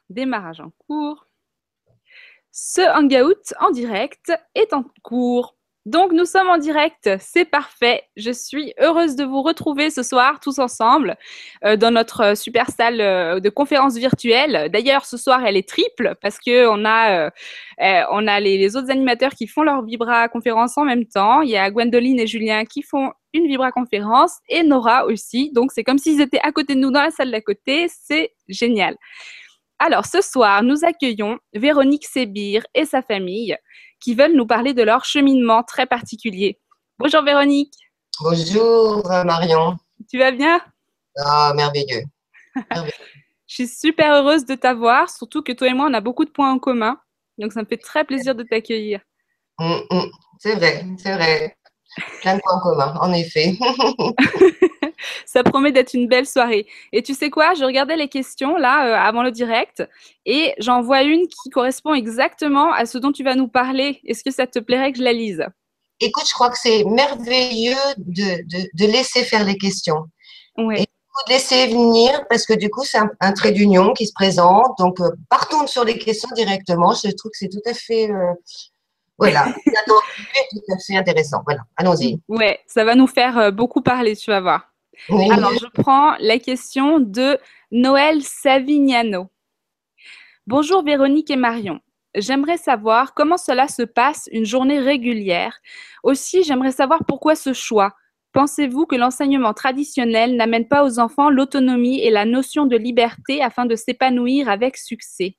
Démarrage en cours. Ce hangout en direct est en cours. Donc nous sommes en direct, c'est parfait. Je suis heureuse de vous retrouver ce soir tous ensemble dans notre super salle de conférence virtuelle. D'ailleurs, ce soir, elle est triple parce que on a les autres animateurs qui font leur vibra conférence en même temps. Il y a Gwendoline et Julien qui font une vibra conférence et Nora aussi. Donc c'est comme s'ils étaient à côté de nous dans la salle d'à côté. C'est génial. Alors, ce soir, nous accueillons Véronique Sébir et sa famille qui veulent nous parler de leur cheminement très particulier. Bonjour Véronique. Bonjour Marion. Tu vas bien? Ah, merveilleux. Merveilleux. Je suis super heureuse de t'avoir, surtout que toi et moi, on a beaucoup de points en commun. Donc, ça me fait très plaisir de t'accueillir. C'est vrai, c'est vrai. Plein de points communs, en effet. Ça promet d'être une belle soirée. Et tu sais quoi? Je regardais les questions là avant le direct et j'en vois une qui correspond exactement à ce dont tu vas nous parler. Est-ce que ça te plairait que je la lise? Écoute, je crois que c'est merveilleux de laisser faire les questions et Ouais. de laisser venir parce que du coup, c'est un trait d'union qui se présente. Donc, partons sur les questions directement. Je trouve que c'est tout à fait, voilà, inattendu et tout à fait intéressant. Voilà, allons-y. Ouais, ça va nous faire beaucoup parler, tu vas voir. Alors, Oui. je prends la question de Noël Savignano. Bonjour Véronique et Marion. J'aimerais savoir comment cela se passe une journée régulière. Aussi, j'aimerais savoir pourquoi ce choix. Pensez-vous que l'enseignement traditionnel n'amène pas aux enfants l'autonomie et la notion de liberté afin de s'épanouir avec succès?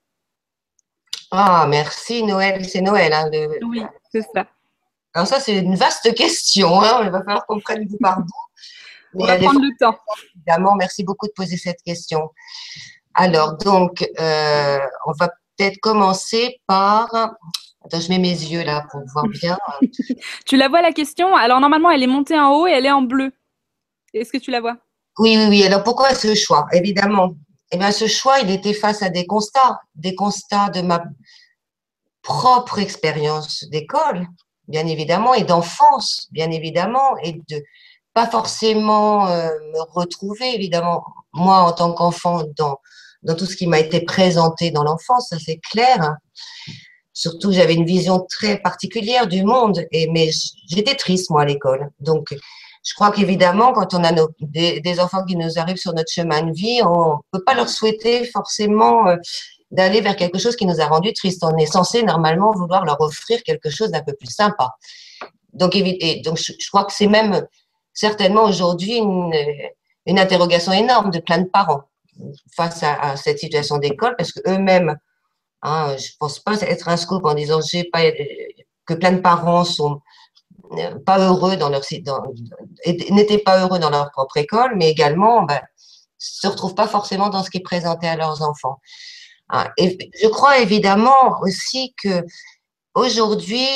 Ah, merci Noël, c'est Noël. Hein, Oui, c'est ça. Alors ça, c'est une vaste question. Hein. Il va falloir qu'on prenne du par bout. On Mais va elle est prendre le temps. évidemment, merci beaucoup de poser cette question. Alors, donc, on va peut-être commencer par… Attends, je mets mes yeux là pour voir bien. Tu la vois la question? Alors normalement, elle est montée en haut et elle est en bleu. Est-ce que tu la vois? Oui, oui, oui. Alors, pourquoi ce choix? Évidemment, eh bien, ce choix, il était face à des constats de ma propre expérience d'école, bien évidemment, et d'enfance, bien évidemment, et de pas forcément me retrouver, évidemment, moi, en tant qu'enfant, dans tout ce qui m'a été présenté dans l'enfance, ça c'est clair. Hein. Surtout, j'avais une vision très particulière du monde, mais j'étais triste, moi, à l'école. Donc, je crois qu'évidemment, quand on a des enfants qui nous arrivent sur notre chemin de vie, on peut pas leur souhaiter forcément d'aller vers quelque chose qui nous a rendu tristes. On est censé, normalement, vouloir leur offrir quelque chose d'un peu plus sympa. Donc, je crois que c'est même certainement aujourd'hui une interrogation énorme de plein de parents face à cette situation d'école, parce qu'eux-mêmes, hein, je pense pas être un scoop en disant j'ai pas, que plein de parents sont pas heureux dans n'étaient pas heureux dans leur propre école, mais également ben, se retrouvent pas forcément dans ce qui est présenté à leurs enfants. Hein. Et je crois évidemment aussi que aujourd'hui,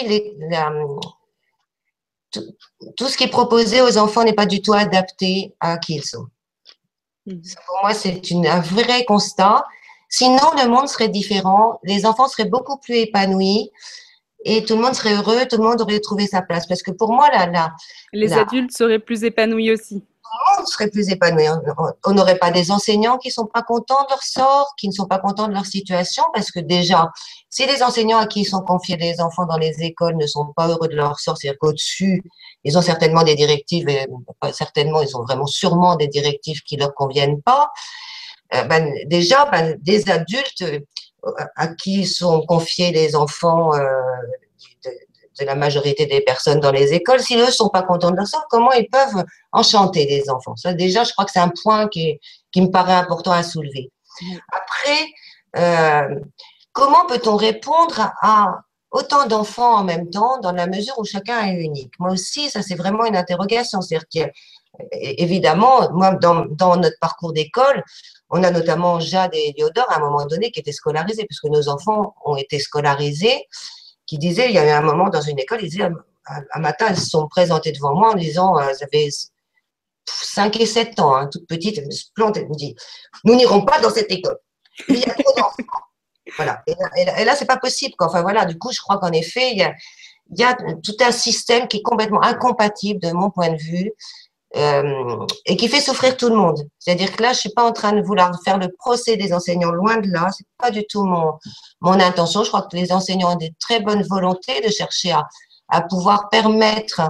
tout, tout, ce qui est proposé aux enfants n'est pas du tout adapté à qui ils sont. Pour moi, c'est un vrai constat. Sinon, le monde serait différent, les enfants seraient beaucoup plus épanouis et tout le monde serait heureux, tout le monde aurait trouvé sa place. Parce que pour moi, Les adultes seraient plus épanouis aussi. on serait plus épanoui. On n'aurait pas des enseignants qui ne sont pas contents de leur sort, qui ne sont pas contents de leur situation, parce que déjà, si les enseignants à qui sont confiés les enfants dans les écoles ne sont pas heureux de leur sort, c'est-à-dire qu'au-dessus, ils ont certainement des directives, et pas certainement, ils ont vraiment sûrement des directives qui leur conviennent pas. Déjà, des adultes à qui sont confiés les enfants de, de la majorité des personnes dans les écoles, si eux ne sont pas contents de leur sort, comment ils peuvent enchanter les enfants? Ça, déjà, je crois que c'est un point qui me paraît important à soulever. Oui. Après, comment peut-on répondre à autant d'enfants en même temps dans la mesure où chacun est unique? Moi aussi, ça, c'est vraiment une interrogation. C'est-à-dire qu'évidemment, moi, dans notre parcours d'école, on a notamment Jade et Léodore à un moment donné qui étaient scolarisés, puisque nos enfants ont été scolarisés, qui disaient, il y a eu un moment dans une école, ils disaient, un matin, elles se sont présentées devant moi en disant, elles avaient 5 et 7 ans, hein, toute petite, elles se plantent, elles me disent, nous n'irons pas dans cette école. Il y a trop d'enfants. Voilà. Et là, c'est pas possible. Quoi. Enfin, voilà, du coup, je crois qu'en effet, il y a tout un système qui est complètement incompatible, de mon point de vue, et qui fait souffrir tout le monde. C'est-à-dire que là, je suis pas en train de vouloir faire le procès des enseignants, loin de là. C'est pas du tout mon intention. Je crois que les enseignants ont des très bonnes volontés de chercher à pouvoir permettre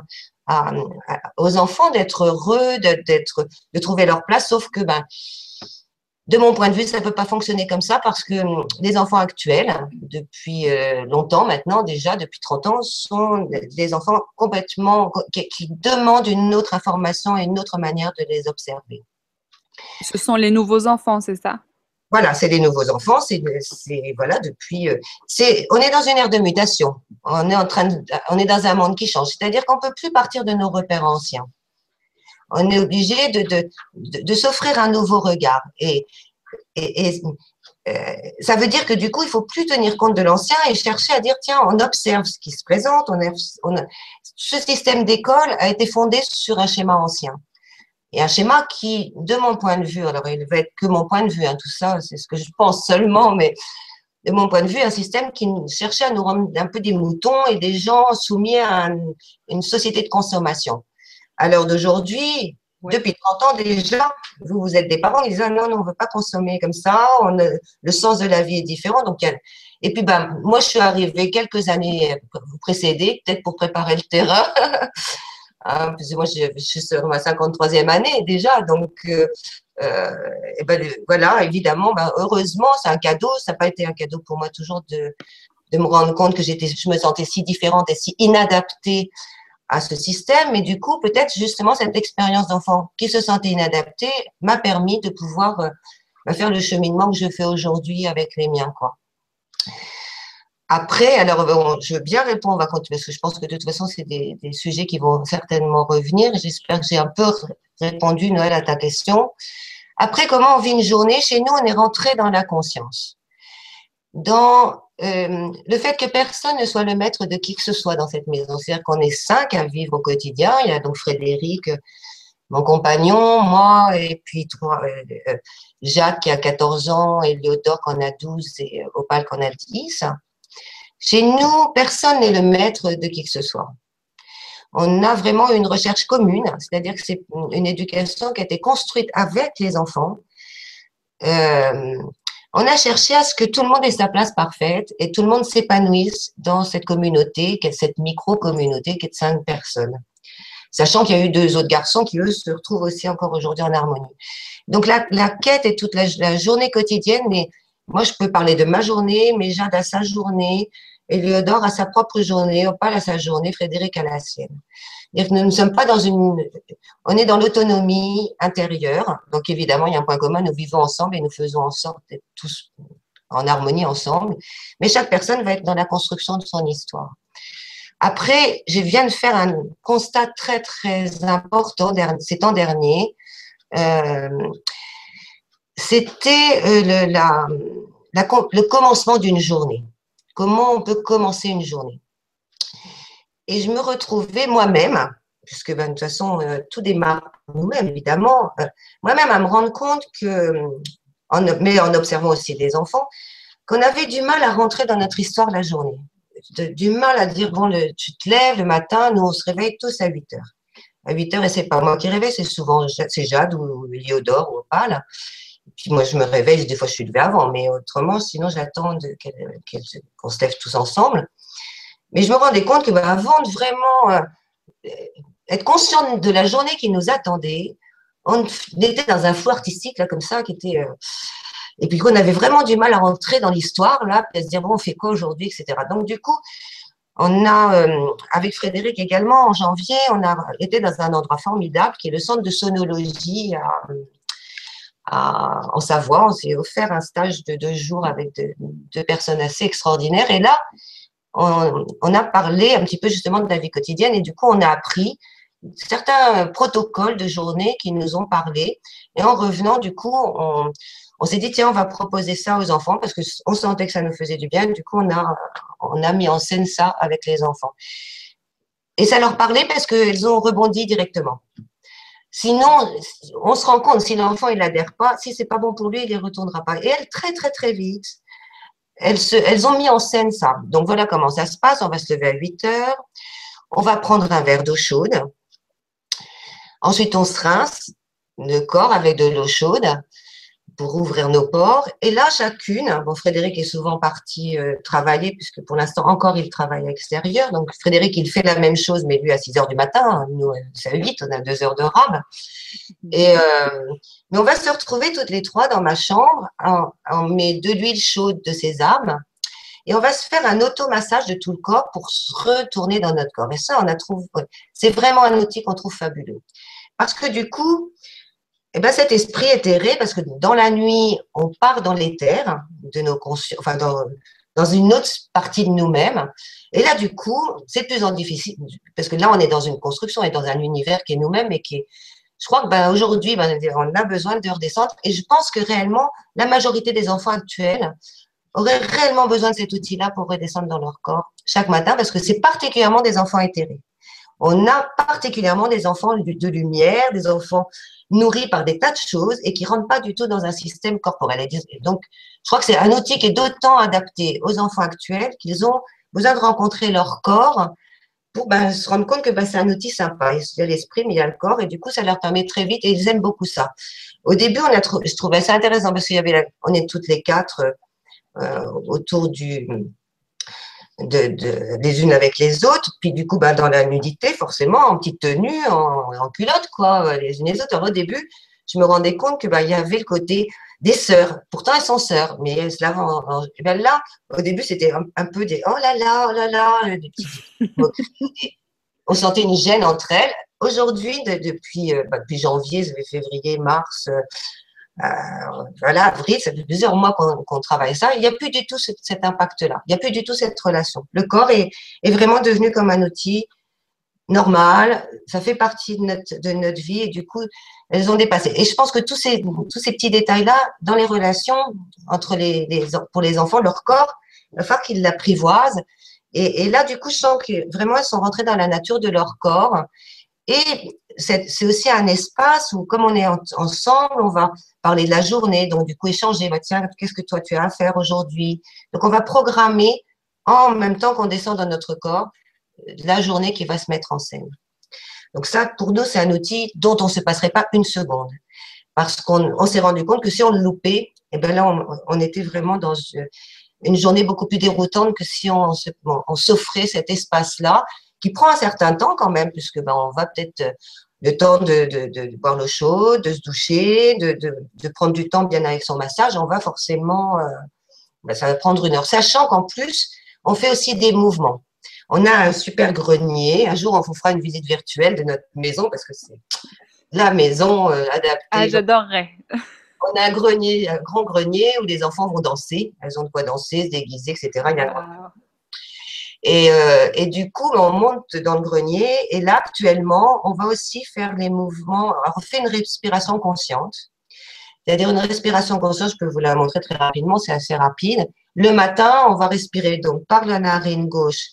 aux enfants d'être heureux, de trouver leur place, sauf que, ben, de mon point de vue, ça ne peut pas fonctionner comme ça parce que les enfants actuels, depuis longtemps maintenant, déjà depuis 30 ans, sont des enfants complètement qui demandent une autre information et une autre manière de les observer. Ce sont les nouveaux enfants, c'est ça? Voilà, c'est des nouveaux enfants, voilà depuis on est dans une ère de mutation. On est dans un monde qui change, c'est-à-dire qu'on peut plus partir de nos repères anciens. On est obligé de s'offrir un nouveau regard et ça veut dire que du coup, il faut plus tenir compte de l'ancien et chercher à dire, tiens, on observe ce qui se présente. Ce système d'école a été fondé sur un schéma ancien. Et un schéma qui, de mon point de vue, alors il va être que mon point de vue, hein, tout ça, c'est ce que je pense seulement, mais de mon point de vue, un système qui cherchait à nous rendre un peu des moutons et des gens soumis à une société de consommation. À l'heure d'aujourd'hui, oui. Depuis 30 ans déjà, vous êtes des parents qui disent ah non, on ne veut pas consommer comme ça, le sens de la vie est différent. Donc, et puis, ben, moi, je suis arrivée quelques années précédées, peut-être pour préparer le terrain. Hein, parce que moi, je suis sur ma 53e année déjà. Donc, et ben, voilà, évidemment, ben, heureusement, c'est un cadeau. Ça n'a pas été un cadeau pour moi toujours de me rendre compte que je me sentais si différente et si inadaptée à ce système. Et du coup, peut-être justement, cette expérience d'enfant qui se sentait inadaptée m'a permis de pouvoir faire le cheminement que je fais aujourd'hui avec les miens, quoi. Après, alors, bon, je veux bien répondre, on va continuer, parce que je pense que de toute façon, c'est des sujets qui vont certainement revenir. J'espère que j'ai un peu répondu, Noël, à ta question. Après, comment on vit une journée? Chez nous, on est rentré dans la conscience. Dans le fait que personne ne soit le maître de qui que ce soit dans cette maison. C'est-à-dire qu'on est 5 à vivre au quotidien. Il y a donc Frédéric, mon compagnon, moi, et puis toi, Jacques qui a 14 ans, Éléodore qui en a 12 et Opal qui en a 10. Chez nous, personne n'est le maître de qui que ce soit. On a vraiment une recherche commune, c'est-à-dire que c'est une éducation qui a été construite avec les enfants. On a cherché à ce que tout le monde ait sa place parfaite et tout le monde s'épanouisse dans cette communauté, cette micro-communauté qui est de 5 personnes. Sachant qu'il y a eu 2 autres garçons qui, eux, se retrouvent aussi encore aujourd'hui en harmonie. Donc, la quête est toute la journée quotidienne, mais moi, je peux parler de ma journée, mais Jade a sa journée, Éléodore a sa propre journée, Opal a sa journée, Frédéric a la sienne. C'est-à-dire que nous ne sommes pas dans on est dans l'autonomie intérieure. Donc, évidemment, il y a un point commun, nous vivons ensemble et nous faisons en sorte d'être tous en harmonie ensemble. Mais chaque personne va être dans la construction de son histoire. Après, je viens de faire un constat très, très important ces temps derniers. C'était le commencement d'une journée. Comment on peut commencer une journée? Et je me retrouvais moi-même, puisque ben, de toute façon, tout démarre par nous-mêmes, évidemment, moi-même à me rendre compte que, mais en observant aussi les enfants, qu'on avait du mal à rentrer dans notre histoire la journée. Du mal à dire, bon, tu te lèves le matin, nous on se réveille tous à 8 heures. À 8 heures, et c'est pas moi qui réveille, c'est souvent Jade ou Léodore ou Opal. Puis moi, je me réveille, des fois je suis levée avant, mais autrement, sinon j'attends qu'on se lève tous ensemble. Mais je me rendais compte que avant de vraiment être conscient de la journée qui nous attendait, on était dans un flou artistique là comme ça qui était et puis qu'on avait vraiment du mal à rentrer dans l'histoire là, puis à se dire bon on fait quoi aujourd'hui, etc. Donc du coup on a avec Frédéric également en janvier, on a été dans un endroit formidable qui est le centre de sonologie en Savoie. On s'est offert un stage de 2 jours avec 2 personnes assez extraordinaires et là on a parlé un petit peu justement de la vie quotidienne et du coup, on a appris certains protocoles de journée qui nous ont parlé. Et en revenant, du coup, on s'est dit, tiens, on va proposer ça aux enfants parce qu'on sentait que ça nous faisait du bien. Du coup, on a mis en scène ça avec les enfants. Et ça leur parlait parce qu'elles ont rebondi directement. Sinon, on se rend compte, si l'enfant il n'adhère pas, si c'est pas bon pour lui, il ne retournera pas. Et elles, très, très, très vite, elles ont mis en scène ça. Donc, voilà comment ça se passe. On va se lever à 8 heures. On va prendre un verre d'eau chaude. Ensuite, on se rince le corps avec de l'eau chaude pour ouvrir nos pores. Et là, chacune, bon, Frédéric est souvent parti travailler, puisque pour l'instant encore, il travaille à l'extérieur. Donc, Frédéric, il fait la même chose, mais lui à 6 heures du matin. Nous, c'est à 8, on a 2 heures de rab. Et, mais on va se retrouver toutes les trois dans ma chambre. On met de l'huile chaude de sésame et on va se faire un automassage de tout le corps pour se retourner dans notre corps. Et ça, c'est vraiment un outil qu'on trouve fabuleux. Parce que du coup, eh ben, cet esprit éthéré, parce que dans la nuit, on part dans l'éther de nos consciences, enfin dans une autre partie de nous-mêmes. Et là, du coup, c'est de plus en difficile, parce que là, on est dans une construction et dans un univers qui est nous-mêmes et qui est. Je crois que ben, aujourd'hui, ben, on a besoin de redescendre. Et je pense que réellement, la majorité des enfants actuels auraient réellement besoin de cet outil-là pour redescendre dans leur corps chaque matin, parce que c'est particulièrement des enfants éthérés. On a particulièrement des enfants de lumière, des enfants nourris par des tas de choses et qui ne rentrent pas du tout dans un système corporel. Et donc, je crois que c'est un outil qui est d'autant adapté aux enfants actuels qu'ils ont besoin de rencontrer leur corps pour ben, se rendre compte que ben, c'est un outil sympa. Il y a l'esprit, mais il y a le corps, et du coup, ça leur permet très vite, et ils aiment beaucoup ça. Au début, je trouvais ça intéressant parce on est toutes les quatre autour les unes avec les autres, puis du coup, ben, dans la nudité, forcément, en petite tenue, en culotte, quoi, les unes les autres. Alors, au début, je me rendais compte que ben, il y avait le côté des sœurs. Pourtant, elles sont sœurs, mais elles se lavent et ben là, au début, c'était un peu des oh là là, des petits moqueries. On sentait une gêne entre elles. Aujourd'hui, depuis janvier, février, mars, voilà, avril, ça fait plusieurs mois qu'on travaille ça. Il n'y a plus du tout cet impact-là. Il n'y a plus du tout cette relation. Le corps est vraiment devenu comme un outil normal. Ça fait partie de notre vie et du coup, elles ont dépassé. Et je pense que tous ces petits détails-là, dans les relations entre pour les enfants, leur corps, il va falloir qu'ils l'apprivoisent. Et là, du coup, je sens que vraiment, elles sont rentrées dans la nature de leur corps. Et c'est aussi un espace où, comme on est ensemble, on va parler de la journée, donc du coup échanger, bah, tiens, qu'est-ce que toi tu as à faire aujourd'hui? Donc on va programmer en même temps qu'on descend dans notre corps la journée qui va se mettre en scène. Donc ça, pour nous, c'est un outil dont on ne se passerait pas une seconde. Parce qu'on s'est rendu compte que si on le loupait, eh ben là, on était vraiment dans une journée beaucoup plus déroutante que si on s'offrait cet espace-là, qui prend un certain temps quand même, puisque ben, on va peut-être le temps de boire l'eau chaude, de se doucher, de prendre du temps bien avec son massage, on va forcément, ben, ça va prendre 1 heure. Sachant qu'en plus, on fait aussi des mouvements. On a un super grenier. Un jour, on vous fera une visite virtuelle de notre maison parce que c'est la maison adaptée. Ah, j'adorerais. On a un grenier, un grand grenier où les enfants vont danser. Elles ont de quoi danser, se déguiser, etc. Wow. Et du coup, on monte dans le grenier. Et là, actuellement, on va aussi faire les mouvements. Alors, on fait une respiration consciente. C'est-à-dire une respiration consciente, je peux vous la montrer très rapidement, c'est assez rapide. Le matin, on va respirer donc par la narine gauche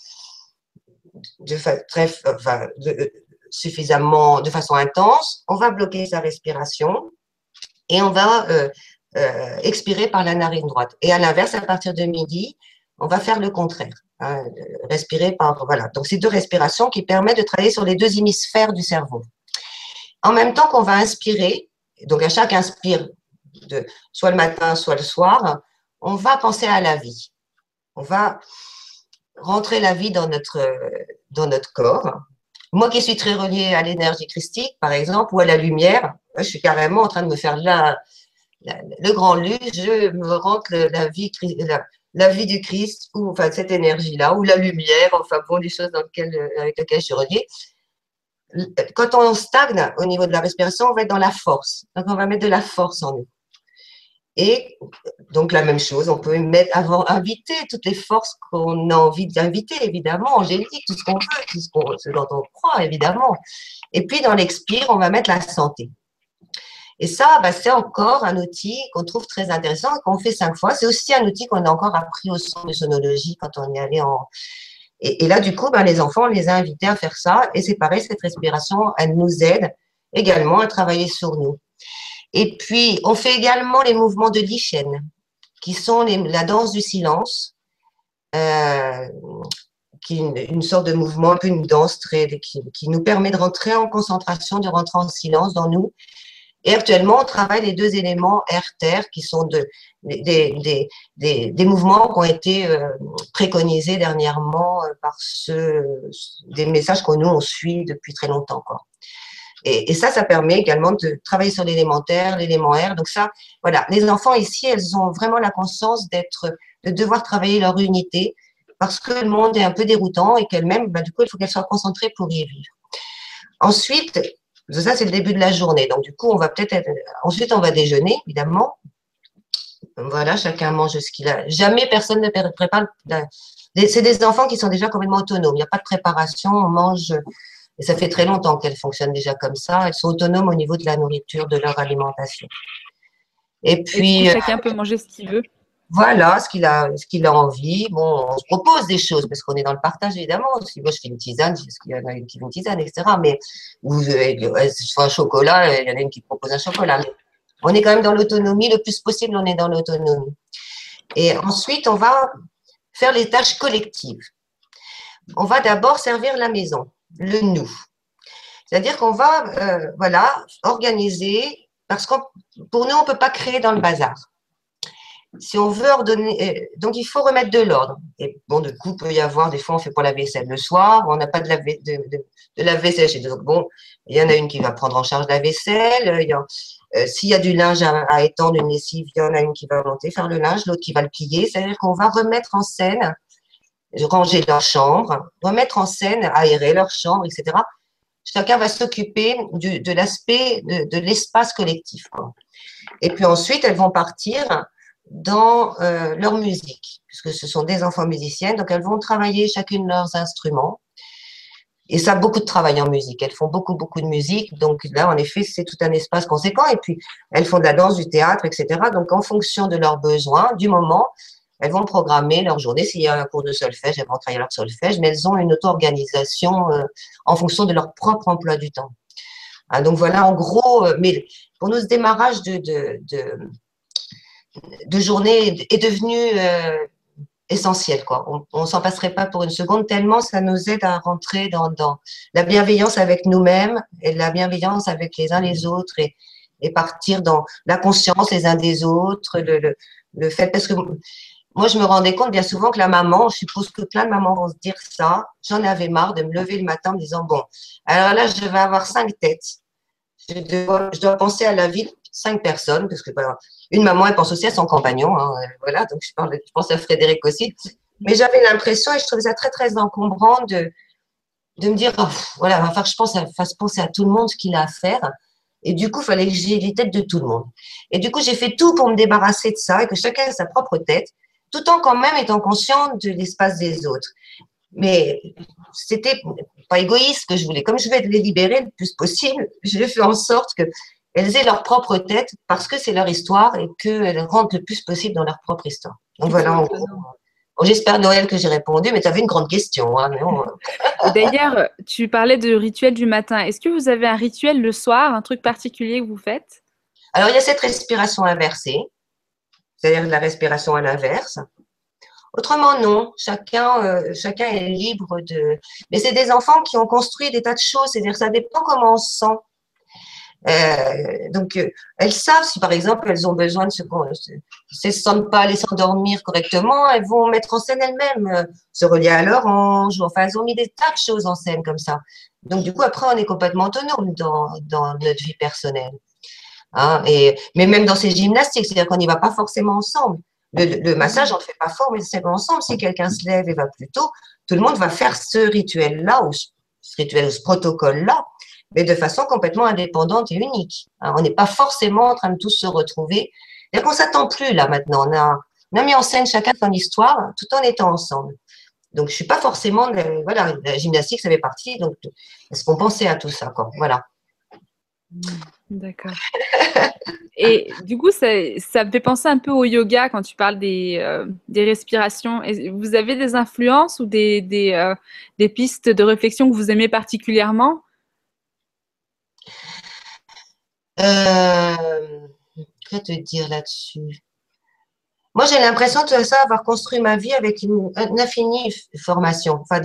suffisamment, de façon intense. On va bloquer sa respiration et on va expirer par la narine droite. Et à l'inverse, à partir de midi, on va faire le contraire. Hein, respirer par, voilà. Donc, c'est 2 respirations qui permettent de travailler sur les 2 hémisphères du cerveau. En même temps qu'on va inspirer, donc à chaque inspire, soit le matin, soit le soir, on va penser à la vie. On va rentrer la vie dans notre corps. Moi qui suis très reliée à l'énergie christique, par exemple, ou à la lumière, je suis carrément en train de me faire le grand lu, je me rentre la vie du Christ, ou enfin cette énergie-là, ou la lumière, enfin bon, des choses avec lesquelles je suis reliée. Quand on stagne au niveau de la respiration, on va être dans la force. Donc, on va mettre de la force en nous. Et donc, la même chose, on peut inviter toutes les forces qu'on a envie d'inviter, évidemment, angélique, tout ce qu'on veut, ce dont on croit, évidemment. Et puis, dans l'expire, on va mettre la santé. Et ça, bah, c'est encore un outil qu'on trouve très intéressant, qu'on fait 5 fois. C'est aussi un outil qu'on a encore appris au centre de sonologie quand on est allé en… Et là, du coup, ben, les enfants, on les a invités à faire ça. Et c'est pareil, cette respiration, elle nous aide également à travailler sur nous. Et puis, on fait également les mouvements de l'I-Chien, qui sont la danse du silence, une sorte de mouvement, un peu une danse qui nous permet de rentrer en concentration, de rentrer en silence dans nous. Et actuellement, on travaille les deux éléments air-terre qui sont des mouvements qui ont été préconisés dernièrement par des messages que nous, on suit depuis très longtemps, quoi. Et ça permet également de travailler sur l'élémentaire, l'élément air. Donc ça, voilà, les enfants ici, elles ont vraiment la conscience de devoir travailler leur unité parce que le monde est un peu déroutant et qu'elles-mêmes, du coup, il faut qu'elles soient concentrées pour y vivre. Ensuite, ça, c'est le début de la journée. Donc, du coup, ensuite, on va déjeuner, évidemment. Voilà, chacun mange ce qu'il a. Jamais personne ne prépare. C'est des enfants qui sont déjà complètement autonomes. Il n'y a pas de préparation. On mange. Et ça fait très longtemps qu'elles fonctionnent déjà comme ça. Elles sont autonomes au niveau de la nourriture, de leur alimentation. Et puis, du coup, chacun peut manger ce qu'il veut. Voilà, ce qu'il a envie. Bon, on se propose des choses parce qu'on est dans le partage, évidemment. Si moi, je fais une tisane, parce qu'il y en a une qui fait une tisane, etc. Mais, ou je fais un chocolat, il y en a une qui propose un chocolat. Mais on est quand même dans l'autonomie. Le plus possible, on est dans l'autonomie. Et ensuite, on va faire les tâches collectives. On va d'abord servir la maison, le nous. C'est-à-dire qu'on va, voilà, organiser, parce que pour nous, on ne peut pas créer dans le bazar. Si on veut ordonner, donc il faut remettre de l'ordre. Et bon, du coup, il peut y avoir, des fois, on fait pas la vaisselle le soir, on n'a pas de lave-vaisselle chez nous. Donc, bon, il y en a une qui va prendre en charge la vaisselle. S'il y a du linge à étendre, une lessive, il y en a une qui va monter faire le linge, l'autre qui va le plier. C'est-à-dire qu'on va remettre en scène, ranger leur chambre, remettre en scène, aérer leur chambre, etc. Chacun va s'occuper de l'aspect de l'espace collectif, quoi. Et puis ensuite, elles vont partir dans leur musique, puisque ce sont des enfants musiciennes, donc elles vont travailler chacune leurs instruments. Et ça, beaucoup de travail en musique. Elles font beaucoup, beaucoup de musique. Donc là, en effet, c'est tout un espace conséquent. Et puis, elles font de la danse, du théâtre, etc. Donc, en fonction de leurs besoins, du moment, elles vont programmer leur journée. S'il y a un cours de solfège, elles vont travailler leur solfège, mais elles ont une auto-organisation en fonction de leur propre emploi du temps. Ah, donc voilà, en gros, mais pour nous, ce démarrage de journée est devenu essentiel, quoi. On s'en passerait pas pour une seconde, tellement ça nous aide à rentrer dans la bienveillance avec nous-mêmes et la bienveillance avec les uns les autres et partir dans la conscience les uns des autres, le fait, parce que moi, je me rendais compte bien souvent que la maman, je suppose que plein de mamans vont se dire ça, j'en avais marre de me lever le matin en me disant, bon, alors là, je vais avoir 5 têtes. Je dois penser à la vie de 5 personnes, parce que une maman, elle pense aussi à son compagnon. Hein, voilà, donc je pense à Frédéric aussi. Mais j'avais l'impression, et je trouvais ça très, très encombrant de me dire, oh, voilà, enfin, je fasse penser à tout le monde ce qu'il a à faire. Et du coup, il fallait que j'ai les têtes de tout le monde. Et du coup, j'ai fait tout pour me débarrasser de ça et que chacun ait sa propre tête, tout en quand même étant conscient de l'espace des autres. Mais c'était pas égoïste que je voulais. Comme je vais les libérer le plus possible, je fais en sorte qu'elles aient leur propre tête parce que c'est leur histoire et qu'elles rentrent le plus possible dans leur propre histoire. Donc voilà, en gros. J'espère, Noël, que j'ai répondu, mais tu avais une grande question. Hein, mais Et d'ailleurs, tu parlais de rituel du matin. Est-ce que vous avez un rituel le soir, un truc particulier que vous faites? Alors, il y a cette respiration inversée, c'est-à-dire la respiration à l'inverse. Autrement, non. Chacun est libre de. Mais c'est des enfants qui ont construit des tas de choses. C'est-à-dire, ça dépend comment on se sent. Donc, elles savent si, par exemple, elles ont besoin de se sentent pas aller s'endormir correctement, elles vont mettre en scène elles-mêmes, se relier à leur ange. Enfin, elles ont mis des tas de choses en scène comme ça. Donc, du coup, après, on est complètement autonome dans notre vie personnelle. Hein, mais même dans ces gymnastiques, c'est-à-dire qu'on n'y va pas forcément ensemble. Le massage, on ne le fait pas fort, mais c'est ensemble. Si quelqu'un se lève et va plus tôt, tout le monde va faire ce rituel-là, ou ce protocole-là, mais de façon complètement indépendante et unique. Hein, on n'est pas forcément en train de tous se retrouver. C'est-à-dire qu'on ne s'attend plus là maintenant. On a mis en scène chacun son histoire tout en étant ensemble. Donc, je ne suis pas forcément. Voilà, la gymnastique, ça fait partie. Donc, est-ce qu'on pensait à tout ça, quoi? Voilà. D'accord. Et du coup, ça me fait penser un peu au yoga quand tu parles des respirations. Vous avez des influences ou des pistes de réflexion que vous aimez particulièrement? Euh, que te dire là-dessus? Moi, j'ai l'impression de ça, avoir construit ma vie avec une infinie formation. Enfin,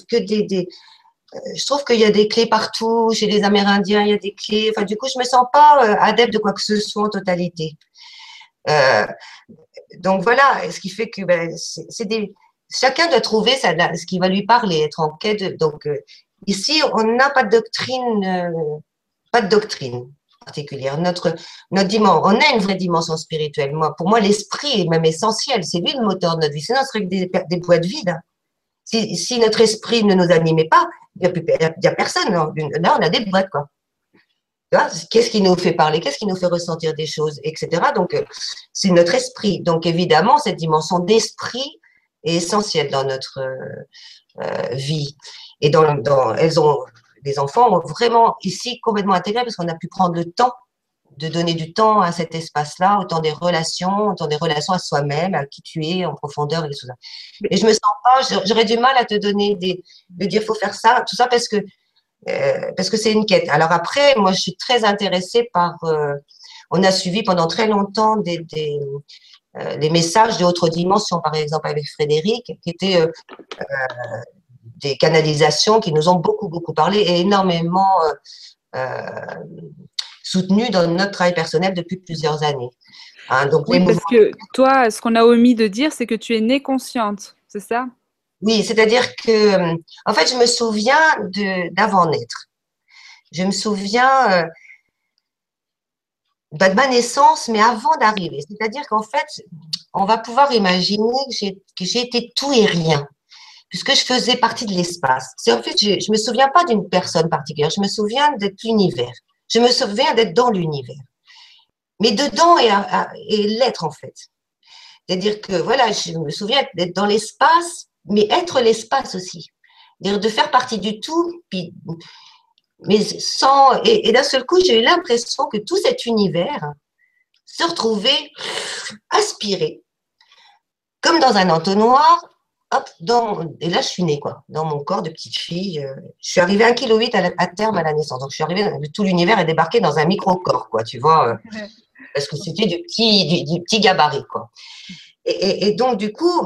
je trouve qu'il y a des clés partout. Chez les Amérindiens, il y a des clés. Enfin, du coup, je me sens pas adepte de quoi que ce soit en totalité. Euh, donc voilà, ce qui fait que chacun doit trouver ce qui va lui parler, être en quête. Donc ici, on n'a pas de doctrine particulière. On a une vraie dimension spirituelle. Pour moi, l'esprit est même essentiel. C'est lui le moteur de notre vie. Sinon, ce serait que des boîtes vides, hein. Si notre esprit ne nous animait pas, il n'y a personne. Là, on a des boîtes, quoi. Qu'est-ce qui nous fait parler, qu'est-ce qui nous fait ressentir des choses, etc. Donc, c'est notre esprit. Donc, évidemment, cette dimension d'esprit est essentielle dans notre vie. Et les enfants ont vraiment ici complètement intégré parce qu'on a pu prendre le temps de donner du temps à cet espace-là, autant des relations à soi-même, à qui tu es en profondeur et tout ça. Et je me sens pas, j'aurais du mal à te donner de dire faut faire ça, tout ça parce que c'est une quête. Alors après, moi, je suis très intéressée on a suivi pendant très longtemps les messages de autre dimension, par exemple avec Frédéric, qui étaient des canalisations qui nous ont beaucoup, beaucoup parlé et énormément soutenues dans notre travail personnel depuis plusieurs années. Hein, donc Oui, parce que toi, ce qu'on a omis de dire, c'est que tu es née consciente, c'est ça? Oui, c'est-à-dire que, en fait, je me souviens d'avant naître. Je me souviens de ma naissance, mais avant d'arriver. C'est-à-dire qu'en fait, on va pouvoir imaginer que j'ai été tout et rien, puisque je faisais partie de l'espace. En fait, je ne me souviens pas d'une personne particulière, je me souviens d'être l'univers. Je me souviens d'être dans l'univers. Mais dedans et l'être, en fait. C'est-à-dire que, voilà, je me souviens d'être dans l'espace, mais être l'espace aussi. C'est-à-dire de faire partie du tout, mais et d'un seul coup, j'ai eu l'impression que tout cet univers se retrouvait aspiré, comme dans un entonnoir, hop, et là, je suis née, quoi, dans mon corps de petite fille. Je suis arrivée à 1,8 kg à terme à la naissance. Donc, je suis arrivée, tout l'univers est débarqué dans un micro-corps, quoi, tu vois, parce que c'était du petit gabarit, quoi. Et donc, du coup,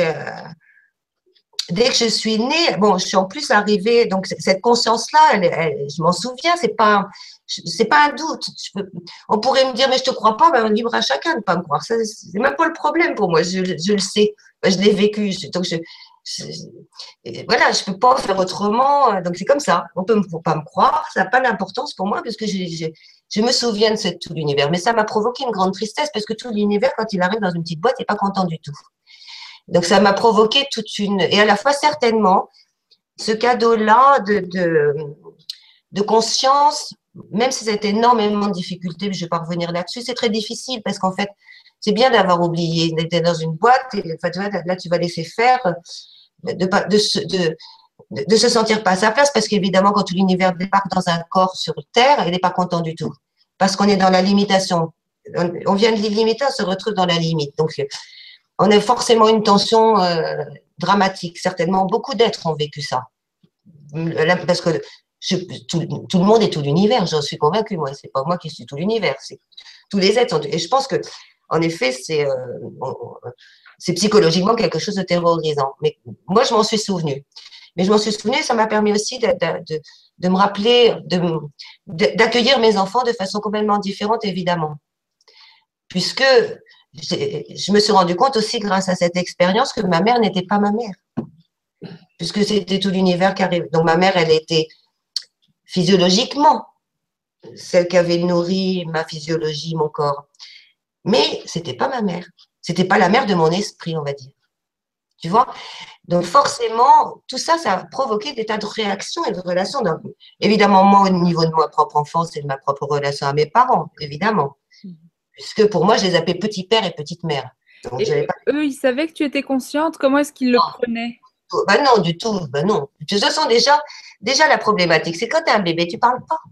dès que je suis née, bon, je suis en plus arrivée, donc cette conscience-là, je m'en souviens, c'est pas un doute. On pourrait me dire, mais je te crois pas, ben, libre à chacun de pas me croire. C'est même pas le problème pour moi, je le sais, je l'ai vécu. Donc, voilà, je peux pas faire autrement, donc c'est comme ça. On peut pas me croire, ça n'a pas d'importance pour moi, parce que je me souviens de tout l'univers. Mais ça m'a provoqué une grande tristesse, parce que tout l'univers, quand il arrive dans une petite boîte, il n'est pas content du tout. Donc, ça m'a provoqué et à la fois certainement, ce cadeau-là de conscience, même si c'était énormément de difficultés, je ne vais pas revenir là-dessus, c'est très difficile parce qu'en fait, c'est bien d'avoir oublié, d'être dans une boîte, et, enfin, tu vois, là, tu vas laisser faire, de se sentir pas à sa place parce qu'évidemment, quand tout l'univers débarque dans un corps sur Terre, il n'est pas content du tout parce qu'on est dans la limitation. On vient de l'illimité, on se retrouve dans la limite. Donc, on a forcément une tension dramatique. Certainement, beaucoup d'êtres ont vécu ça. Parce que tout le monde est tout l'univers, j'en suis convaincue. Moi, c'est pas moi qui suis tout l'univers, c'est tous les êtres. Et je pense que, en effet, c'est psychologiquement quelque chose de terrorisant. Mais moi, je m'en suis souvenue. Mais je m'en suis souvenue, ça m'a permis aussi de me rappeler, d'accueillir mes enfants de façon complètement différente, évidemment. Puisque je me suis rendu compte aussi, grâce à cette expérience, que ma mère n'était pas ma mère. Puisque c'était tout l'univers qui arrive. Donc, ma mère, elle était physiologiquement celle qui avait nourri ma physiologie, mon corps. Mais c'était pas ma mère. C'était pas la mère de mon esprit, on va dire. Tu vois? Donc, forcément, tout ça, ça a provoqué des tas de réactions et de relations. Donc, évidemment, moi, au niveau de ma propre enfance et de ma propre relation à mes parents, évidemment. Puisque pour moi, je les appelais petit père et petite mère. Donc, Et eux, ils savaient que tu étais consciente. Comment est-ce qu'ils le prenaient? Ben non, du tout. Ben non. De toute façon, déjà la problématique, c'est quand tu es un bébé, tu parles pas.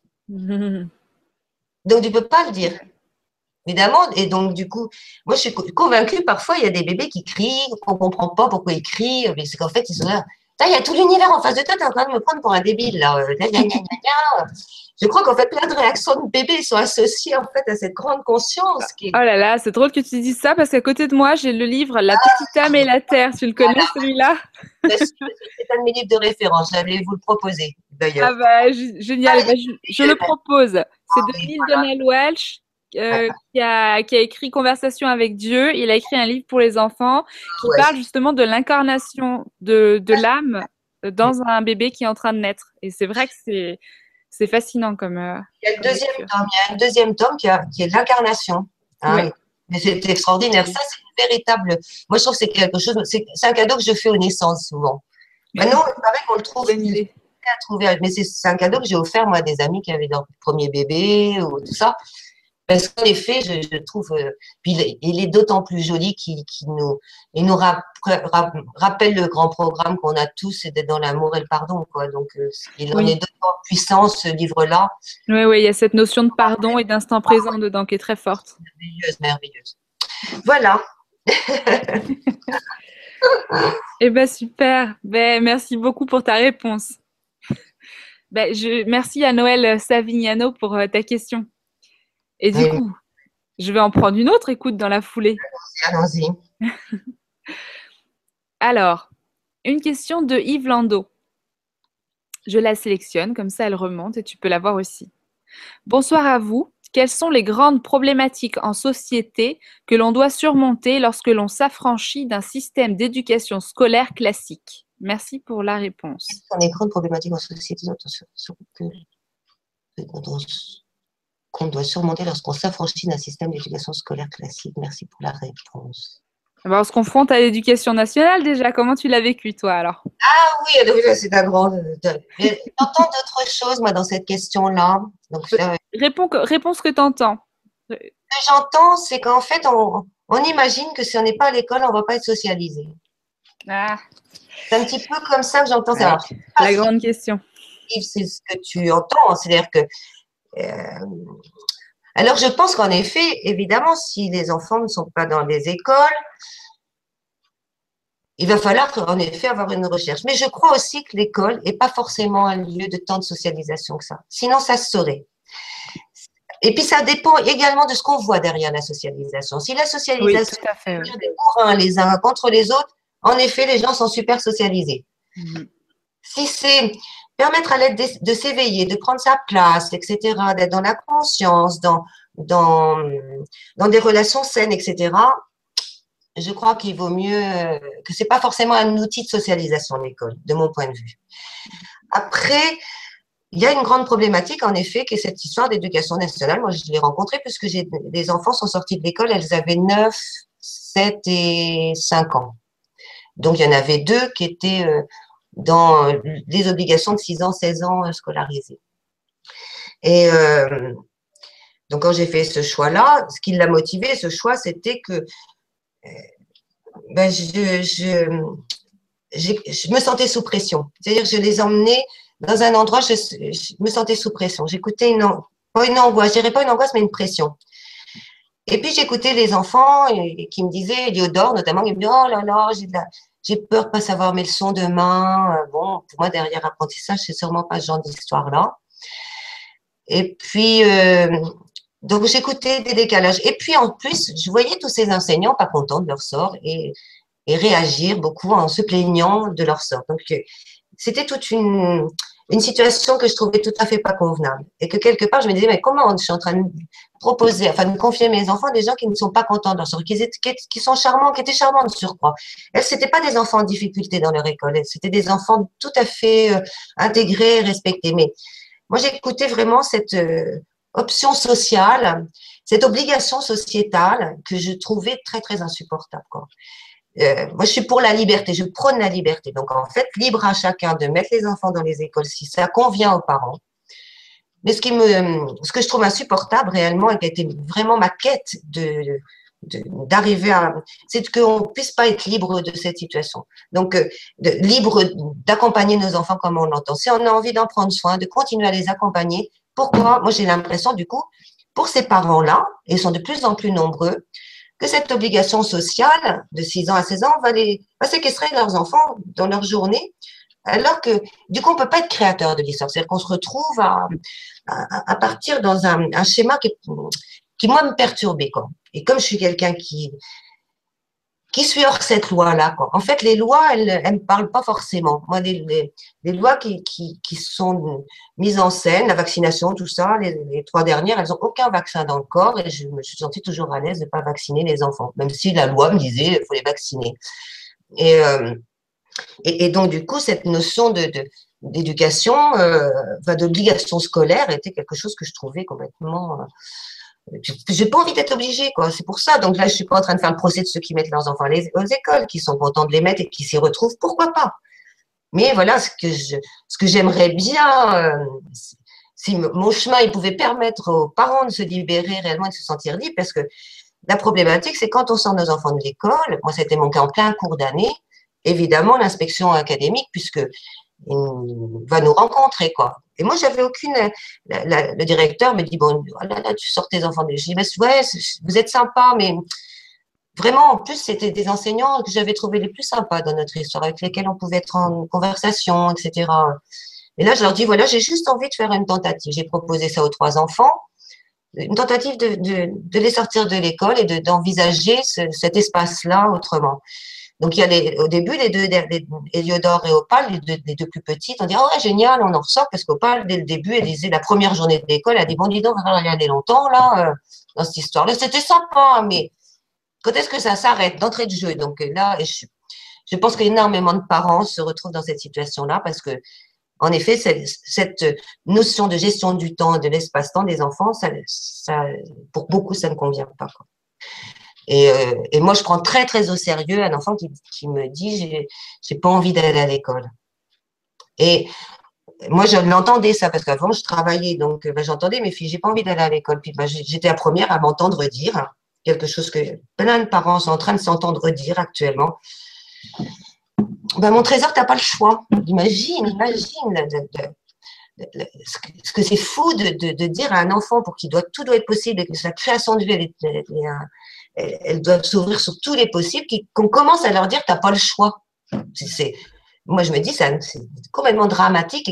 Donc, tu peux pas le dire. Évidemment. Et donc, du coup, moi, je suis convaincue, parfois, il y a des bébés qui crient, qu'on comprend pas pourquoi ils crient. Mais c'est qu'en fait, ils sont là. Il y a tout l'univers en face de toi, tu es en train de me prendre pour un débile, là. Je crois qu'en fait, plein de réactions de bébés sont associées en fait à cette grande conscience qui est… Oh là là, c'est drôle que tu dises ça parce qu'à côté de moi, j'ai le livre La petite âme et la terre. Tu le connais celui-là? C'est un de mes livres de référence, j'allais vous le proposer d'ailleurs. Ah bah génial, bah, je le propose. C'est de Neil Donald Welch qui a écrit Conversation avec Dieu. Il a écrit un livre pour les enfants qui parle justement de l'incarnation de l'âme dans un bébé qui est en train de naître. Et c'est vrai que c'est fascinant comme. Il y a le deuxième tome, il y a un deuxième tome qui est l'incarnation. Hein, ouais. Mais c'est extraordinaire. Ça, c'est une véritable. Moi, je trouve que c'est quelque chose. C'est un cadeau que je fais aux naissances souvent. Maintenant, il paraît qu'on le trouve. À trouver, mais c'est un cadeau que j'ai offert moi à des amis qui avaient leur premier bébé ou tout ça. Parce qu'en effet, je trouve, puis il est d'autant plus joli qu'il nous rappelle le grand programme qu'on a tous, c'est d'être dans l'amour et le pardon, quoi. Donc, il en est d'autant puissant, ce livre-là. Oui, oui, il y a cette notion de pardon et d'instant présent dedans qui est très forte. Merveilleuse, merveilleuse. Voilà. Eh ben super. Ben, merci beaucoup pour ta réponse. Ben, merci à Noël Savignano pour ta question. Et du coup, je vais en prendre une autre, écoute, dans la foulée. Allons-y. Alors, une question de Yves Landau. Je la sélectionne, comme ça elle remonte et tu peux la voir aussi. Bonsoir à vous. Quelles sont les grandes problématiques en société que l'on doit surmonter lorsque l'on s'affranchit d'un système d'éducation scolaire classique? Merci pour la réponse. Quelles sont les grandes problématiques en société qu'on doit surmonter lorsqu'on s'affranchit d'un système d'éducation scolaire classique? Merci pour la réponse. Alors, on se confronte à l'éducation nationale déjà. Comment tu l'as vécu, toi, alors? Ah oui, c'est un grand… J'entends d'autres choses, moi, dans cette question-là. Réponds ce que tu entends. Ce que j'entends, c'est qu'en fait, on imagine que si on n'est pas à l'école, on ne va pas être socialisé. Ah. C'est un petit peu comme ça que j'entends ça. La grande question. C'est ce que tu entends. C'est-à-dire que… alors, je pense qu'en effet, évidemment, si les enfants ne sont pas dans les écoles, il va falloir en effet avoir une recherche. Mais je crois aussi que l'école n'est pas forcément un lieu de tant de socialisation que ça. Sinon, ça se saurait. Et puis, ça dépend également de ce qu'on voit derrière la socialisation. Si la socialisation est des bourrins les uns contre les autres, en effet, les gens sont super socialisés. Si c'est permettre à l'aide de s'éveiller, de prendre sa place, etc., d'être dans la conscience, dans des relations saines, etc., je crois qu'il vaut mieux que ce n'est pas forcément un outil de socialisation l'école, de mon point de vue. Après, il y a une grande problématique, en effet, qui est cette histoire d'éducation nationale. Moi, je l'ai rencontrée puisque les enfants sont sortis de l'école, elles avaient 9, 7 et 5 ans. Donc, il y en avait 2 qui étaient dans les obligations de 6 ans, 16 ans scolarisés. Et donc, quand j'ai fait ce choix-là, ce qui l'a motivé, ce choix, c'était que je me sentais sous pression. C'est-à-dire que je les emmenais dans un endroit, je me sentais sous pression. J'écoutais pas une angoisse, je dirais pas une angoisse, mais une pression. Et puis j'écoutais les enfants qui me disaient, Léodore notamment, qui me disaient, oh là là, j'ai peur de pas savoir mes leçons demain. Bon, pour moi, derrière apprentissage, c'est sûrement pas ce genre d'histoire-là. Et puis, donc j'écoutais des décalages. Et puis en plus, je voyais tous ces enseignants pas contents de leur sort et réagir beaucoup en se plaignant de leur sort. Donc c'était toute une situation que je trouvais tout à fait pas convenable. Et que quelque part, je me disais, mais comment je suis en train de proposer, enfin de confier mes enfants à des gens qui ne sont pas contents de leur sort, qui sont charmants, qui étaient charmants de surcroît. Elles, c'était pas des enfants en difficulté dans leur école, c'était des enfants tout à fait intégrés, respectés. Mais moi, j'écoutais vraiment cette option sociale, cette obligation sociétale que je trouvais très, très insupportable, quoi. Moi, je suis pour la liberté, je prône la liberté. Donc, en fait, libre à chacun de mettre les enfants dans les écoles si ça convient aux parents. Mais ce que je trouve insupportable réellement et qui a été vraiment ma quête d'arriver à… c'est qu'on ne puisse pas être libre de cette situation. Donc, libre d'accompagner nos enfants comme on l'entend. Si on a envie d'en prendre soin, de continuer à les accompagner, pourquoi? Moi, j'ai l'impression, du coup, pour ces parents-là, et ils sont de plus en plus nombreux, que cette obligation sociale de 6 ans à 16 ans va séquestrer leurs enfants dans leur journée Alors que, du coup, on ne peut pas être créateur de l'histoire. C'est-à-dire qu'on se retrouve à partir dans un schéma qui, moi, me perturbait, quoi. Et comme je suis quelqu'un qui suis hors cette loi-là, quoi. En fait, les lois, elles me parlent pas forcément. Moi, les lois qui sont mises en scène, la vaccination, tout ça, les trois dernières, elles ont aucun vaccin dans le corps et je me suis sentie toujours à l'aise de pas vacciner les enfants, même si la loi me disait il faut les vacciner. Et, euh, et donc, du coup, cette notion d'éducation, d'obligation scolaire était quelque chose que je trouvais complètement j'ai pas envie d'être obligée, quoi. C'est pour ça. Donc là, je suis pas en train de faire le procès de ceux qui mettent leurs enfants aux écoles, qui sont contents de les mettre et qui s'y retrouvent. Pourquoi pas? Mais voilà, ce que j'aimerais bien, si mon chemin, il pouvait permettre aux parents de se libérer réellement et de se sentir libres, parce que la problématique, c'est quand on sort nos enfants de l'école, moi, c'était mon cas en plein cours d'année, évidemment, l'inspection académique, puisque il va nous rencontrer, quoi. Et moi, j'avais aucune. Le directeur me dit bon, oh là, là, tu sors tes enfants. Je dis mais ouais, vous êtes sympa, mais vraiment, en plus, c'était des enseignants que j'avais trouvé les plus sympas dans notre histoire, avec lesquels on pouvait être en conversation, etc. Et là, je leur dis voilà, j'ai juste envie de faire une tentative. J'ai proposé ça aux trois enfants, une tentative de les sortir de l'école et d'envisager cet espace-là autrement. Donc, il y a au début, Héliodore et Opale, les deux plus petites, on dit, oh, ouais, génial, on en ressort, parce qu'Opale, dès le début, elle disait, la première journée de l'école, elle a dit, bon, dis donc, on va y aller longtemps, là, dans cette histoire-là. C'était sympa, mais quand est-ce que ça s'arrête d'entrée de jeu? Donc là, je pense qu'énormément de parents se retrouvent dans cette situation-là, parce que, en effet, cette notion de gestion du temps et de l'espace-temps des enfants, pour beaucoup, ça ne convient pas, quoi. Et moi, je prends très, très au sérieux un enfant qui me dit, j'ai pas envie d'aller à l'école. Et moi, je l'entendais ça, parce qu'avant, je travaillais, donc j'entendais mes filles, j'ai pas envie d'aller à l'école. Puis j'étais la première à m'entendre dire quelque chose que plein de parents sont en train de s'entendre dire actuellement. Mon trésor, t'as pas le choix. Imagine ce que c'est fou de dire à un enfant pour qui tout doit être possible et que sa création de vie, elles doivent s'ouvrir sur tous les possibles, qu'on commence à leur dire tu n'as pas le choix. Moi, je me dis, c'est complètement dramatique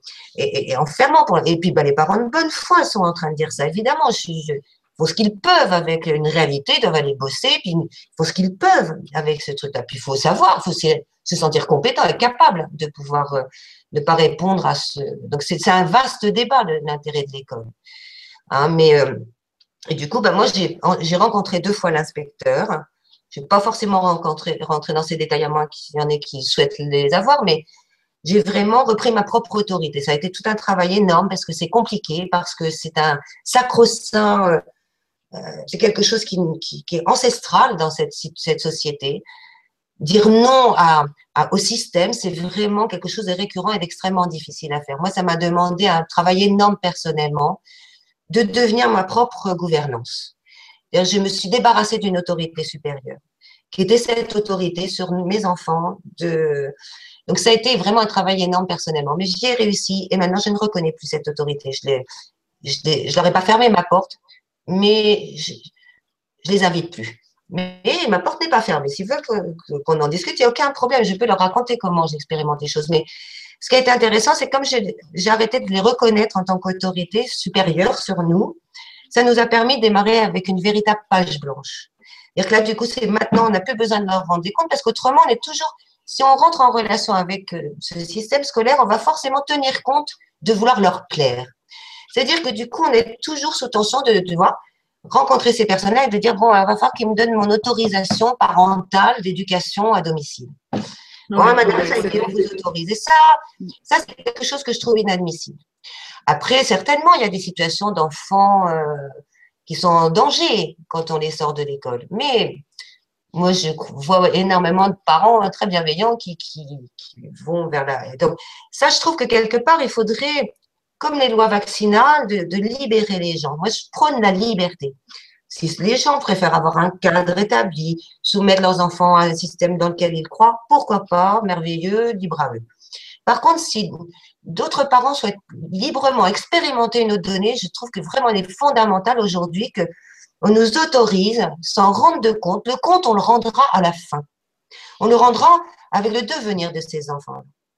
et enfermant. Et puis, les parents de bonne foi sont en train de dire ça. Évidemment, ils font ce qu'ils peuvent avec une réalité, ils doivent aller bosser, puis ils font ce qu'ils peuvent avec ce truc-là. Puis, il faut savoir, il faut se sentir compétent et capable de pouvoir ne pas répondre à ce… Donc, c'est un vaste débat, l'intérêt de l'école. Hein, et du coup, moi, j'ai rencontré 2 fois l'inspecteur. Je n'ai pas forcément rentré dans ces détails, à moins qu'il y en ait qui souhaitent les avoir, mais j'ai vraiment repris ma propre autorité. Ça a été tout un travail énorme parce que c'est compliqué, parce que c'est un sacro-saint, c'est quelque chose qui est ancestral dans cette société. Dire non au système, c'est vraiment quelque chose de récurrent et d'extrêmement difficile à faire. Moi, ça m'a demandé un travail énorme personnellement, de devenir ma propre gouvernance. Je me suis débarrassée d'une autorité supérieure, qui était cette autorité sur mes enfants. Donc, ça a été vraiment un travail énorme personnellement. Mais j'y ai réussi et maintenant, je ne reconnais plus cette autorité. Je leur ai pas fermé ma porte, mais je les invite plus. Mais ma porte n'est pas fermée. S'ils veulent qu'on en discute, il n'y a aucun problème. Je peux leur raconter comment j'expérimente les choses. Mais ce qui a été intéressant, c'est comme j'ai arrêté de les reconnaître en tant qu'autorité supérieure sur nous, ça nous a permis de démarrer avec une véritable page blanche. C'est-à-dire que là, du coup, c'est maintenant, on n'a plus besoin de leur rendre compte parce qu'autrement, on est toujours, si on rentre en relation avec ce système scolaire, on va forcément tenir compte de vouloir leur plaire. C'est-à-dire que du coup, on est toujours sous tension de devoir rencontrer ces personnes-là et de dire, bon, il va falloir qu'ils me donnent mon autorisation parentale d'éducation à domicile. Bon, madame, ça, on vous autorise. Et ça, c'est quelque chose que je trouve inadmissible. Après, certainement, il y a des situations d'enfants qui sont en danger quand on les sort de l'école. Mais moi, je vois énormément de parents très bienveillants qui vont vers la… Donc, ça, je trouve que quelque part, il faudrait, comme les lois vaccinales, de libérer les gens. Moi, je prône la liberté. Si les gens préfèrent avoir un cadre établi, soumettre leurs enfants à un système dans lequel ils croient, pourquoi pas, merveilleux, libre à eux. Par contre, si d'autres parents souhaitent librement expérimenter une autre donnée, je trouve que vraiment il est fondamental aujourd'hui qu'on nous autorise sans rendre de compte. Le compte, on le rendra à la fin. On le rendra avec le devenir de ces enfants.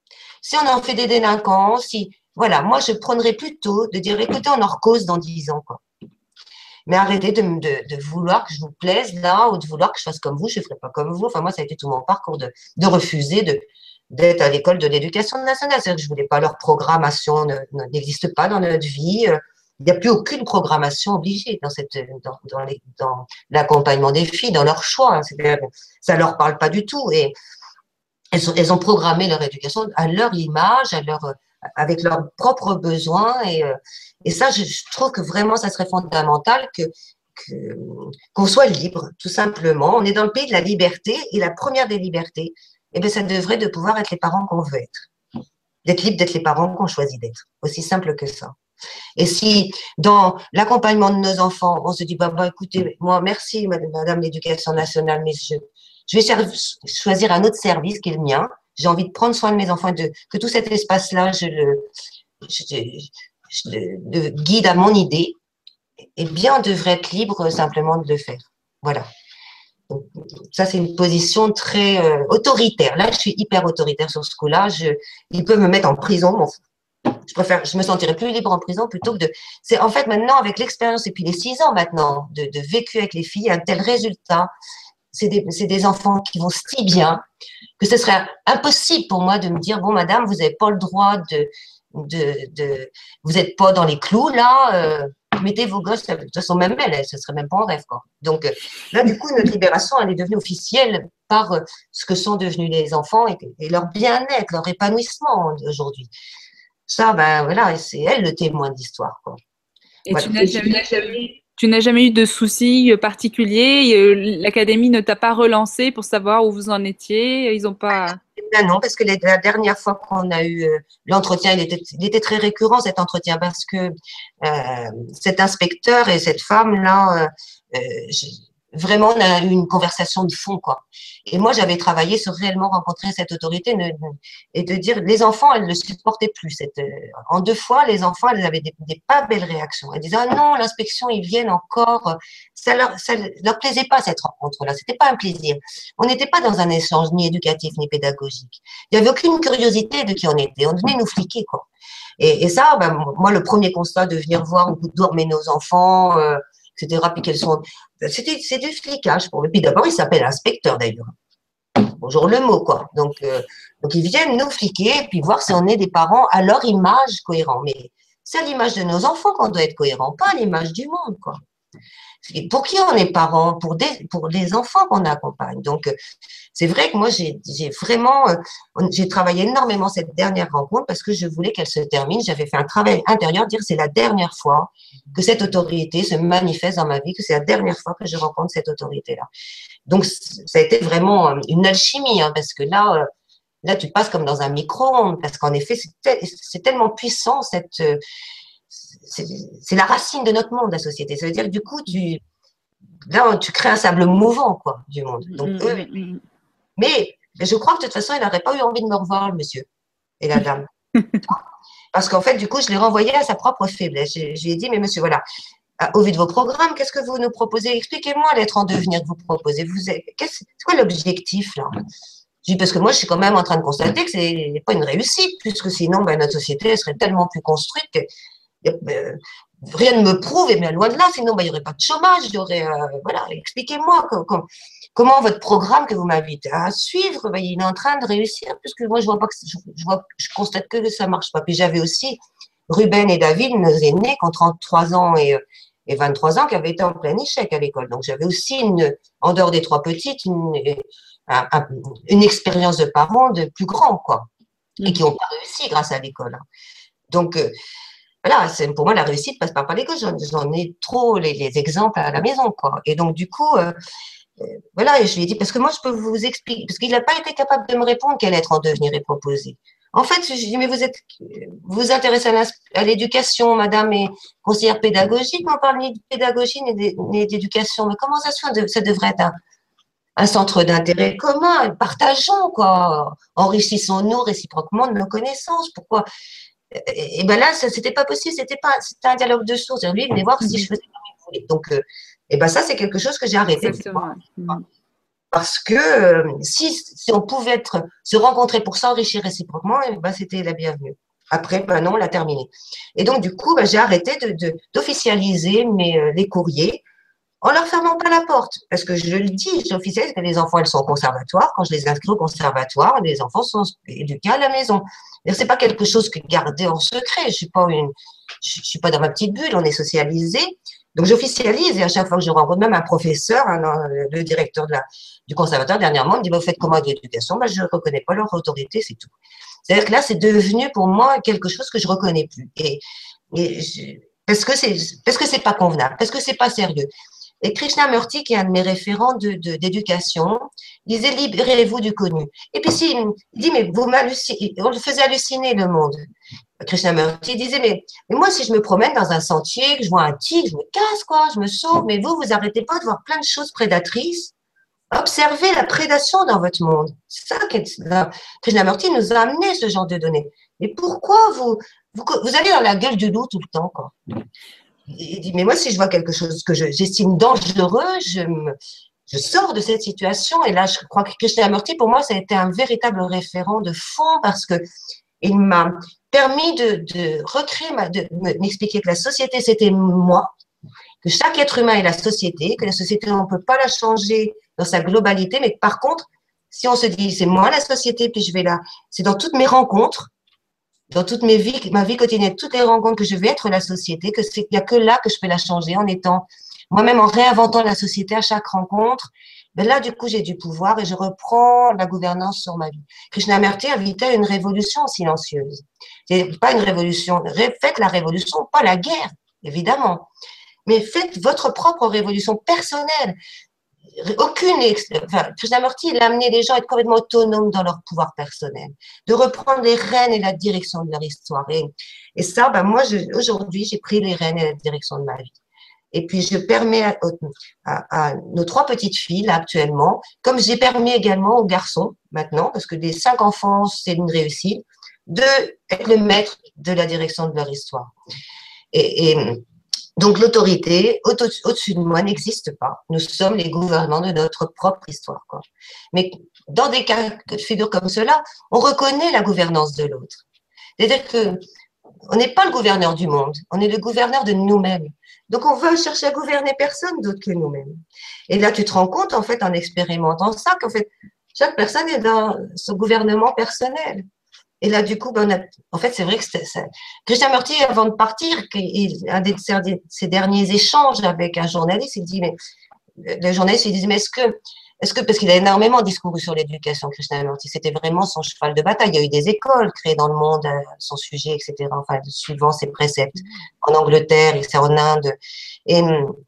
si on en fait des délinquants, si, voilà, moi, je prendrais plutôt de dire, écoutez, on en recause dans 10 ans, quoi. Mais arrêtez de vouloir que je vous plaise là, ou de vouloir que je fasse comme vous, je ne ferai pas comme vous. Enfin, moi, ça a été tout mon parcours de refuser d'être à l'école de l'éducation nationale. C'est-à-dire que je ne voulais pas, leur programmation n'existe pas dans notre vie. Il n'y a plus aucune programmation obligée dans l'accompagnement des filles, dans leur choix. C'est-à-dire que ça ne leur parle pas du tout. Et elles ont programmé leur éducation à leur image, avec leurs propres besoins. Et ça, je trouve que vraiment, ça serait fondamental qu'on soit libre, tout simplement. On est dans le pays de la liberté, et la première des libertés, eh bien, ça devrait de pouvoir être les parents qu'on veut être. D'être libre d'être les parents qu'on choisit d'être. Aussi simple que ça. Et si, dans l'accompagnement de nos enfants, on se dit, bah, écoutez, moi, merci, Madame l'Éducation nationale, mais je vais choisir un autre service qui est le mien. J'ai envie de prendre soin de mes enfants, que tout cet espace-là, je le guide à mon idée. Eh bien, on devrait être libre simplement de le faire. Voilà. Donc, ça, c'est une position très autoritaire. Là, je suis hyper autoritaire sur ce coup-là. Ils peuvent me mettre en prison, bon, je me sentirais plus libre en prison plutôt que de. C'est en fait maintenant, avec l'expérience, et puis les 6 ans maintenant de vécu avec les filles, un tel résultat, c'est des enfants qui vont si bien que ce serait impossible pour moi de me dire, bon, madame, vous n'avez pas le droit vous n'êtes pas dans les clous, là, mettez vos gosses, de toute façon, même elle, ce serait même pas en rêve, quoi. Donc, là, du coup, notre libération, elle est devenue officielle par ce que sont devenus les enfants et leur bien-être, leur épanouissement aujourd'hui. Ça, ben voilà, c'est elle le témoin de l'histoire, quoi. Et Voilà. tu n'as jamais eu de soucis particuliers? L'académie ne t'a pas relancé pour savoir où vous en étiez? Ils n'ont pas. Ben non, parce que la dernière fois qu'on a eu l'entretien, il était très récurrent cet entretien parce que cet inspecteur et cette femme-là, vraiment, on a eu une conversation de fond, quoi. Et moi, j'avais travaillé sur réellement rencontrer cette autorité et de dire, les enfants, elles ne supportaient plus. En 2 fois, les enfants, elles avaient des pas belles réactions. Elles disaient, ah non, l'inspection, ils viennent encore. Ça leur plaisait pas, cette rencontre-là. C'était pas un plaisir. On n'était pas dans un échange ni éducatif ni pédagogique. Il n'y avait aucune curiosité de qui on était. On venait nous fliquer, quoi. Et ça, ben, moi, le premier constat de venir voir où dormaient nos enfants, etc., puis qu'elles sont. C'est du flicage pour eux. Puis d'abord, il s'appelle inspecteur d'ailleurs. Bonjour le mot, quoi. Donc ils viennent nous fliquer et puis voir si on est des parents à leur image cohérent. Mais c'est à l'image de nos enfants qu'on doit être cohérent, pas à l'image du monde, quoi. Pour qui on est parents? Pour les enfants qu'on accompagne. Donc, c'est vrai que moi, j'ai vraiment, j'ai travaillé énormément cette dernière rencontre parce que je voulais qu'elle se termine. J'avais fait un travail intérieur, dire c'est la dernière fois que cette autorité se manifeste dans ma vie, que c'est la dernière fois que je rencontre cette autorité-là. Donc, ça a été vraiment une alchimie, hein, parce que là, tu passes comme dans un micro-ondes, parce qu'en effet, c'est tellement puissant, c'est la racine de notre monde, la société. Ça veut dire que du coup, là, tu crées un sable mouvant, quoi, du monde. Donc, mais je crois que de toute façon, il n'aurait pas eu envie de me revoir, le monsieur et la dame. Parce qu'en fait, du coup, je l'ai renvoyé à sa propre faiblesse. Je lui ai dit, mais monsieur, voilà, au vu de vos programmes, qu'est-ce que vous nous proposez? Expliquez-moi l'être en devenir que vous proposez. C'est quoi l'objectif, là? Je dis, parce que moi, je suis quand même en train de constater que ce n'est pas une réussite, puisque sinon, ben, notre société elle serait tellement plus construite que rien ne me prouve, et bien loin de là, sinon, ben, il n'y aurait pas de chômage, il y aurait, voilà, expliquez-moi comment votre programme que vous m'invitez à suivre, ben, il est en train de réussir, puisque moi, je vois pas que, je constate que ça marche pas. Puis j'avais aussi Ruben et David, nos aînés, qui ont 33 ans et 23 ans, qui avaient été en plein échec à l'école. Donc, j'avais aussi, en dehors des 3 petites, une expérience de parents de plus grands, quoi, et qui n'ont pas réussi grâce à l'école. Donc, voilà, pour moi, la réussite passe pas par l'école. J'en ai trop les exemples à la maison, quoi. Et donc, du coup, voilà, et je lui ai dit, parce que moi, je peux vous expliquer, parce qu'il n'a pas été capable de me répondre quel être en devenir est proposé. En fait, je dis, mais vous vous intéressez à l'éducation, madame est conseillère pédagogique, mais on parle ni de pédagogie ni d'éducation. Mais comment ça se fait? Ça devrait être un centre d'intérêt commun. Partageons, quoi. Enrichissons-nous réciproquement de nos connaissances. Pourquoi? Et ben là, c'était pas possible. C'était un dialogue de sourds. Lui, il venait voir si je faisais comme il voulait. Donc, et ben ça, c'est quelque chose que j'ai arrêté. Exactement. Parce que si on pouvait se rencontrer pour s'enrichir réciproquement, c'était la bienvenue. Après, non, on l'a terminé. Et donc, du coup, j'ai arrêté d'officialiser les courriers en leur fermant pas la porte. Parce que je le dis, j'officialise que les enfants, elles sont au conservatoire. Quand je les inscris au conservatoire, les enfants sont éduqués à la maison. C'est pas quelque chose que garder en secret. Je suis pas dans ma petite bulle, on est socialisé. Donc, j'officialise et à chaque fois que je rencontre même un professeur, le directeur du conservatoire, dernièrement, me dit, vous faites comment de l'éducation? Je ne reconnais pas leur autorité, c'est tout. C'est-à-dire que là, c'est devenu pour moi quelque chose que je ne reconnais plus. Parce que c'est pas convenable, parce que c'est pas sérieux. Et Krishnamurti, qui est un de mes référents d'éducation, disait libérez-vous du connu. Et puis il dit mais on le faisait halluciner le monde. Krishnamurti disait mais moi si je me promène dans un sentier, que je vois un tigre, je me casse quoi, je me sauve. Mais vous arrêtez pas de voir plein de choses prédatrices. Observez la prédation dans votre monde. C'est ça que Krishnamurti nous a amené ce genre de données. Mais pourquoi vous allez dans la gueule du loup tout le temps quoi? Il dit, mais moi, si je vois quelque chose que j'estime dangereux, je sors de cette situation. Et là, je crois que Krishnamurti, pour moi, ça a été un véritable référent de fond parce que il m'a permis de recréer, de m'expliquer que la société, c'était moi, que chaque être humain est la société, que la société, on ne peut pas la changer dans sa globalité, mais par contre, si on se dit, c'est moi la société, puis je vais là, c'est dans toutes mes rencontres, dans toute ma vie quotidienne, toutes les rencontres que je vais être la société, il n'y a que là que je peux la changer en étant moi-même en réinventant la société à chaque rencontre. Là, du coup, j'ai du pouvoir et je reprends la gouvernance sur ma vie. Krishnamurti invitait une révolution silencieuse. C'est pas une révolution. Faites la révolution, pas la guerre, évidemment. Mais faites votre propre révolution personnelle. Krishnamurti, il a amené les gens à être complètement autonomes dans leur pouvoir personnel, de reprendre les rênes et la direction de leur histoire. Et ça, moi, aujourd'hui, j'ai pris les rênes et la direction de ma vie. Et puis, je permets à nos 3 petites filles, là, actuellement, comme j'ai permis également aux garçons, maintenant, parce que des 5 enfants, c'est une réussite, d'être le maître de la direction de leur histoire. Donc, l'autorité au-dessus de moi n'existe pas. Nous sommes les gouvernants de notre propre histoire, quoi. Mais dans des cas de figure comme cela, on reconnaît la gouvernance de l'autre. C'est-à-dire qu'on n'est pas le gouverneur du monde, on est le gouverneur de nous-mêmes. Donc, on veut chercher à gouverner personne d'autre que nous-mêmes. Et là, tu te rends compte, en fait, en expérimentant ça, qu'en fait, chaque personne est dans son gouvernement personnel. Et là, du coup, en fait, c'est vrai que Krishnamurti, avant de partir, un de ses derniers échanges avec un journaliste, il dit, mais le journaliste, il dit, mais parce qu'il a énormément discouru sur l'éducation, Krishnamurti, c'était vraiment son cheval de bataille. Il y a eu des écoles créées dans le monde, son sujet, etc., enfin, suivant ses préceptes, en Angleterre, en Inde. Et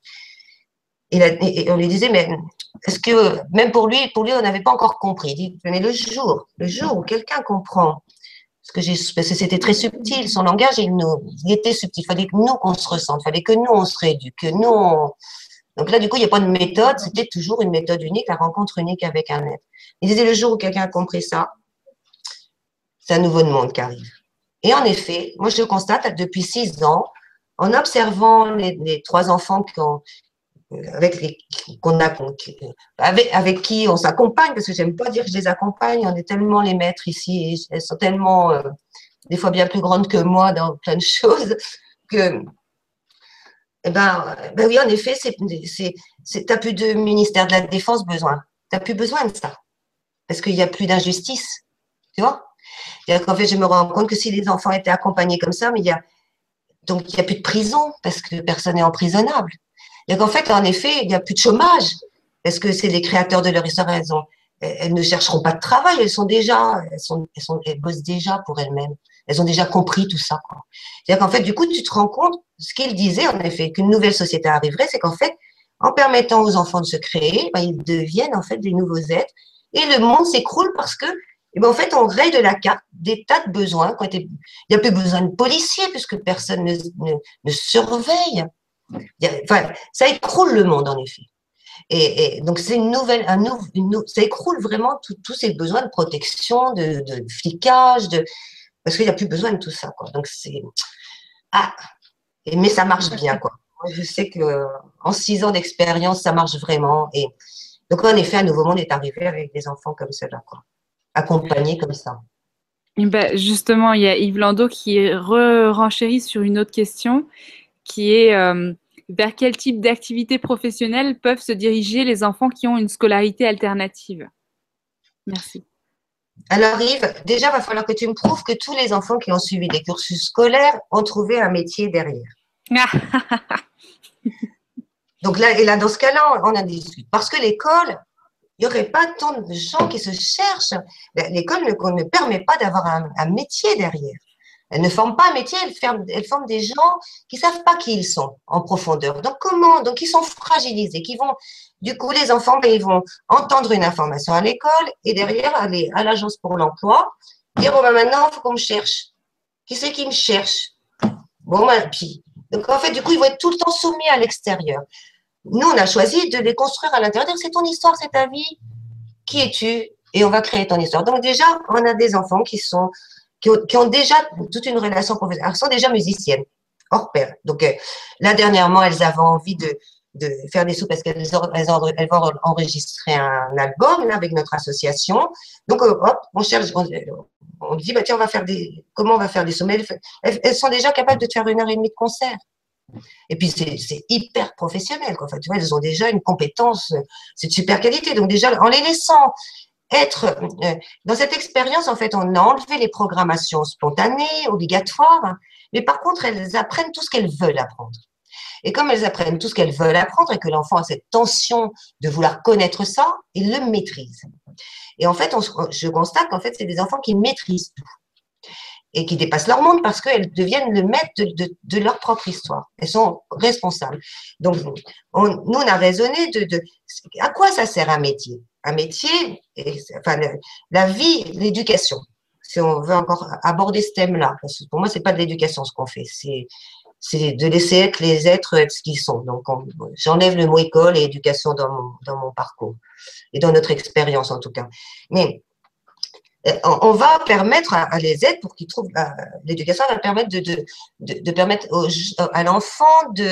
on lui disait, mais est-ce que, même pour lui, on n'avait pas encore compris. Il dit, mais le jour où quelqu'un comprend, parce que c'était très subtil, son langage, il était subtil. Il fallait que nous, qu'on se ressente, il fallait que nous, on se rééduque, Donc là, du coup, il n'y a pas de méthode, c'était toujours une méthode unique, la rencontre unique avec un être. Il disait, le jour où quelqu'un a compris ça, c'est un nouveau monde qui arrive. Et en effet, moi, je le constate depuis 6 ans, en observant les 3 enfants avec qui on s'accompagne, parce que j'aime pas dire que je les accompagne, on est tellement les maîtres ici, et elles sont tellement, des fois bien plus grandes que moi dans plein de choses, que, oui, en effet, t'as plus de ministère de la Défense besoin. T'as plus besoin de ça. Parce qu'il n'y a plus d'injustice. Tu vois? En fait, je me rends compte que si les enfants étaient accompagnés comme ça, donc il n'y a plus de prison, parce que personne n'est emprisonnable. Donc, en fait, en effet, il n'y a plus de chômage, parce que c'est les créateurs de leur histoire, elles ne chercheront pas de travail, elles bossent déjà pour elles-mêmes. Elles ont déjà compris tout ça, quoi. C'est-à-dire qu'en fait, du coup, tu te rends compte, ce qu'il disait, en effet, qu'une nouvelle société arriverait, c'est qu'en fait, en permettant aux enfants de se créer, ils deviennent, en fait, des nouveaux êtres, et le monde s'écroule parce que, en fait, on raye de la carte des tas de besoins. Il n'y a plus besoin de policiers, puisque personne ne surveille. Enfin, ça écroule le monde, en effet. Et donc, c'est ça écroule vraiment tous ces besoins de protection, de flicage, parce qu'il n'y a plus besoin de tout ça, quoi. Donc, mais ça marche bien, quoi. Moi, je sais que en 6 ans d'expérience, ça marche vraiment. Donc, en effet, un nouveau monde est arrivé avec des enfants comme cela, quoi, accompagnés comme ça. Eh ben, justement, il y a Yves Landau qui renchérit sur une autre question qui est vers quel type d'activité professionnelle peuvent se diriger les enfants qui ont une scolarité alternative? Merci. Alors, Yves, déjà, il va falloir que tu me prouves que tous les enfants qui ont suivi des cursus scolaires ont trouvé un métier derrière. Donc là, et là, dans ce cas-là, on en discute. Parce que l'école, il n'y aurait pas tant de gens qui se cherchent. L'école ne permet pas d'avoir un métier derrière. Elle ne forme pas un métier, elle forme des gens qui ne savent pas qui ils sont en profondeur. Donc, comment? Donc, ils sont fragilisés. Du coup, les enfants, ben, ils vont entendre une information à l'école et derrière aller à l'agence pour l'emploi, dire, oh, ben, maintenant, il faut qu'on me cherche. Qui c'est qui me cherche? Bon, ben, puis, donc, en fait, du coup, ils vont être tout le temps soumis à l'extérieur. Nous, on a choisi de les construire à l'intérieur. C'est ton histoire, c'est ta vie. Qui es-tu? Et on va créer ton histoire. Donc, déjà, on a des enfants qui ont déjà toute une relation professionnelle. Elles sont déjà musiciennes, hors pair. Donc, là, dernièrement, elles avaient envie de faire des sous parce qu'elles vont enregistrer un album là, avec notre association. Donc, hop, on cherche, on dit, bah, tiens, comment on va faire des sous? Mais elles sont déjà capables de te faire 1 heure et demie de concert. Et puis, c'est hyper professionnel. Quoi. En fait, tu vois, elles ont déjà une compétence, c'est de super qualité. Donc, déjà, en les laissant être dans cette expérience, en fait, on a enlevé les programmations spontanées, obligatoires, mais par contre, elles apprennent tout ce qu'elles veulent apprendre. Et comme elles apprennent tout ce qu'elles veulent apprendre et que l'enfant a cette tension de vouloir connaître ça, il le maîtrise. Et en fait, je constate qu'en fait, c'est des enfants qui maîtrisent tout et qui dépassent leur monde parce qu'elles deviennent le maître de leur propre histoire. Elles sont responsables. Donc, nous, on a raisonné à quoi ça sert un métier? Un métier, enfin, la vie, l'éducation. Si on veut encore aborder ce thème-là, parce que pour moi, c'est pas de l'éducation ce qu'on fait, c'est de laisser être les êtres être ce qu'ils sont. Donc, j'enlève le mot école et éducation dans mon parcours et dans notre expérience en tout cas. Mais on va permettre à les aides pour qu'ils trouvent l'éducation va permettre de permettre à l'enfant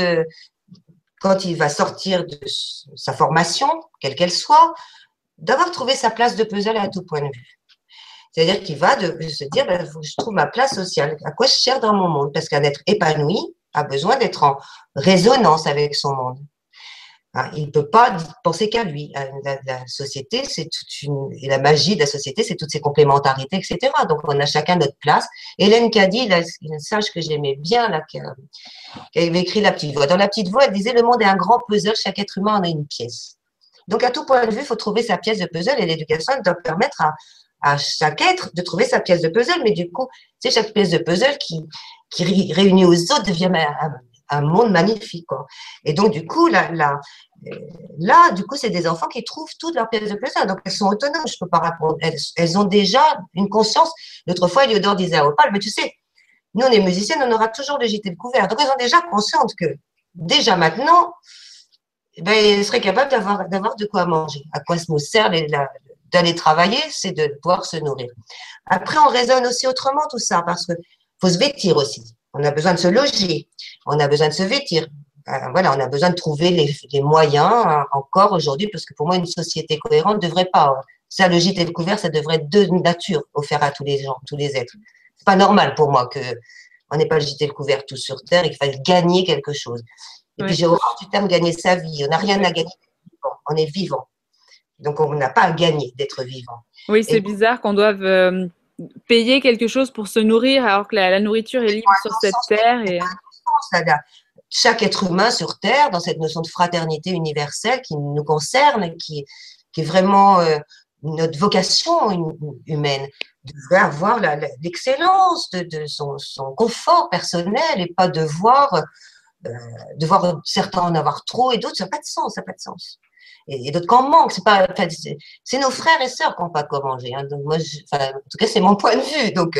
quand il va sortir de sa formation, quelle qu'elle soit, d'avoir trouvé sa place de puzzle à tout point de vue. C'est-à-dire qu'il va se dire, ben, faut que je trouve ma place sociale, à quoi je cherche dans mon monde, parce qu'un être épanoui a besoin d'être en résonance avec son monde. Il ne peut pas penser qu'à lui. La société, c'est et la magie de la société, c'est toutes ses complémentarités, etc. Donc, on a chacun notre place. Hélène Caddy, une sage que j'aimais bien, là, qui avait écrit La Petite Voix. Dans La Petite Voix, elle disait, le monde est un grand puzzle, chaque être humain en a une pièce. Donc, à tout point de vue, il faut trouver sa pièce de puzzle et l'éducation doit permettre à chaque être de trouver sa pièce de puzzle. Mais du coup, c'est chaque pièce de puzzle qui réunie aux autres devient un monde magnifique, quoi. Et donc, du coup, là, du coup, c'est des enfants qui trouvent toutes leurs pièces de puzzle. Donc, elles sont autonomes. Je peux pas répondre. Elles ont déjà une conscience. L'autre fois, Éliodore disait à Opal, mais tu sais, nous, on est musiciennes, on aura toujours le gîte et le couvert. Donc, elles sont déjà conscientes que, déjà maintenant, ben, elles seraient capables d'avoir de quoi manger. À quoi ça nous sert d'aller travailler, c'est de pouvoir se nourrir. Après, on raisonne aussi autrement tout ça, parce que faut se vêtir aussi. On a besoin de se loger, on a besoin de se vêtir. Voilà, on a besoin de trouver les moyens encore aujourd'hui, parce que pour moi, une société cohérente ne devrait pas. Ça, le gîte et le couvert, ça devrait être de nature offert à tous les gens, tous les êtres. C'est pas normal pour moi que on n'ait pas le gîte et le couvert tout sur terre et qu'il faille gagner quelque chose. Et puis j'ai horreur du terme gagner sa vie. On n'a rien à gagner. On est vivant. Donc on n'a pas à gagner d'être vivant. Oui, c'est bizarre qu'on doive payer quelque chose pour se nourrir alors que la nourriture est libre sur cette terre. Chaque être humain sur Terre, dans cette notion de fraternité universelle qui nous concerne, qui est vraiment notre vocation humaine, devrait avoir l'excellence de son confort personnel et pas de voir certains en avoir trop et d'autres, ça n'a pas de sens, ça n'a pas de sens. Et d'autres qu'en manquent, c'est nos frères et sœurs qui n'ont pas quoi manger. Hein. Donc moi, en tout cas, c'est mon point de vue. Donc,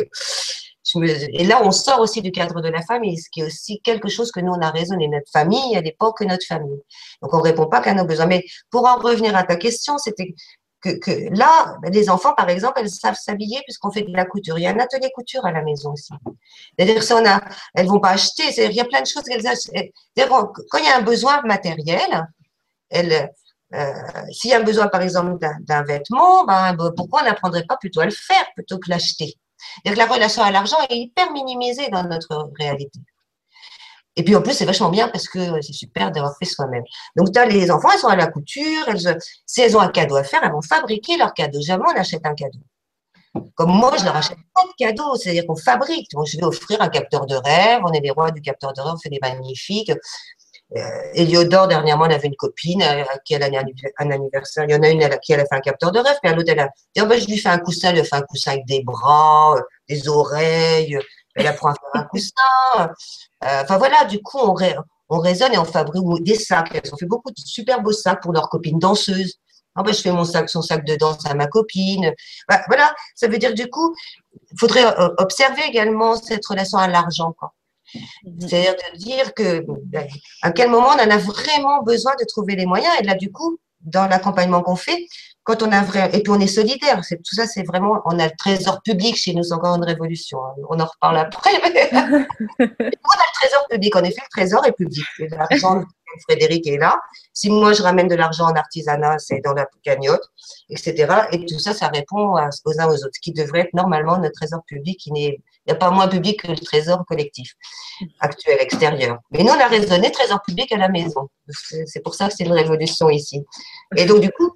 et là, on sort aussi du cadre de la famille, ce qui est aussi quelque chose que nous, on a raisonné. Notre famille, elle n'est pas que notre famille. Donc, on ne répond pas qu'à nos besoins. Mais pour en revenir à ta question, c'était que là, les enfants, par exemple, elles savent s'habiller puisqu'on fait de la couture. Il y a un atelier couture à la maison aussi. C'est-à-dire que elles ne vont pas acheter. Il y a plein de choses qu'elles achètent. Quand il y a un besoin matériel, S'il y a un besoin, par exemple, d'un vêtement, pourquoi on n'apprendrait pas plutôt à le faire plutôt que l'acheter? C'est-à-dire que la relation à l'argent est hyper minimisée dans notre réalité. Et puis en plus, c'est vachement bien parce que c'est super d'avoir fait soi-même. Donc, tu as les enfants, elles sont à la couture, si elles ont un cadeau à faire, elles vont fabriquer leur cadeau. Jamais on achète un cadeau. Comme moi, je leur achète pas de cadeaux, c'est-à-dire qu'on fabrique. Donc, je vais offrir un capteur de rêve, on est les rois du capteur de rêve, on fait des magnifiques. Eliodore, dernièrement, elle avait une copine à qui elle a un anniversaire. Il y en a une à qui elle a fait un capteur de rêve, puis à l'autre, elle a dit, oh, ben, je lui fais un coussin, elle lui a fait un coussin avec des bras, des oreilles, elle apprend à faire un coussin. Enfin voilà, du coup, on raisonne et on fabrique des sacs. Elles ont fait beaucoup de super beaux sacs pour leurs copines danseuses. Ah ben, je fais son sac de danse à ma copine. Voilà, ça veut dire du coup, il faudrait observer également cette relation à l'argent, quoi. C'est-à-dire de dire que à quel moment on en a vraiment besoin de trouver les moyens. Et là, du coup, dans l'accompagnement qu'on fait, quand on a vrai, et puis on est solidaire, tout ça, c'est vraiment, on a le trésor public chez nous, c'est encore une révolution. Hein. On en reparle après. On a le trésor public, en effet, le trésor est public. L'argent, Frédéric est là. Si moi je ramène de l'argent en artisanat, c'est dans la cagnotte, etc. Et tout ça, ça répond aux uns aux autres, ce qui devrait être normalement notre trésor public, il n'y a pas moins public que le trésor collectif actuel, extérieur. Mais nous, on a raisonné trésor public à la maison. C'est pour ça que c'est une révolution ici. Et donc, du coup,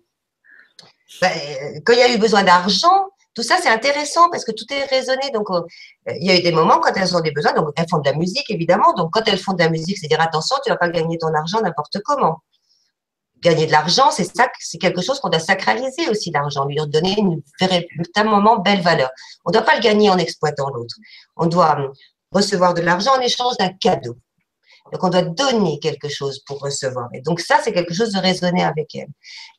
quand il y a eu besoin d'argent, tout ça, c'est intéressant parce que tout est raisonné. Donc, il y a eu des moments quand elles ont des besoins. Donc, elles font de la musique, évidemment. Donc, quand elles font de la musique, c'est dire attention, tu ne vas pas gagner ton argent n'importe comment. Gagner de l'argent, c'est quelque chose qu'on doit sacraliser aussi, l'argent, lui donner une véritablement belle valeur. On ne doit pas le gagner en exploitant l'autre. On doit recevoir de l'argent en échange d'un cadeau. Donc, on doit donner quelque chose pour recevoir. Et donc, ça, c'est quelque chose de raisonner avec elles.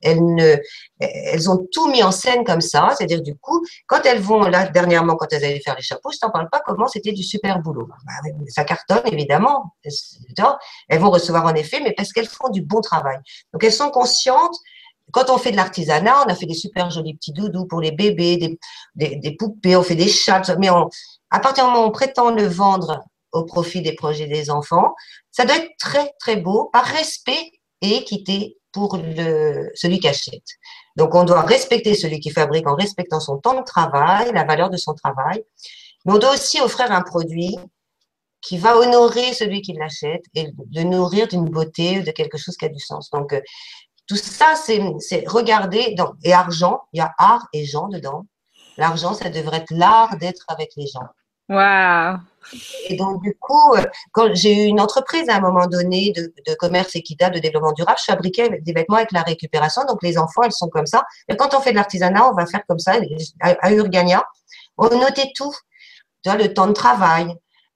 Elles ont tout mis en scène comme ça. C'est-à-dire, du coup, quand elles vont, là, dernièrement, quand elles allaient faire les chapeaux, je t'en parle pas comment c'était du super boulot. Ça cartonne, évidemment. Elles vont recevoir en effet, mais parce qu'elles font du bon travail. Donc, elles sont conscientes. Quand on fait de l'artisanat, on a fait des super jolis petits doudous pour les bébés, des poupées, on fait des chats, mais à partir du moment où on prétend le vendre au profit des projets des enfants, ça doit être très, très beau, par respect et équité pour celui qui achète. Donc, on doit respecter celui qui fabrique en respectant son temps de travail, la valeur de son travail, mais on doit aussi offrir un produit qui va honorer celui qui l'achète et le nourrir d'une beauté, de quelque chose qui a du sens. Donc, tout ça, c'est regarder, et argent, il y a art et gens dedans. L'argent, ça devrait être l'art d'être avec les gens. Waouh! Et donc, du coup, quand j'ai eu une entreprise à un moment donné de commerce équitable, de développement durable, je fabriquais des vêtements avec la récupération. Donc, les enfants, elles sont comme ça. Et quand on fait de l'artisanat, on va faire comme ça. À Urgania, on notait tout. Tu vois, le temps de travail,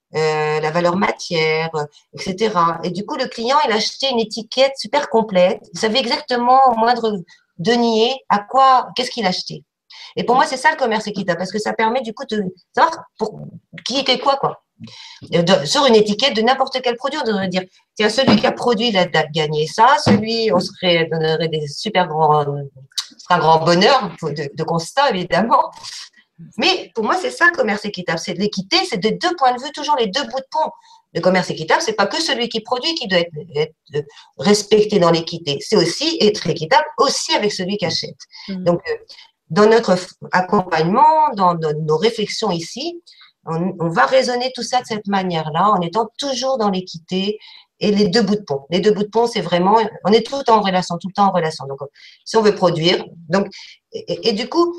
la valeur matière, etc. Et du coup, le client, il achetait une étiquette super complète. Il savait exactement, au moindre denier, qu'est-ce qu'il achetait. Et pour moi, c'est ça le commerce équitable, parce que ça permet du coup de savoir pour qui était quoi. Sur une étiquette de n'importe quel produit, on devrait dire, tiens, celui qui a produit, il a gagné ça, celui, on donnerait des super grands, ce sera un grand bonheur de constat, évidemment. Mais pour moi, c'est ça le commerce équitable. C'est de l'équité, c'est de deux points de vue, toujours les deux bouts de pont. Le commerce équitable, c'est pas que celui qui produit qui doit être respecté dans l'équité. C'est aussi être équitable aussi avec celui qui achète. Donc, dans notre accompagnement, dans nos réflexions ici, on va raisonner tout ça de cette manière-là, en étant toujours dans l'équité et les deux bouts de pont. Les deux bouts de pont, c'est vraiment, on est tout le temps en relation, tout le temps en relation. Donc, si on veut produire, donc, et du coup,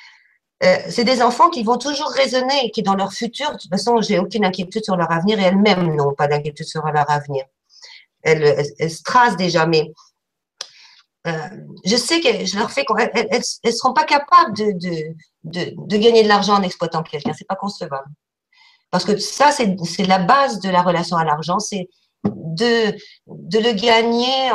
c'est des enfants qui vont toujours raisonner et qui, dans leur futur, de toute façon, j'ai aucune inquiétude sur leur avenir et elles-mêmes n'ont pas d'inquiétude sur leur avenir. Elles se tracent déjà, mais je sais que je leur fais elles seront pas capables de gagner de l'argent en exploitant quelqu'un. C'est pas concevable. Parce que ça, c'est la base de la relation à l'argent, c'est de le gagner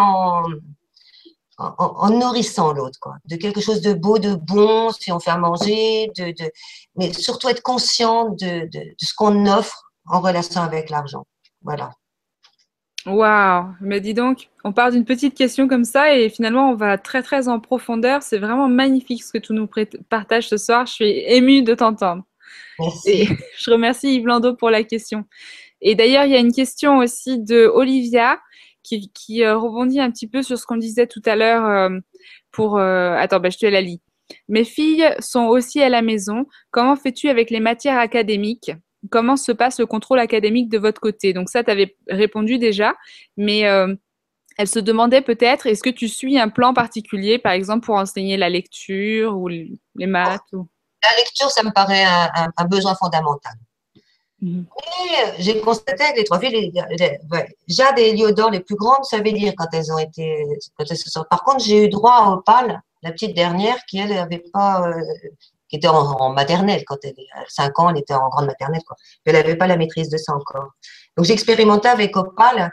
en nourrissant l'autre, quoi, de quelque chose de beau, de bon, si on fait à manger, mais surtout être conscient de ce qu'on offre en relation avec l'argent. Voilà. Waouh! Mais dis donc, on part d'une petite question comme ça et finalement on va très très en profondeur. C'est vraiment magnifique ce que tu nous partages ce soir. Je suis émue de t'entendre. Et Merci. je remercie Yves Landau pour la question. Et d'ailleurs, il y a une question aussi de Olivia qui rebondit un petit peu sur ce qu'on disait tout à l'heure Attends, je te la lis. Mes filles sont aussi à la maison. Comment fais-tu avec les matières académiques? Comment se passe le contrôle académique de votre côté? Donc ça, tu avais répondu déjà, mais elle se demandait peut-être, est-ce que tu suis un plan particulier, par exemple, pour enseigner la lecture ou les maths ou... La lecture, ça me paraît un besoin fondamental. Mhm. Et j'ai constaté avec les trois filles, ouais, Jade et Eliodore, les plus grandes, savaient lire quand elles ont été. Quand elles se sont... Par contre, j'ai eu droit à Opale, la petite dernière, qui, elle, n'avait pas. Qui était en maternelle. Quand elle avait 5 ans, elle était en grande maternelle. Quoi. Elle n'avait pas la maîtrise de ça encore. Donc, j'ai expérimenté avec Opale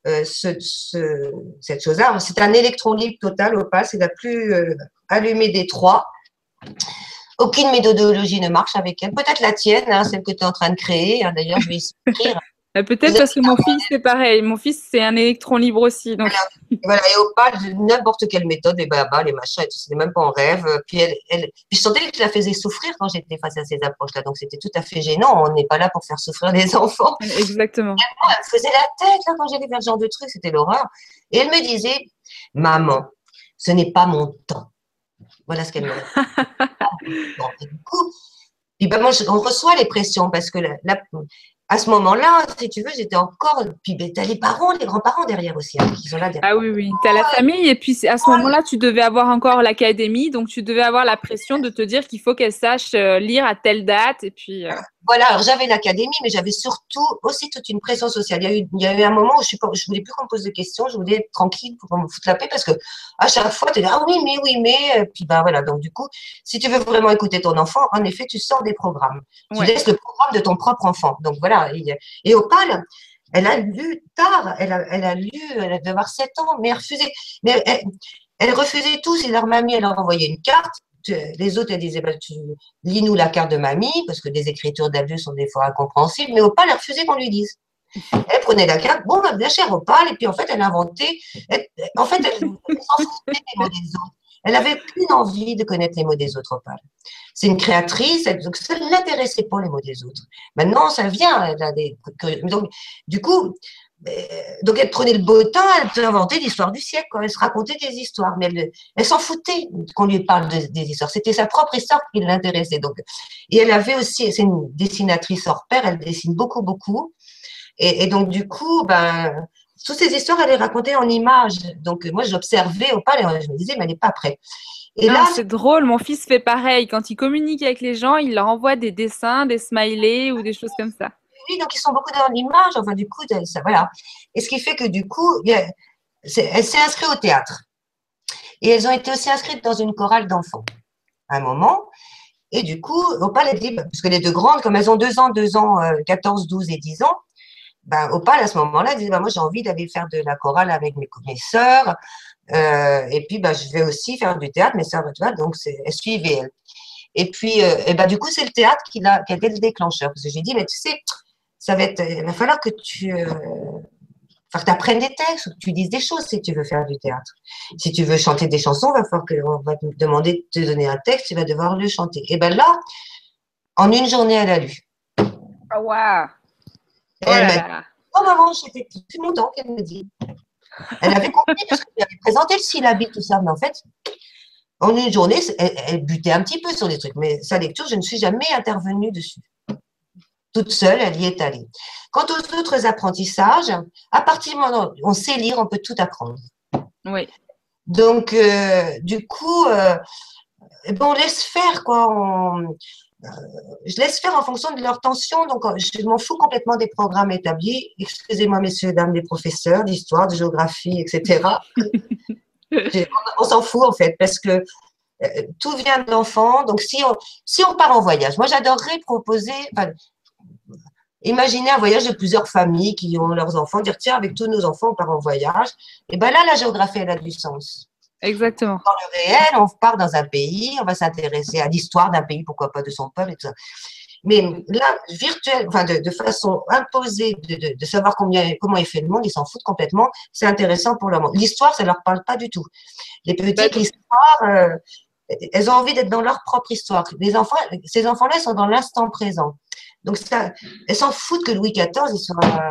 cette chose-là. C'est un électron libre total, Opale. C'est la plus allumée des trois. Aucune méthodologie ne marche avec elle. Peut-être la tienne, hein, celle que tu es en train de créer. Hein, d'ailleurs, je vais écrire. Peut-être parce que mon fils, c'est pareil. Mon fils, c'est un électron libre aussi. Donc... Voilà, et Opal, n'importe quelle méthode, les babas, les machins, et tout, c'était même pas en rêve. Puis, puis je sentais que je la faisais souffrir quand j'étais face à ces approches-là. Donc, c'était tout à fait gênant. On n'est pas là pour faire souffrir les enfants. Exactement. Et moi, elle me faisait la tête là, quand j'allais faire ce genre de truc. C'était l'horreur. Et elle me disait, maman, ce n'est pas mon temps. Voilà ce qu'elle me disait. Du coup, puis ben moi, on reçoit les pressions parce que à ce moment-là, si tu veux, j'étais encore. Puis ben, tu as les parents, les grands-parents derrière aussi, hein, qui sont là derrière. Ah oui, oui. Tu as la famille et puis à ce moment-là, tu devais avoir encore l'académie. Donc, tu devais avoir la pression de te dire qu'il faut qu'elle sache lire à telle date. Et puis, Voilà, alors j'avais l'académie, mais j'avais surtout aussi toute une pression sociale. Il y a eu un moment où je voulais plus qu'on me pose de questions, je voulais être tranquille pour qu'on me foute la paix parce que à chaque fois, tu es là, ah oui, mais, puis ben voilà. Donc du coup, si tu veux vraiment écouter ton enfant, en effet, tu sors des programmes. Tu laisses le programme de ton propre enfant. Donc voilà. Et Opale, elle a lu tard, elle devait avoir 7 ans, mais elle refusait. Mais elle refusait tout. Si leur mamie, elle leur envoyait une carte, les autres, elles disaient, bah, tu lis-nous la carte de mamie, parce que des écritures d'adultes sont des fois incompréhensibles, mais Opale, elle refusait qu'on lui dise. Elle prenait la carte, bon, bah, bien cher Opale, et puis en fait, elle inventait, en fait, elle s'en foutait des mots des autres. Elle n'avait plus envie de connaître les mots des autres, Opale. C'est une créatrice, donc ça ne l'intéressait pas, les mots des autres. Maintenant, ça vient, elle a donc, du coup, donc elle prenait le beau temps, elle inventait l'histoire du siècle, quoi. Elle se racontait des histoires, mais elle s'en foutait qu'on lui parle des histoires. C'était sa propre histoire qui l'intéressait. Donc, et elle avait aussi, c'est une dessinatrice hors pair, elle dessine beaucoup, beaucoup. Et donc du coup, ben, toutes ces histoires, elle les racontait en images. Donc moi, j'observais au palais, je me disais, mais elle n'est pas prête. Et là, c'est drôle. Mon fils fait pareil. Quand il communique avec les gens, il leur envoie des dessins, des smileys ou des choses comme ça. oui, donc ils sont beaucoup dans l'image. Enfin, du coup, ça, voilà. Et ce qui fait que du coup, elle s'est inscrite au théâtre. Et elles ont été aussi inscrites dans une chorale d'enfants à un moment. Et du coup, Opal, elle dit, parce que les deux grandes, comme elles ont 2 ans, 14, 12 et 10 ans, ben, Opal, à ce moment-là, elle dit, ben, moi, j'ai envie d'aller faire de la chorale avec mes sœurs. Et puis, ben, je vais aussi faire du théâtre, mes sœurs, tu vois, donc elles suivaient elles. Et puis, et ben, du coup, c'est le théâtre qui a été le déclencheur. Parce que j'ai dit, mais tu sais, il va falloir que tu apprennes des textes, ou que tu dises des choses si tu veux faire du théâtre. Si tu veux chanter des chansons, il va falloir qu'on va te demander de te donner un texte, tu vas devoir le chanter. Et ben là, en une journée, elle a lu. Oh, waouh! Oh là là! Oh maman, j'étais tout mon temps qu'elle me dit. Elle avait compris parce que j'avais présenté le syllabique, tout ça, mais en fait, en une journée, elle butait un petit peu sur des trucs, mais sa lecture, je ne suis jamais intervenue dessus. Toute seule, elle y est allée. Quant aux autres apprentissages, à partir du moment où on sait lire, on peut tout apprendre. Oui. Donc, du coup, on laisse faire, quoi. Je laisse faire en fonction de leur tension. Donc, je m'en fous complètement des programmes établis. Excusez-moi, messieurs, dames, les professeurs d'histoire, de géographie, etc. On s'en fout, en fait, parce que tout vient d'enfants. Donc, si on part en voyage, moi, j'adorerais proposer, imaginez un voyage de plusieurs familles qui ont leurs enfants, dire tiens, avec tous nos enfants, on part en voyage. Et bien là, la géographie, elle a du sens. Exactement. Dans le réel, on part dans un pays, on va s'intéresser à l'histoire d'un pays, pourquoi pas de son peuple et tout ça. Mais là, virtuel, de façon imposée, de savoir comment est fait le monde, ils s'en foutent complètement. C'est intéressant pour leur monde. L'histoire, ça ne leur parle pas du tout. Les petites, l'histoire, elles ont envie d'être dans leur propre histoire. Ces enfants-là, ils sont dans l'instant présent. Donc, elles s'en foutent que Louis XIV,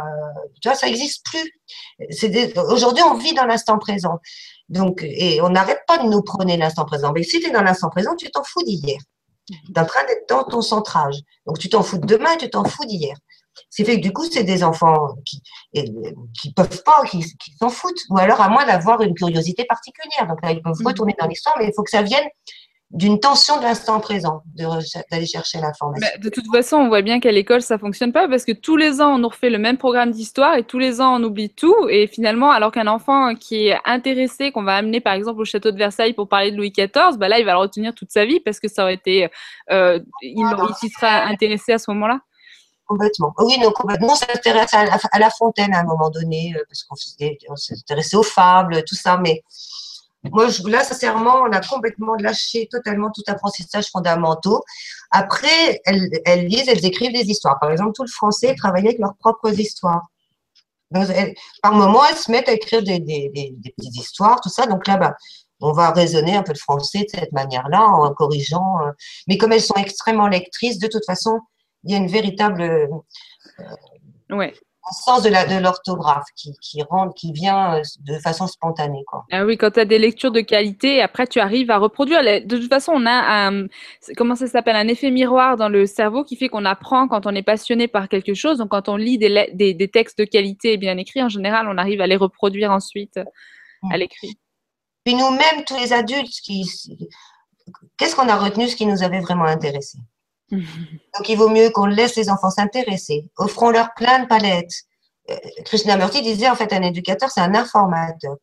tu vois, ça n'existe plus. Aujourd'hui, on vit dans l'instant présent. Donc, et on n'arrête pas de nous prôner l'instant présent. Mais si tu es dans l'instant présent, tu t'en fous d'hier. Tu es en train d'être dans ton centrage. Donc, tu t'en fous de demain et tu t'en fous d'hier. Ce qui fait que du coup, c'est des enfants qui peuvent pas, qui s'en foutent. Ou alors, à moins d'avoir une curiosité particulière. Donc là, ils peuvent retourner dans l'histoire, mais il faut que ça vienne d'une tension de l'instant présent, d'aller chercher l'information. De toute façon, on voit bien qu'à l'école, ça fonctionne pas parce que tous les ans, on nous refait le même programme d'histoire et tous les ans, on oublie tout. Et finalement, alors qu'un enfant qui est intéressé, qu'on va amener par exemple au château de Versailles pour parler de Louis XIV, bah là, il va le retenir toute sa vie parce que ça aurait été, il s'y sera intéressé à ce moment-là. Complètement. Oui, non, complètement. On s'intéresse à La Fontaine à un moment donné, parce on s'intéressait aux fables, tout ça, mais moi, là, sincèrement, on a complètement lâché totalement tout apprentissage fondamentaux. Après, elles lisent, elles écrivent des histoires. Par exemple, tout le français travaillait avec leurs propres histoires. Donc, par moment, elles se mettent à écrire des petites histoires, tout ça. Donc là, bah, on va raisonner un peu le français de cette manière-là, en corrigeant. Mais comme elles sont extrêmement lectrices, de toute façon, il y a une véritable Ouais. sens de l'orthographe qui vient de façon spontanée, quoi. Ah oui, quand tu as des lectures de qualité, après tu arrives à reproduire. De toute façon, on a comment ça s'appelle, un effet miroir dans le cerveau qui fait qu'on apprend quand on est passionné par quelque chose. Donc quand on lit des textes de qualité bien écrits, en général, on arrive à les reproduire ensuite à l'écrit. Puis nous-mêmes, tous les adultes, qu'est-ce qu'on a retenu, ce qui nous avait vraiment intéressé? Donc il vaut mieux qu'on laisse les enfants s'intéresser, offrons-leur plein de palettes. Krishnamurti disait, en fait, un éducateur, c'est un informateur.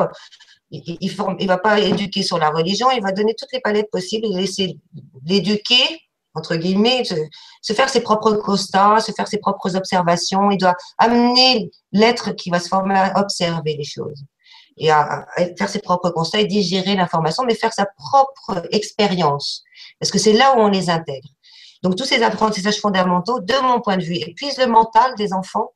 Il va pas éduquer sur la religion, il va donner toutes les palettes possibles et laisser l'éduquer, entre guillemets, se faire ses propres constats, se faire ses propres observations. Il doit amener l'être qui va se former à observer les choses et à faire ses propres constats et digérer l'information, mais faire sa propre expérience. Parce que c'est là où on les intègre. Donc, tous ces apprentissages fondamentaux, de mon point de vue, épuisent le mental des enfants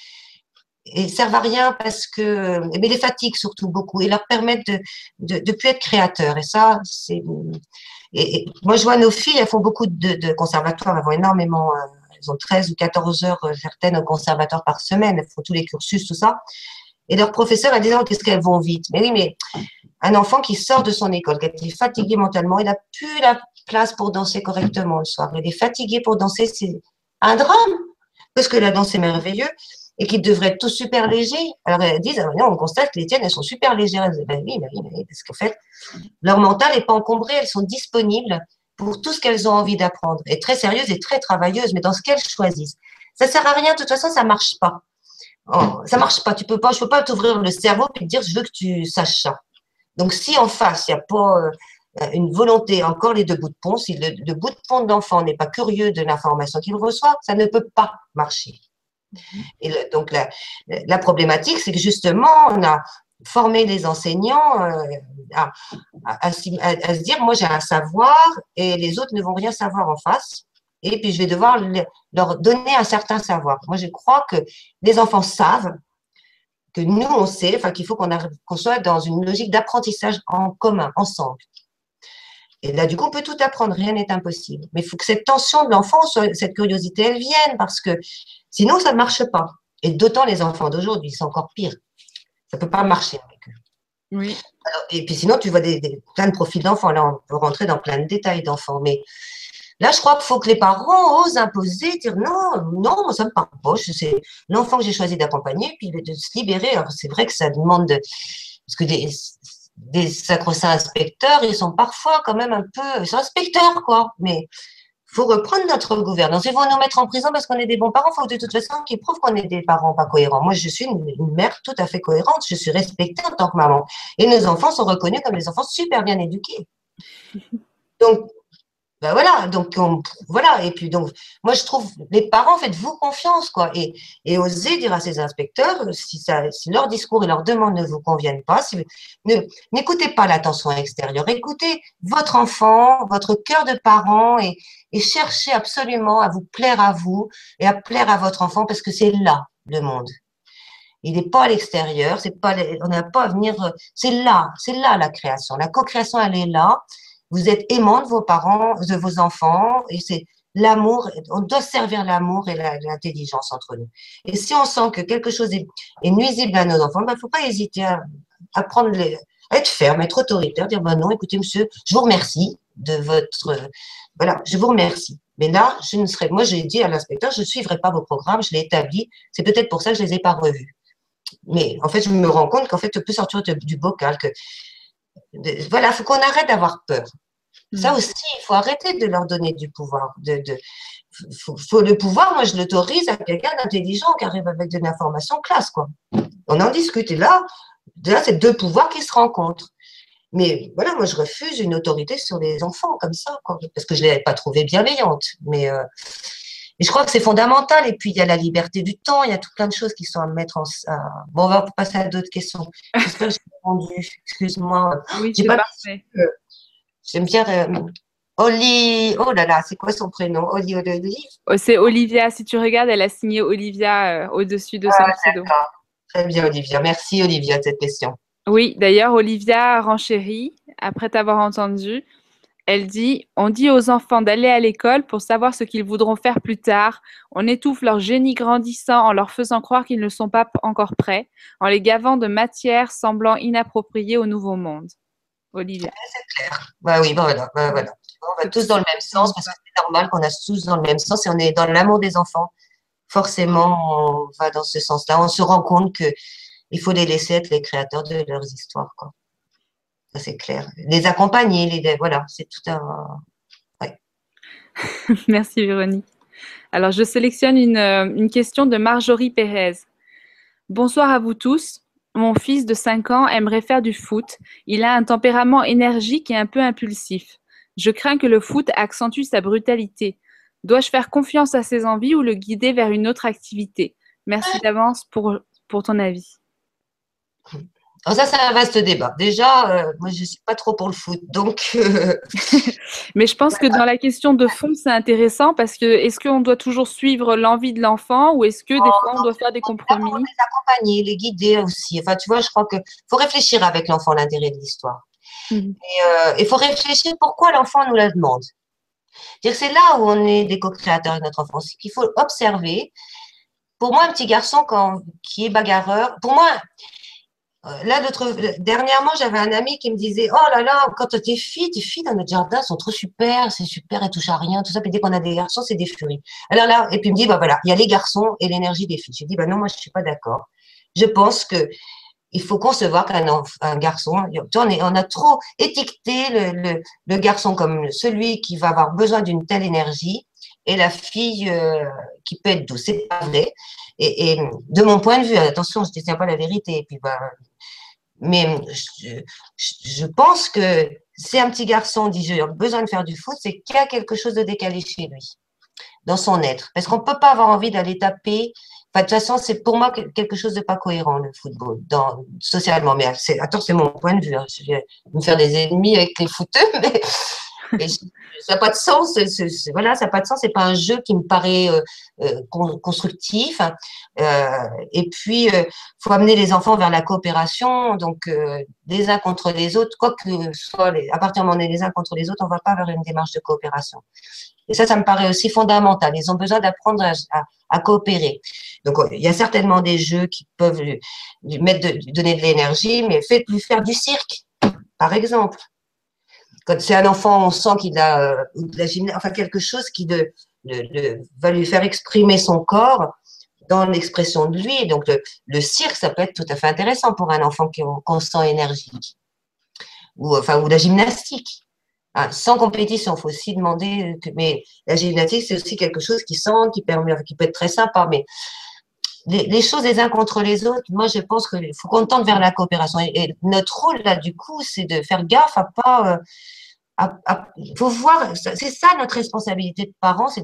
et servent à rien parce que, mais les fatiguent surtout beaucoup et leur permettent de plus être créateurs. Et ça, c'est, et moi, je vois nos filles, elles font beaucoup de conservatoires, elles vont énormément, elles ont 13 ou 14 heures, certaines, au conservatoire par semaine, elles font tous les cursus, tout ça. Et leurs professeurs, elles disent, oh, qu'est-ce qu'elles vont vite. Mais oui, mais un enfant qui sort de son école, qui est fatigué mentalement, il n'a plus la place pour danser correctement le soir. Il est fatigué pour danser, c'est un drame. Parce que la danse est merveilleuse et qu'ils devraient être tous super légers. Alors elles disent, non, on constate que les tiennes, elles sont super légères. Elles disent, ben oui, parce qu'en fait, leur mental n'est pas encombré, elles sont disponibles pour tout ce qu'elles ont envie d'apprendre. Et très sérieuses et très travailleuses, mais dans ce qu'elles choisissent. Ça sert à rien, de toute façon, ça marche pas. Oh, ça marche pas. Je peux pas t'ouvrir le cerveau et te dire, je veux que tu saches ça. Donc, si en face, il n'y a pas une volonté, encore les deux bouts de pont, si le bout de pont de l'enfant n'est pas curieux de l'information qu'il reçoit, ça ne peut pas marcher. Et donc, la problématique, c'est que justement, on a formé les enseignants à se dire, moi, j'ai un savoir et les autres ne vont rien savoir en face. Et puis, je vais devoir leur donner un certain savoir. Moi, je crois que les enfants savent que nous, on sait, enfin, qu'il faut qu'on soit dans une logique d'apprentissage en commun, ensemble. Et là, du coup, on peut tout apprendre, rien n'est impossible. Mais il faut que cette tension de l'enfant, cette curiosité, elle vienne, parce que sinon, ça ne marche pas. Et d'autant les enfants d'aujourd'hui, c'est encore pire. Ça ne peut pas marcher avec eux. Oui. Alors, et puis sinon, tu vois plein de profils d'enfants. Là, on peut rentrer dans plein de détails d'enfants. Mais là, je crois qu'il faut que les parents osent imposer, dire non, non, moi, ça me parle pas. C'est l'enfant que j'ai choisi d'accompagner, puis de se libérer. Alors, c'est vrai que ça demande parce que des sacro-saints inspecteurs, ils sont parfois quand même un peu, ils sont inspecteurs, quoi. Mais il faut reprendre notre gouvernance. Ils vont nous mettre en prison parce qu'on est des bons parents. Il faut de toute façon qu'ils prouvent qu'on est des parents pas cohérents. Moi, je suis une mère tout à fait cohérente. Je suis respectée en tant que maman. Et nos enfants sont reconnus comme des enfants super bien éduqués. Donc, ben voilà, donc voilà, et puis donc moi je trouve les parents faites-vous confiance quoi et osez dire à ces inspecteurs si leur discours et leurs demandes ne vous conviennent pas, n'écoutez pas l'attention extérieure, écoutez votre enfant, votre cœur de parent et cherchez absolument à vous plaire à vous et à plaire à votre enfant parce que c'est là le monde. Il n'est pas à l'extérieur, on n'a pas à venir, c'est là la création, la co-création elle est là. Vous êtes aimant de vos parents, de vos enfants, et l'amour, on doit servir l'amour et l'intelligence entre nous. Et si on sent que quelque chose est nuisible à nos enfants, il ne faut pas hésiter à prendre à être ferme, à être autoritaire, dire ben non, écoutez, monsieur, je vous remercie de votre. Voilà, je vous remercie. Mais là, je ne serai. Moi, j'ai dit à l'inspecteur, je ne suivrai pas vos programmes, je l'ai établi. C'est peut-être pour ça que je ne les ai pas revus. Mais en fait, je me rends compte qu'en fait, tu peux sortir du bocal. Voilà, il faut qu'on arrête d'avoir peur. Ça aussi, il faut arrêter de leur donner du pouvoir. Le pouvoir, moi, je l'autorise à quelqu'un d'intelligent qui arrive avec de l'information classe, quoi. On en discute. Et là, c'est deux pouvoirs qui se rencontrent. Mais voilà, moi, je refuse une autorité sur les enfants comme ça, quoi, parce que je ne l'ai pas trouvée bienveillante. Mais je crois que c'est fondamental. Et puis, il y a la liberté du temps. Il y a tout plein de choses qui sont à mettre en. Bon, on va passer à d'autres questions. J'espère que j'ai répondu. Excuse-moi. Oui, J'ai c'est pas parfait. J'aime bien Oli. Oh là là, c'est quoi son prénom? Oli Olive? Oh, c'est Olivia. Si tu regardes, elle a signé Olivia au-dessus de son Ah, pseudo. d'accord. Très bien, Olivia. Merci, Olivia, de cette question. Oui, d'ailleurs, Olivia renchérit, après t'avoir entendu. Elle dit, on dit aux enfants d'aller à l'école pour savoir ce qu'ils voudront faire plus tard. On étouffe leur génie grandissant en leur faisant croire qu'ils ne sont pas encore prêts, en les gavant de matières semblant inappropriées au nouveau monde. Olivia. Claire. Bah oui, bah voilà, bah voilà. On va tous dans le même sens parce que c'est normal qu'on a tous dans le même sens et on est dans l'amour des enfants. Forcément, on va dans ce sens-là. On se rend compte que il faut les laisser être les créateurs de leurs histoires, quoi. Ça, c'est clair. Les accompagner, voilà, c'est tout un. Ouais. Merci Véronique. Alors, je sélectionne une question de Marjorie Pérez. Bonsoir à vous tous. Mon fils de 5 ans aimerait faire du foot. Il a un tempérament énergique et un peu impulsif. Je crains que le foot accentue sa brutalité. Dois-je faire confiance à ses envies ou le guider vers une autre activité? Merci d'avance pour ton avis. Alors ça, c'est un vaste débat. Déjà, moi, je ne suis pas trop pour le foot, donc Mais je pense que dans la question de fond, c'est intéressant parce que est-ce qu'on doit toujours suivre l'envie de l'enfant ou est-ce que des fois on doit faire des compromis? les accompagner, les guider aussi. Enfin, tu vois, je crois qu'il faut réfléchir avec l'enfant l'intérêt de l'histoire. Mhm. Il faut réfléchir pourquoi l'enfant nous la demande. C'est-à-dire que c'est là où on est des co-créateurs avec notre enfant. C'est qu'il faut observer. Pour moi, un petit garçon qui est bagarreur, pour moi, là, dernièrement, j'avais un ami qui me disait, oh là là, quand tes filles dans notre jardin sont trop super, c'est super, elles touchent à rien, tout ça. Puis dès qu'on a des garçons, c'est des furies. Alors là, et puis il me dit, bah voilà, il y a les garçons et l'énergie des filles. Je dis, bah non, moi, je suis pas d'accord. Je pense que il faut concevoir un garçon, on a trop étiqueté le garçon comme celui qui va avoir besoin d'une telle énergie et la fille qui peut être douce. C'est pas vrai. Et de mon point de vue, attention, je ne détiens pas la vérité. Et puis, bah, mais je pense que si un petit garçon dit j'ai besoin de faire du foot, c'est qu'il y a quelque chose de décalé chez lui, dans son être. Parce qu'on ne peut pas avoir envie d'aller taper. Enfin, de toute façon, c'est pour moi quelque chose de pas cohérent, le football, socialement. Mais attends, c'est mon point de vue. Hein. Je vais me faire des ennemis avec les footeux, mais ça n'a pas de sens. Voilà, ça n'a pas de sens. C'est pas un jeu qui me paraît constructif. Hein. Et puis, faut amener les enfants vers la coopération. Donc, les uns contre les autres, quoi que soit, à partir du moment où on est les uns contre les autres, on ne va pas vers une démarche de coopération. Et ça me paraît aussi fondamental. Ils ont besoin d'apprendre à coopérer. Donc, il y a certainement des jeux qui peuvent lui donner de l'énergie, mais faites-lui faire du cirque, par exemple. Quand c'est un enfant, on sent qu'il a de la gymnastique, enfin quelque chose qui va lui faire exprimer son corps dans l'expression de lui. Donc, le cirque, ça peut être tout à fait intéressant pour un enfant qu'on sent énergique. Ou la gymnastique. Ah, sans compétition, il faut aussi demander. Mais la gymnastique, c'est aussi quelque chose qui sent, qui peut être très sympa. Mais les choses les uns contre les autres, moi, je pense qu'il faut qu'on tente vers la coopération. Et notre rôle, là, du coup, c'est de faire gaffe à pas. Faut voir, c'est ça notre responsabilité de parents, c'est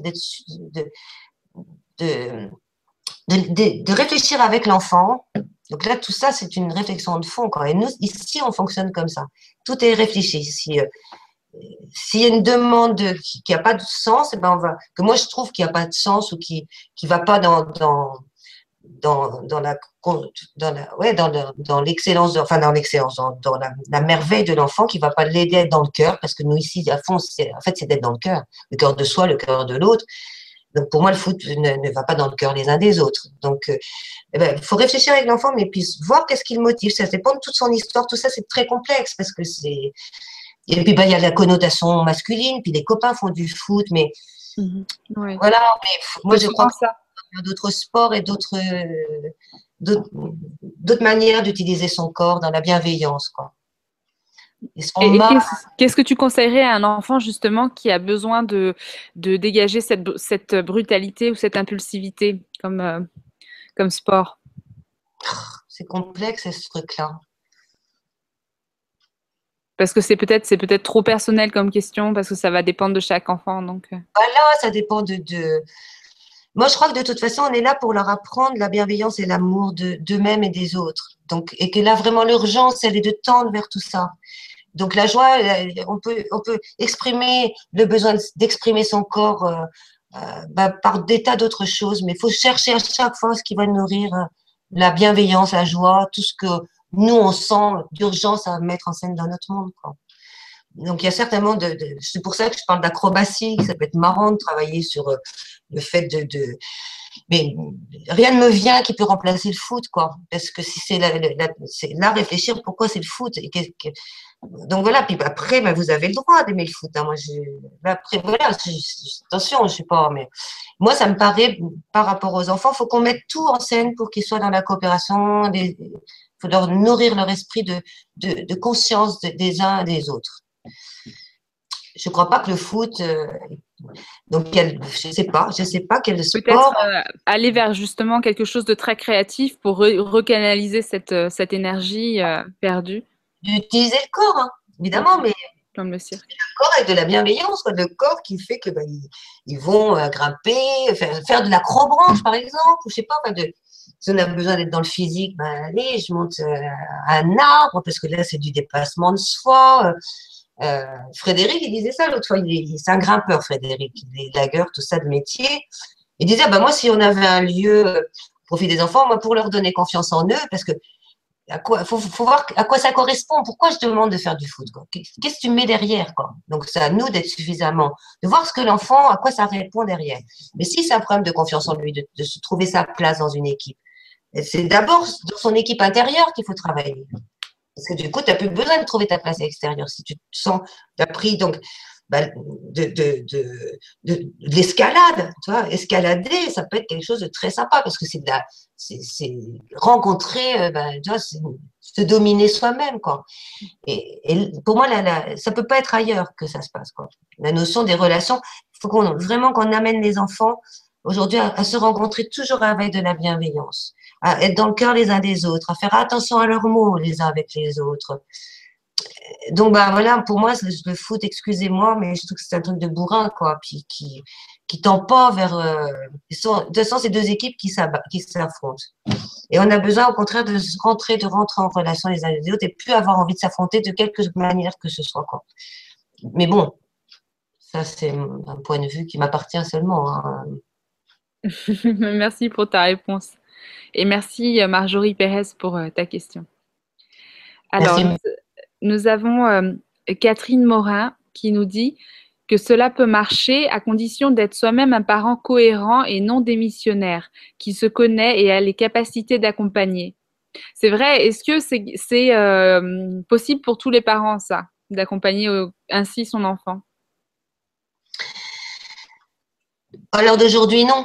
de, de réfléchir avec l'enfant. Donc là, tout ça, c'est une réflexion de fond. Quoi. Et nous, ici, on fonctionne comme ça. Tout est réfléchi. S'il y a une demande qui n'a pas de sens, eh ben que moi je trouve qu'il n'y a pas de sens ou qui va pas dans la, ouais, dans l'excellence, enfin dans l'excellence, dans la merveille de l'enfant qui va pas l'aider à être dans le cœur, parce que nous ici, à fond, en fait, c'est d'être dans le cœur de soi, le cœur de l'autre. Donc pour moi, le foot ne va pas dans le cœur les uns des autres. Donc eh ben, il faut réfléchir avec l'enfant, mais puis voir qu'est-ce qui le motive. Ça dépend de toute son histoire. Tout ça, c'est très complexe parce que c'est. Et puis, bah, il y a la connotation masculine, puis les copains font du foot, mais Ouais. voilà. Mais moi, C'est je crois souvent qu'il ça. y a d'autres sports et d'autres manières d'utiliser son corps dans la bienveillance, quoi. Ils sont Et mal. qu'est-ce que tu conseillerais à un enfant justement qui a besoin de dégager cette brutalité ou cette impulsivité comme sport? C'est complexe, ce truc-là. Parce que c'est peut-être trop personnel comme question, parce que ça va dépendre de chaque enfant. Donc, Voilà, ça dépend de. Moi, je crois que de toute façon, on est là pour leur apprendre la bienveillance et l'amour d'eux-mêmes et des autres. Donc, et que là, vraiment, l'urgence, elle est de tendre vers tout ça. Donc, la joie, on peut exprimer le besoin d'exprimer son corps bah, par des tas d'autres choses, mais il faut chercher à chaque fois ce qui va nourrir la bienveillance, la joie, tout ce que nous, on sent d'urgence à mettre en scène dans notre monde, quoi. Donc, il y a certainement c'est pour ça que je parle d'acrobatie, que ça peut être marrant de travailler sur le fait mais rien ne me vient qui peut remplacer le foot, quoi. Parce que si c'est là réfléchir pourquoi c'est le foot. Donc voilà, puis après, ben, vous avez le droit d'aimer le foot, hein. Moi, après, voilà, attention, je suis pas, mais moi, ça me paraît, par rapport aux enfants, il faut qu'on mette tout en scène pour qu'ils soient dans la coopération. Il faut leur nourrir leur esprit de conscience des uns et des autres. Je ne crois pas que le foot, donc je sais pas quel peut-être sport. aller vers justement quelque chose de très créatif pour recanaliser cette énergie perdue, D'utiliser le corps, hein, évidemment, ok, mais comme le cirque. le corps avec de la bienveillance, quoi, le corps qui fait que ils vont grimper, faire de l'acrobranche, par exemple, ou je sais pas, si on a besoin d'être dans le physique, ben allez, je monte un arbre, parce que là, c'est du dépassement de soi. Frédéric, il disait ça l'autre fois, c'est un grimpeur, Frédéric, il est lagueur, tout ça de métier. Il disait, ah ben moi, si on avait un lieu au profit des enfants, moi, pour leur donner confiance en eux, parce que faut voir à quoi ça correspond. Pourquoi je demande de faire du foot, quoi. Qu'est-ce que tu mets derrière, quoi. Donc, c'est à nous d'être suffisamment, de voir ce que l'enfant, à quoi ça répond derrière. Mais si c'est un problème de confiance en lui, de se trouver sa place dans une équipe, c'est d'abord dans son équipe intérieure qu'il faut travailler. Parce que du coup, tu n'as plus besoin de trouver ta place à l'extérieur. Si tu te sens, tu as pris donc bah, de l'escalade, tu vois, escalader, ça peut être quelque chose de très sympa parce que c'est rencontrer, tu vois, c'est se dominer soi-même, quoi. Et pour moi, ça peut pas être ailleurs que ça se passe, quoi. La notion des relations, il faut vraiment qu'on amène les enfants aujourd'hui à se rencontrer toujours avec de la bienveillance, à être dans le cœur les uns des autres, à faire attention à leurs mots les uns avec les autres. Donc, bah voilà, pour moi, le foot, excusez-moi, mais je trouve que c'est un truc de bourrin, quoi, puis qui tend pas vers. De toute façon, c'est deux équipes qui s'affrontent. Et on a besoin, au contraire, de rentrer en relation les uns les autres et plus avoir envie de s'affronter de quelque manière que ce soit, quoi. Mais bon, ça, c'est un point de vue qui m'appartient seulement, hein. Merci pour ta réponse. Et merci Marjorie Pérez pour ta question. Alors, Merci. nous avons Catherine Morin qui nous dit que cela peut marcher à condition d'être soi-même un parent cohérent et non démissionnaire, qui se connaît et a les capacités d'accompagner. C'est vrai, est-ce que c'est possible pour tous les parents, ça, d'accompagner ainsi son enfant? À l'heure d'aujourd'hui, non.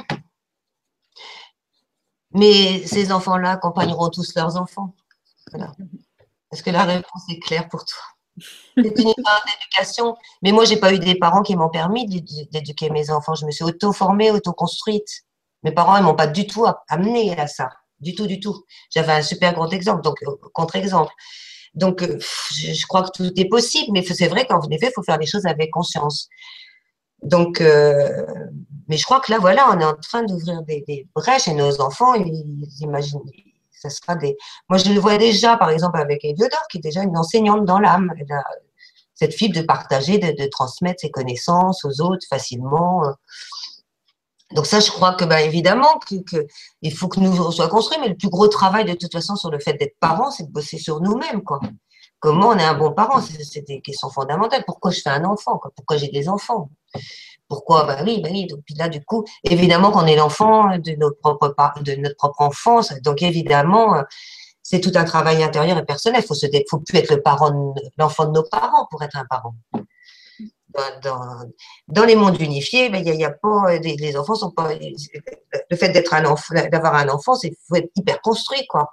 Mais ces enfants-là accompagneront tous leurs enfants. Voilà. Est-ce que la réponse est claire pour toi? C'est une histoire d'éducation. Mais moi, j'ai pas eu des parents qui m'ont permis d'éduquer mes enfants. Je me suis auto-formée, auto-construite. Mes parents, ils m'ont pas du tout amené à ça. Du tout, du tout. J'avais un super grand exemple, donc contre-exemple. Donc, je crois que tout est possible, mais c'est vrai qu'en effet, il faut faire les choses avec conscience. Donc, mais je crois que là, voilà, on est en train d'ouvrir des brèches et nos enfants, ils imaginent, ça sera des. Moi, je le vois déjà, par exemple, avec Eliodore, qui est déjà une enseignante dans l'âme. Elle a cette fibre de partager, de transmettre ses connaissances aux autres facilement. Donc ça, je crois que, évidemment, il faut que nous soyons construits, mais le plus gros travail, de toute façon, sur le fait d'être parent, c'est de bosser sur nous-mêmes, quoi. Comment on est un bon parent, c'est des questions fondamentales. Pourquoi je fais un enfant, quoi? Pourquoi j'ai des enfants? Pourquoi? Bah oui. Donc là, du coup, évidemment qu'on est l'enfant de notre propre enfance. Donc évidemment, c'est tout un travail intérieur et personnel. Faut plus être l'enfant de nos parents pour être un parent. Dans les mondes unifiés, y a pas, les enfants sont pas. Le fait d'être un enfant, d'avoir un enfant, c'est faut être hyper construit, quoi.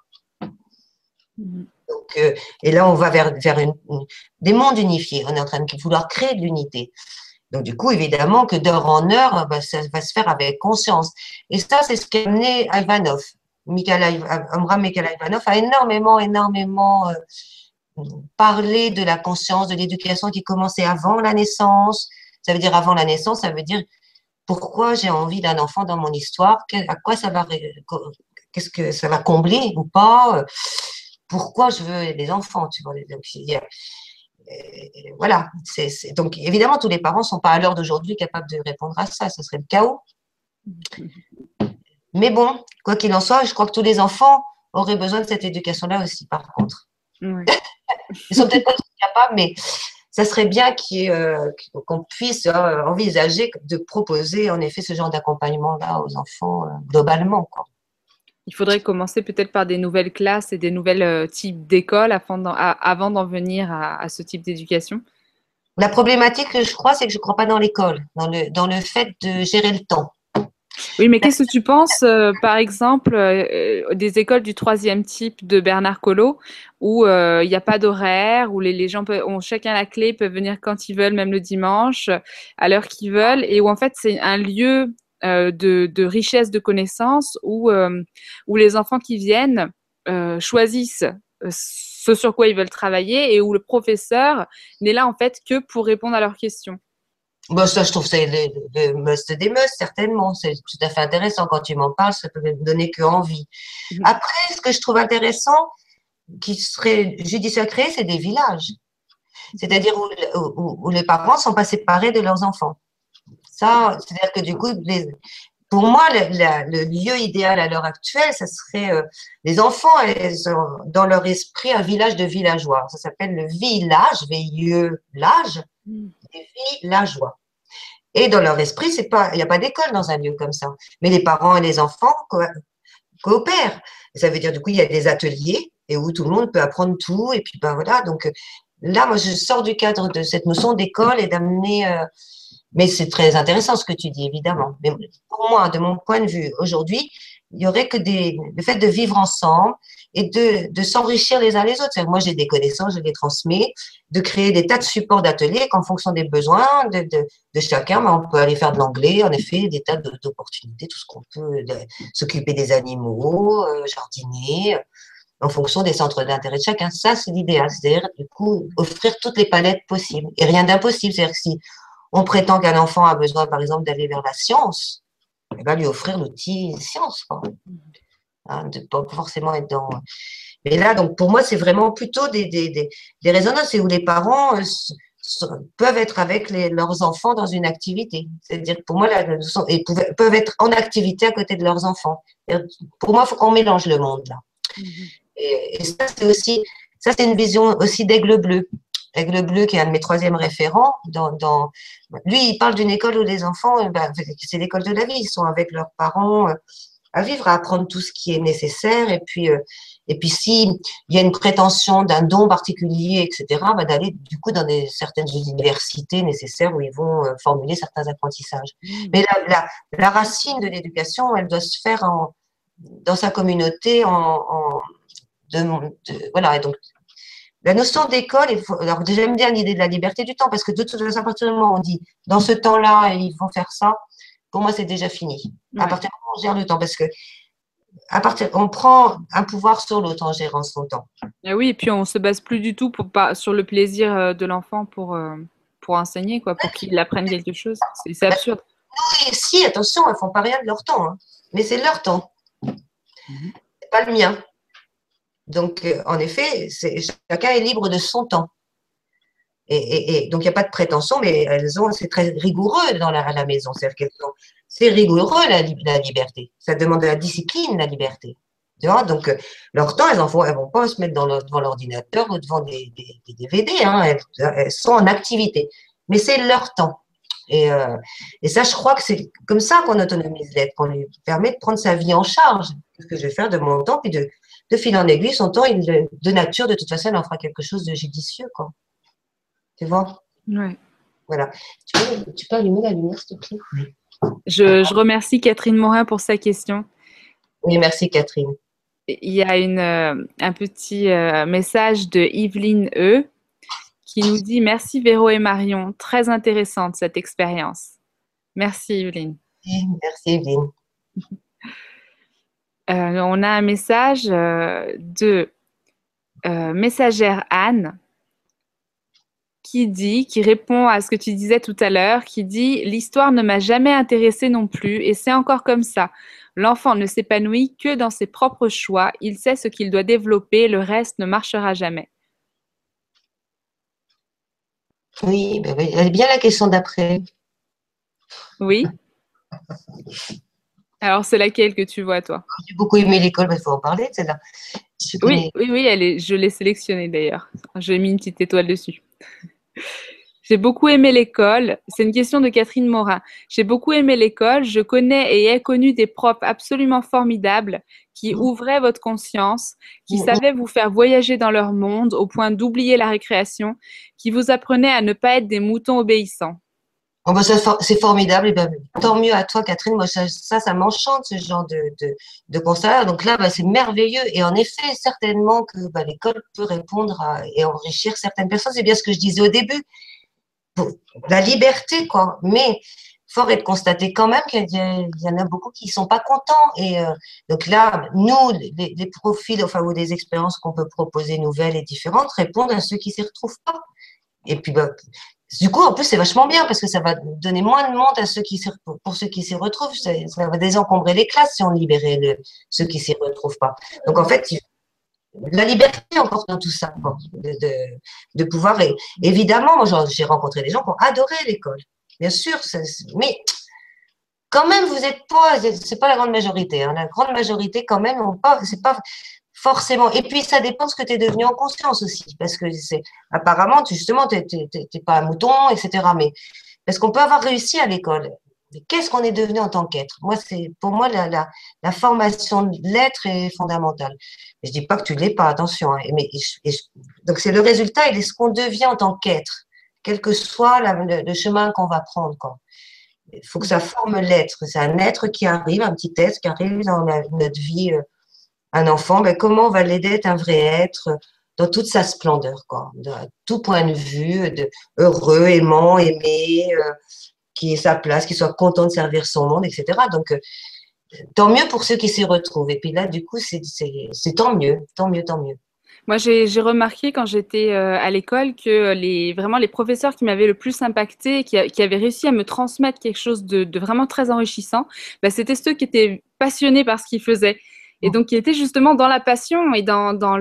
Donc, et là, on va vers des mondes unifiés. On est en train de vouloir créer de l'unité. Donc, du coup, évidemment que d'heure en heure, ça va se faire avec conscience. Et ça, c'est ce qu'a amené Ivanov. Amram Mikhail Ivanov a énormément parlé de la conscience, de l'éducation qui commençait avant la naissance. Ça veut dire avant la naissance, ça veut dire pourquoi j'ai envie d'un enfant dans mon histoire, à quoi ça va, qu'est-ce que ça va combler ou pas, pourquoi je veux des enfants, tu vois. Donc, voilà. Donc, évidemment, tous les parents ne sont pas à l'heure d'aujourd'hui capables de répondre à ça. Ce serait le chaos. Mais bon, quoi qu'il en soit, je crois que tous les enfants auraient besoin de cette éducation-là aussi, par contre. Ouais. Ils sont peut-être pas tous capables, mais ça serait bien qu'on puisse envisager de proposer, en effet, ce genre d'accompagnement-là aux enfants globalement, quoi. Il faudrait commencer peut-être par des nouvelles classes et des nouvelles types d'écoles avant d'en venir à ce type d'éducation. La problématique, je crois, c'est que je ne crois pas dans l'école, dans le fait de gérer le temps. Oui, mais qu'est-ce que tu penses, par exemple, des écoles du troisième type de Bernard Collot, où il n'y a pas d'horaire, où les gens ont chacun la clé, peuvent venir quand ils veulent, même le dimanche, à l'heure qu'ils veulent, et où en fait c'est un lieu de richesse de connaissances, où les enfants qui viennent choisissent ce sur quoi ils veulent travailler, et où le professeur n'est là en fait que pour répondre à leurs questions. Bon, ça, je trouve que c'est le must des must, certainement. C'est tout à fait intéressant quand tu m'en parles, ça peut me donner que envie. Après, ce que je trouve intéressant, qui serait judicieux à créer, c'est des villages. C'est-à-dire où les parents ne sont pas séparés de leurs enfants. Ça, c'est-à-dire que du coup, pour moi, le lieu idéal à l'heure actuelle, ça serait les enfants, elles ont dans leur esprit un village de villageois. Ça s'appelle le village, V-I-E-Lage, des villageois. Et dans leur esprit, il n'y a pas d'école dans un lieu comme ça. Mais les parents et les enfants coopèrent. Ça veut dire, du coup, il y a des ateliers et où tout le monde peut apprendre tout. Et puis, voilà. Donc, là, moi, je sors du cadre de cette notion d'école et d'amener. Mais c'est très intéressant ce que tu dis, évidemment. Mais pour moi, de mon point de vue, aujourd'hui, il n'y aurait que le fait de vivre ensemble et de s'enrichir les uns les autres. C'est-à-dire, moi, j'ai des connaissances, je les transmets, de créer des tas de supports d'ateliers qu'en fonction des besoins de chacun, on peut aller faire de l'anglais, en effet, des tas d'opportunités, tout ce qu'on peut, s'occuper des animaux, jardiner, en fonction des centres d'intérêt de chacun. Ça, c'est l'idéal. C'est-à-dire, du coup, offrir toutes les palettes possibles. Et rien d'impossible. C'est-à-dire que si on prétend qu'un enfant a besoin, par exemple, d'aller vers la science, on va lui offrir l'outil science, quoi. Hein, de pas forcément être dans. Mais là, donc, pour moi, c'est vraiment plutôt des résonances où les parents peuvent être avec leurs enfants dans une activité. C'est-à-dire, pour moi, ils peuvent être en activité à côté de leurs enfants. Pour moi, il faut qu'on mélange le monde, là. Et ça, c'est une vision aussi d'Aigle Bleu. Aigle Bleu, qui est un de mes troisième référents, lui, il parle d'une école où les enfants, c'est l'école de la vie, ils sont avec leurs parents à vivre, à apprendre tout ce qui est nécessaire, et puis s'il y a une prétention d'un don particulier, etc., d'aller du coup dans certaines universités nécessaires où ils vont formuler certains apprentissages. Mais la racine de l'éducation, elle doit se faire dans sa communauté, voilà, et donc la notion d'école, alors j'aime bien l'idée de la liberté du temps, parce que de toute façon, à partir du moment où on dit, dans ce temps-là, ils vont faire ça, pour moi, c'est déjà fini. À partir du moment où on gère le temps, parce que on prend un pouvoir sur l'autre en gérant son temps. Et oui, et puis on se base plus du tout sur le plaisir de l'enfant pour enseigner, quoi, pour qu'il apprenne quelque chose. C'est absurde. Oui, si, attention, elles font pas rien de leur temps, hein, mais c'est leur temps. C'est pas le mien. Donc, en effet, chacun est libre de son temps. Et donc, il n'y a pas de prétention, mais c'est très rigoureux à la maison. C'est rigoureux, la liberté. Ça demande de la discipline, la liberté. Tu vois, donc, leur temps, elles vont pas se mettre devant l'ordinateur ou devant des DVD. Hein. Elles sont en activité. Mais c'est leur temps. Et ça, je crois que c'est comme ça qu'on autonomise l'être, qu'on lui permet de prendre sa vie en charge. Qu'est-ce que je vais faire de mon temps? Puis de fil en aiguille, son temps, de nature, de toute façon, il en fera quelque chose de judicieux, quoi. Tu vois? Ouais. Voilà. Tu peux allumer la lumière, s'il te plaît? Oui. Je remercie Catherine Morin pour sa question. Oui, merci, Catherine. Il y a un petit message de Yveline E qui nous dit « Merci Véro et Marion, très intéressante cette expérience. » Merci Yveline. Merci, Evelyne. On a un message de messagère Anne qui répond à ce que tu disais tout à l'heure, qui dit « L'histoire ne m'a jamais intéressée non plus et c'est encore comme ça. L'enfant ne s'épanouit que dans ses propres choix. Il sait ce qu'il doit développer, le reste ne marchera jamais. » Oui, ben oui, elle est bien la question d'après. Oui. Alors, c'est laquelle que tu vois, toi? J'ai beaucoup aimé l'école, il faut en parler, celle-là. Oui, je l'ai sélectionnée d'ailleurs. J'ai mis une petite étoile dessus. J'ai beaucoup aimé l'école. C'est une question de Catherine Morin. J'ai beaucoup aimé l'école. Je connais et ai connu des profs absolument formidables qui ouvraient votre conscience, qui savaient vous faire voyager dans leur monde au point d'oublier la récréation, qui vous apprenaient à ne pas être des moutons obéissants. Oh ben c'est formidable. Et ben, tant mieux à toi, Catherine. Moi, ça m'enchante, ce genre de constat. Donc là, c'est merveilleux. Et en effet, certainement que l'école peut répondre et enrichir certaines personnes. C'est bien ce que je disais au début. La liberté, quoi. Mais fort est de constater quand même qu'il y en a beaucoup qui ne sont pas contents. Et donc là, nous, les profils, enfin, ou des expériences qu'on peut proposer nouvelles et différentes répondent à ceux qui ne s'y retrouvent pas. Et puis, du coup, en plus, c'est vachement bien parce que ça va donner moins de monde pour ceux qui s'y retrouvent. Ça va désencombrer les classes si on libérait ceux qui s'y retrouvent pas. Donc, en fait, la liberté encore dans tout ça, quoi, de pouvoir. Évidemment, moi, j'ai rencontré des gens qui ont adoré l'école. Bien sûr, mais quand même, vous n'êtes pas, c'est pas la grande majorité. Hein. La grande majorité, quand même, c'est pas forcément. Et puis, ça dépend de ce que tu es devenu en conscience aussi. Parce que apparemment, justement, tu n'es pas un mouton, etc. Mais parce qu'on peut avoir réussi à l'école. Mais qu'est-ce qu'on est devenu en tant qu'être? Pour moi, la formation de l'être est fondamentale. Je ne dis pas que tu ne l'es pas, attention. Hein, donc, c'est le résultat, il est ce qu'on devient en tant qu'être, quel que soit le chemin qu'on va prendre. Quoi. Il faut que ça forme l'être. C'est un être qui arrive, un petit être qui arrive dans notre vie. Un enfant, comment on va l'aider à être un vrai être dans toute sa splendeur, quoi, de tout point de vue, heureux, aimant, aimé, qui ait sa place, qui soit content de servir son monde, etc. Donc, tant mieux pour ceux qui s'y retrouvent. Et puis là, du coup, c'est tant mieux, tant mieux, tant mieux. Moi, j'ai remarqué quand j'étais à l'école que vraiment les professeurs qui m'avaient le plus impacté, qui avaient réussi à me transmettre quelque chose de vraiment très enrichissant, c'était ceux qui étaient passionnés par ce qu'ils faisaient. Et donc, qui étaient justement dans la passion et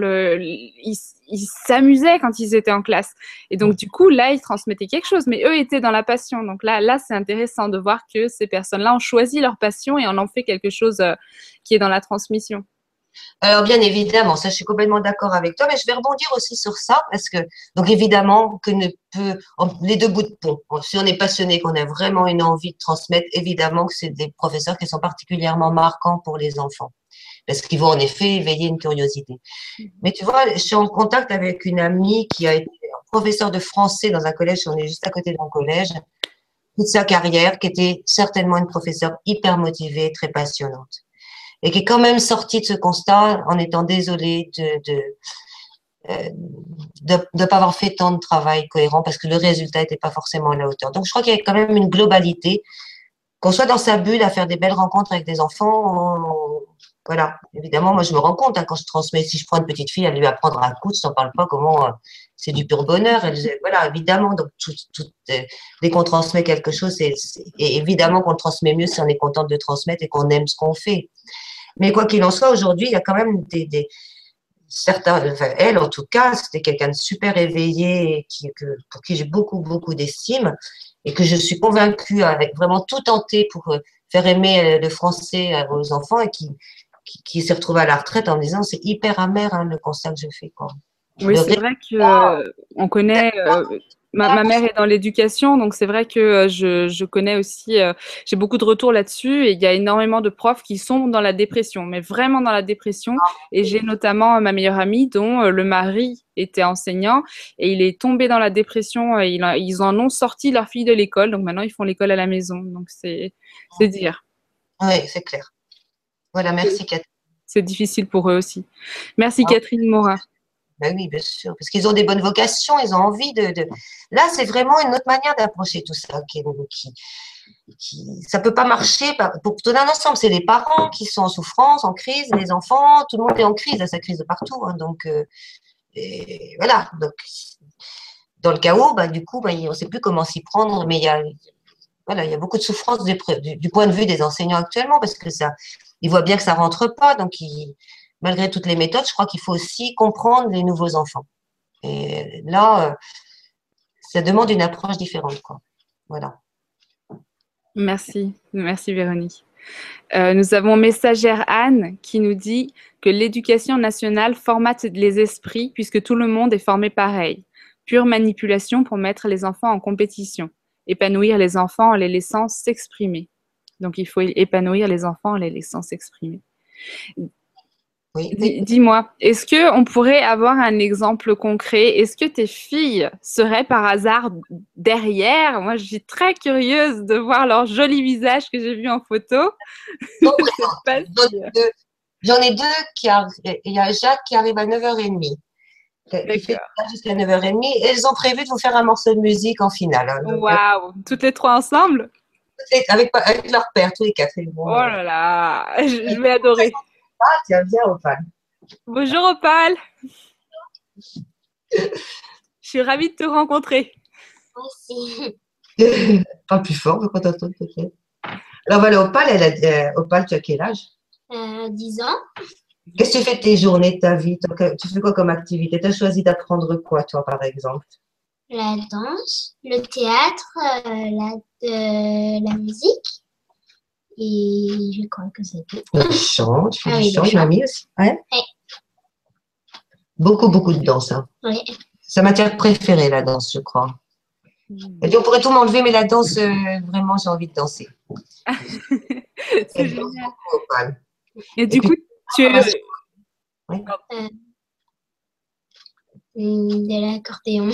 ils s'amusaient quand ils étaient en classe. Et donc, du coup, là, ils transmettaient quelque chose, mais eux étaient dans la passion. Donc là, c'est intéressant de voir que ces personnes-là ont choisi leur passion et en ont fait quelque chose qui est dans la transmission. Alors, bien évidemment, ça, je suis complètement d'accord avec toi, mais je vais rebondir aussi sur ça, parce que, donc évidemment, les deux bouts de pont, si on est passionné, qu'on a vraiment une envie de transmettre, évidemment que c'est des professeurs qui sont particulièrement marquants pour les enfants, parce qu'ils vont en effet éveiller une curiosité. Mais tu vois, je suis en contact avec une amie qui a été professeure de français dans un collège, on est juste à côté de mon collège, toute sa carrière, qui était certainement une professeure hyper motivée, très passionnante. Et qui est quand même sortie de ce constat en étant désolée de pas avoir fait tant de travail cohérent parce que le résultat n'était pas forcément à la hauteur. Donc, je crois qu'il y a quand même une globalité, qu'on soit dans sa bulle à faire des belles rencontres avec des enfants. Voilà, évidemment, moi, je me rends compte quand je transmets, si je prends une petite fille, à lui apprendre à coudre, je t'en parle pas comment c'est du pur bonheur. Voilà, évidemment, donc dès qu'on transmet quelque chose, et évidemment qu'on le transmet mieux si on est content de le transmettre et qu'on aime ce qu'on fait. Mais quoi qu'il en soit, aujourd'hui, il y a quand même certains, enfin, elle en tout cas, c'était quelqu'un de super éveillé, et pour qui j'ai beaucoup, beaucoup d'estime, et que je suis convaincue, avec vraiment tout tenté pour faire aimer le français aux enfants, et qui s'est retrouvée à la retraite en me disant c'est hyper amer le constat que je fais. Quoi. Oui, Le c'est résultat, vrai que on connaît. Ma mère est dans l'éducation, donc c'est vrai que je connais aussi. J'ai beaucoup de retours là-dessus et il y a énormément de profs qui sont dans la dépression, mais vraiment dans la dépression. Et j'ai notamment ma meilleure amie dont le mari était enseignant et il est tombé dans la dépression. Ils en ont sorti leur fille de l'école, donc maintenant ils font l'école à la maison. Donc c'est dire. oui, c'est clair. Voilà, merci Catherine. C'est difficile pour eux aussi. Merci Catherine Morin. Ben oui, bien sûr, parce qu'ils ont des bonnes vocations, ils ont envie de... Là, c'est vraiment une autre manière d'approcher tout ça. Ça peut pas marcher pour tout un ensemble. C'est les parents qui sont en souffrance, en crise, les enfants, tout le monde est en crise, ça crise de partout. Hein, donc, et voilà. Donc, dans le chaos, du coup, on ne sait plus comment s'y prendre, mais voilà, il y a beaucoup de souffrance du point de vue des enseignants actuellement, parce que ils voient bien que ça rentre pas, donc malgré toutes les méthodes, je crois qu'il faut aussi comprendre les nouveaux enfants. Et là, ça demande une approche différente, quoi. Voilà. Merci Véronique. Nous avons messagère Anne qui nous dit que l'éducation nationale formate les esprits puisque tout le monde est formé pareil. Pure manipulation pour mettre les enfants en compétition. Épanouir les enfants en les laissant s'exprimer. Donc il faut épanouir les enfants en les laissant s'exprimer. Oui. Dis-moi, est-ce qu'on pourrait avoir un exemple concret? Est-ce que tes filles seraient par hasard derrière? Moi, je suis très curieuse de voir leur joli visage que j'ai vu en photo. J'en ai deux il y a Jacques qui arrive à 9h30, qui fait jusqu'à 9h30, et elles ont prévu de vous faire un morceau de musique en finale. Hein, waouh! Toutes les trois ensemble? Avec leur père, tous les quatre. Bon, oh là là, je vais adorer. Tiens, viens, Opal. Bonjour Opal. Je suis ravie de te rencontrer. Moi aussi. Pas plus fort, quand t'entends peut-être. Alors voilà, Opal, Opal, tu as quel âge? 10 ans. Qu'est-ce que tu fais de tes journées, de ta vie? Tu fais quoi comme activité? Tu as choisi d'apprendre quoi, toi, par exemple? La danse, le théâtre, la musique. Et je crois que c'est tout. Le chant, tu fais du chant, le chant. mamie aussi. Ouais. Oui. Beaucoup, beaucoup de danse. Hein. Oui. C'est sa matière préférée, la danse, je crois. Elle dit, on pourrait tout m'enlever, mais la danse, vraiment, j'ai envie de danser. C'est génial. Et du coup, tu es oui. De l'accordéon.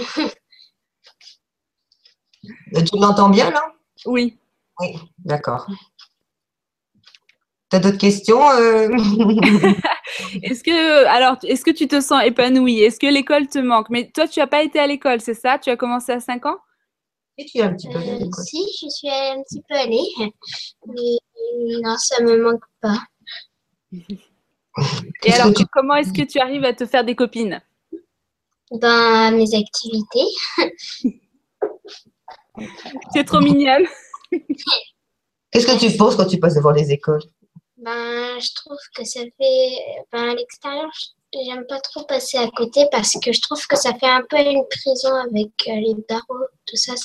Tu l'entends bien, là? Oui. Oui, d'accord. Tu as d'autres questions Est-ce que tu te sens épanouie? Est-ce que l'école te manque? Mais toi, tu n'as pas été à l'école, c'est ça? Tu as commencé à 5 ans? Et tu es un petit peu allée à l'école? Si, je suis un petit peu allée. Mais non, ça ne me manque pas. Et alors, comment est-ce que tu arrives à te faire des copines? Dans mes activités. Tu es trop mignonne. Qu'est-ce que tu penses quand tu passes devant les écoles? Je trouve que ça fait... à l'extérieur, j'aime pas trop passer à côté parce que je trouve que ça fait un peu une prison avec les barreaux, tout ça.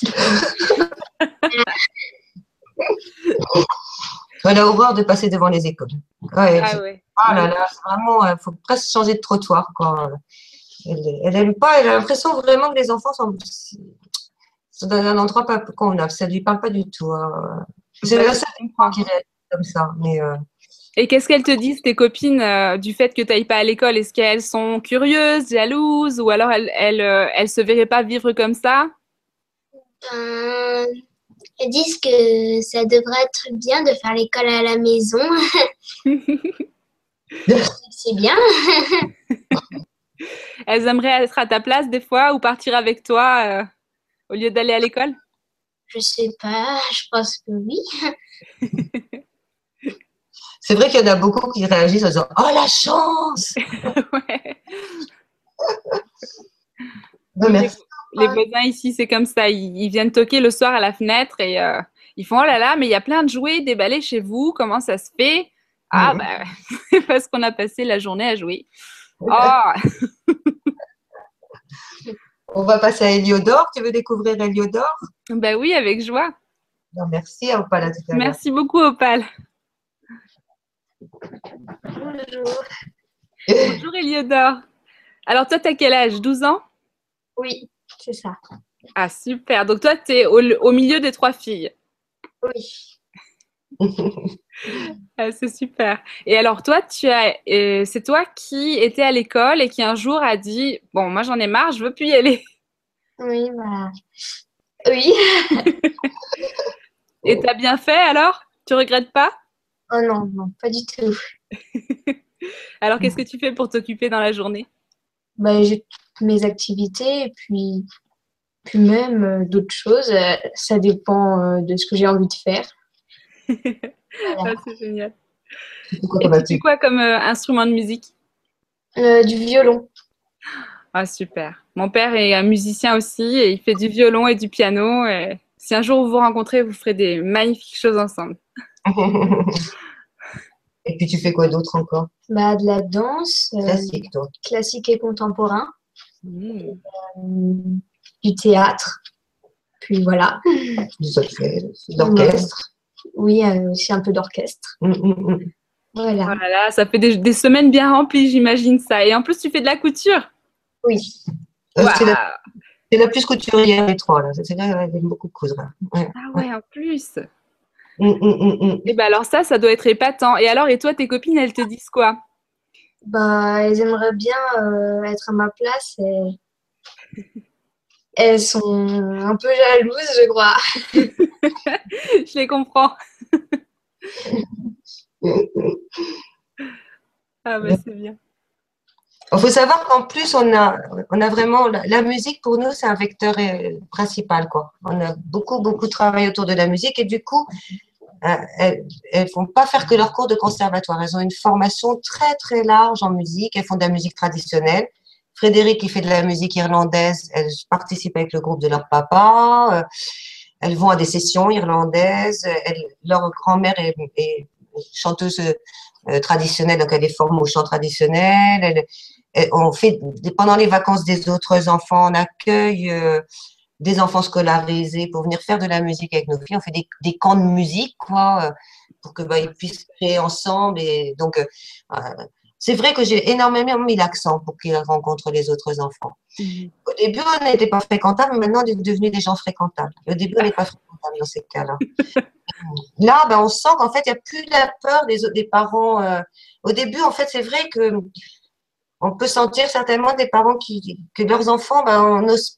Elle a horreur de passer devant les écoles. Ouais, ouais. Oh là là, vraiment, il faut presque changer de trottoir. Elle aime pas, elle a l'impression vraiment que les enfants sont dans un endroit pas convenable. Ça ne lui parle pas du tout. Hein. C'est la seule qui réagit comme ça. Mais, Et qu'est-ce qu'elles te disent, tes copines, du fait que tu n'ailles pas à l'école? Est-ce qu'elles sont curieuses, jalouses, ou alors elles se verraient pas vivre comme ça? Elles disent que ça devrait être bien de faire l'école à la maison. C'est bien. Elles aimeraient être à ta place des fois ou partir avec toi au lieu d'aller à l'école? Je sais pas, je pense que oui. C'est vrai qu'il y en a beaucoup qui réagissent en disant « Oh, la chance !» Ouais. Merci. Les voisins ici, c'est comme ça. Ils viennent toquer le soir à la fenêtre et ils font « Oh là là, mais il y a plein de jouets déballés chez vous. Comment ça se fait ?» Ah, parce qu'on a passé la journée à jouer. Oh, On va passer à Héliodore. Tu veux découvrir Héliodore? ben oui, avec joie. Non, merci, à Opal, à tout à l'heure. Merci beaucoup, Opal. Bonjour. Bonjour, Eliodore. Alors, toi, t'as quel âge? 12 ans? Oui, c'est ça. Ah, super. Donc, toi, t'es au milieu des 3 filles. Oui. Ah, c'est super. Et alors, toi, c'est toi qui étais à l'école et qui un jour a dit, bon, moi, j'en ai marre, je veux plus y aller. Oui, bah. Oui. Et t'as bien fait alors? Tu regrettes pas? Oh non, non, pas du tout. Alors, qu'est-ce que tu fais pour t'occuper dans la journée? Bah, j'ai mes activités et puis même d'autres choses. Ça dépend de ce que j'ai envie de faire. Ah, Voilà. c'est génial. Tu fais quoi Et comme tu fais activité? quoi comme instrument de musique? Du violon. Ah, super. Mon père est un musicien aussi et il fait du violon et du piano. Et si un jour vous vous rencontrez, vous ferez des magnifiques choses ensemble. Et puis tu fais quoi d'autre encore? Bah, de la danse, Classique, toi. classique et contemporain, Mmh. euh, du théâtre. Puis voilà. Du solfège, de l'orchestre. Oui, aussi un peu d'orchestre. Oh Voilà. là là, ça fait des semaines bien remplies, j'imagine ça. Et en plus, tu fais de la couture. Oui. Waouh! C'est la plus couturière des trois, là. C'est là, elle aime beaucoup coudre. Ouais, Ah ouais. ouais, en plus. Hum, hum, hum, hum. Et ben alors ça doit être épatant. Et alors, et toi, tes copines, elles te disent quoi? Bah, elles aimeraient bien être à ma place et elles sont un peu jalouses, je crois. Je les comprends. Ah bah c'est bien. Il faut savoir qu'en plus, on a vraiment la musique pour nous, c'est un vecteur principal, quoi. On a beaucoup, beaucoup travaillé autour de la musique et du coup, elles ne font pas faire que leurs cours de conservatoire. Elles ont une formation très, très large en musique. Elles font de la musique traditionnelle. Frédéric, qui fait de la musique irlandaise, elle participe avec le groupe de leur papa. Elles vont à des sessions irlandaises. Leur grand-mère est chanteuse traditionnelle, donc elle les forme au chant traditionnel. On fait, pendant les vacances des autres enfants, on accueille des enfants scolarisés pour venir faire de la musique avec nos filles. On fait des camps de musique, quoi, pour que ils puissent créer ensemble. Et donc, c'est vrai que j'ai énormément mis l'accent pour qu'ils rencontrent les autres enfants. Mhm. Au début, on n'était pas fréquentables, mais maintenant, on est devenus des gens fréquentables. Au début, on n'est pas fréquentables dans ces cas-là. Là, on sent qu'en fait, il n'y a plus la peur des parents. Au début, en fait, c'est vrai que on peut sentir certainement des parents que leurs enfants, on ose,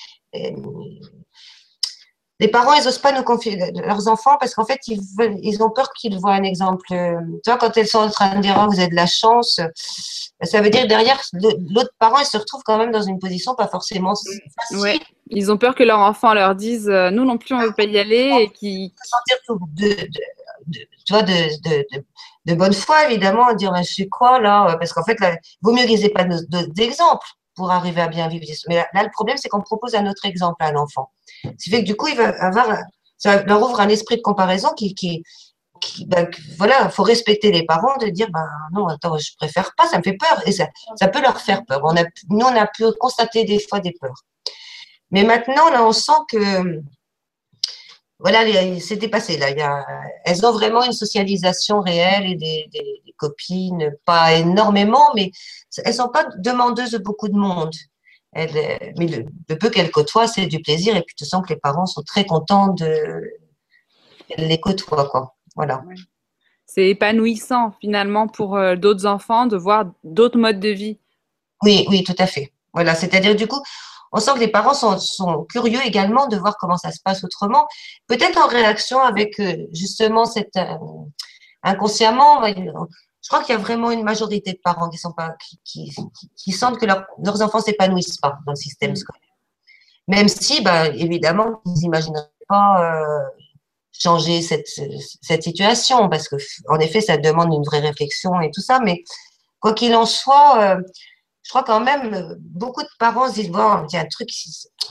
les parents, ils n'osent pas nous confier leurs enfants parce qu'en fait, ils ont peur qu'ils voient un exemple. Tu vois, quand elles sont en train de dire, oh, vous avez de la chance, ça veut dire que derrière, l'autre parent, il se retrouve quand même dans une position pas forcément Ouais. facile. Ils ont peur que leur enfant leur dise nous non plus on veut pas y aller et qui Sentir tu vois, de bonne foi, évidemment, dire, je suis quoi là? Parce qu'en fait, il vaut mieux qu'ils aient pas d'exemple pour arriver à bien vivre. Mais là, le problème, c'est qu'on propose un autre exemple à un enfant. Ce qui fait que du coup, il va avoir, ça leur ouvre un esprit de comparaison voilà, il faut respecter les parents de dire, non, attends, je préfère pas, ça me fait peur. Et ça peut leur faire peur. Nous, on a pu constater des fois des peurs. Mais maintenant, là, on sent que, voilà, c'est dépassé. Là, elles ont vraiment une socialisation réelle et des copines, pas énormément, mais elles sont pas demandeuses de beaucoup de monde. Mais le peu qu'elles côtoient, c'est du plaisir. Et puis, tu sens que les parents sont très contents qu'elles les côtoient, quoi. Voilà. ouais. C'est épanouissant finalement pour d'autres enfants de voir d'autres modes de vie. Oui, oui, tout à fait. Voilà, c'est-à-dire du coup, on sent que les parents sont curieux également de voir comment ça se passe autrement, peut-être en réaction avec justement cette inconsciemment. Je crois qu'il y a vraiment une majorité de parents qui sont pas qui sentent que leurs enfants s'épanouissent pas dans le système Mm. scolaire. Même si, évidemment, ils n'imagineraient pas changer cette situation parce que en effet, ça demande une vraie réflexion et tout ça. Mais quoi qu'il en soit. Je crois quand même, beaucoup de parents se disent, bon, il y a un truc,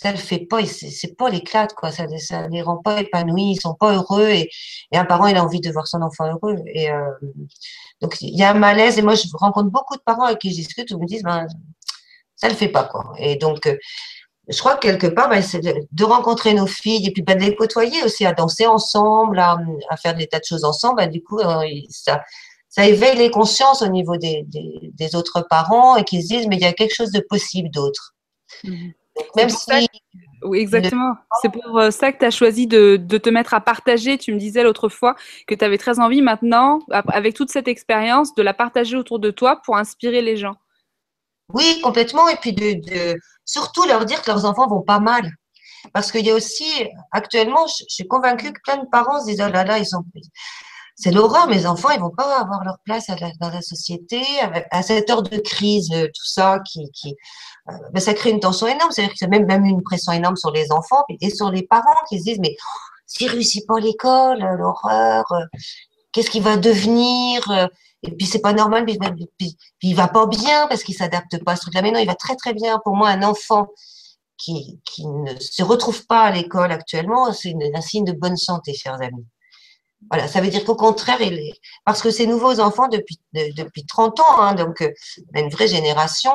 ça le fait pas, c'est pas l'éclat, quoi. Ça les rend pas épanouis, ils sont pas heureux. Et un parent, il a envie de voir son enfant heureux. Donc, il y a un malaise. Et moi, je rencontre beaucoup de parents avec qui je discute où ils me disent, ben, ça le fait pas, quoi. Et donc, je crois que quelque part, ben, c'est de rencontrer nos filles et puis ben, de les côtoyer aussi, à danser ensemble, à faire des tas de choses ensemble. Ben, du coup, ça éveille les consciences au niveau des autres parents et qu'ils se disent, mais il y a quelque chose de possible d'autre. Mhm. Donc, C'est même pour ça si Oui, exactement. C'est pour ça que tu as choisi de te mettre à partager. Tu me disais l'autre fois que tu avais très envie maintenant, avec toute cette expérience, de la partager autour de toi pour inspirer les gens. oui, complètement. Et puis surtout leur dire que leurs enfants vont pas mal. Parce qu'il y a aussi, actuellement, je suis convaincue que plein de parents se disent, oh là là, c'est l'horreur, mes enfants, ils vont pas avoir leur place dans la société, à cette heure de crise, tout ça, ben, ça crée une tension énorme. C'est-à-dire que c'est même une pression énorme sur les enfants et sur les parents qui se disent, mais s'il réussit pas à l'école, l'horreur, qu'est-ce qu'il va devenir? Et puis c'est pas normal, puis il va pas bien parce qu'il s'adapte pas à ce truc-là. Mais non, il va très très bien. Pour moi, un enfant qui ne se retrouve pas à l'école actuellement, c'est un signe de bonne santé, chers amis. Voilà, ça veut dire qu'au contraire, parce que ces nouveaux enfants depuis 30 ans, hein, donc on a une vraie génération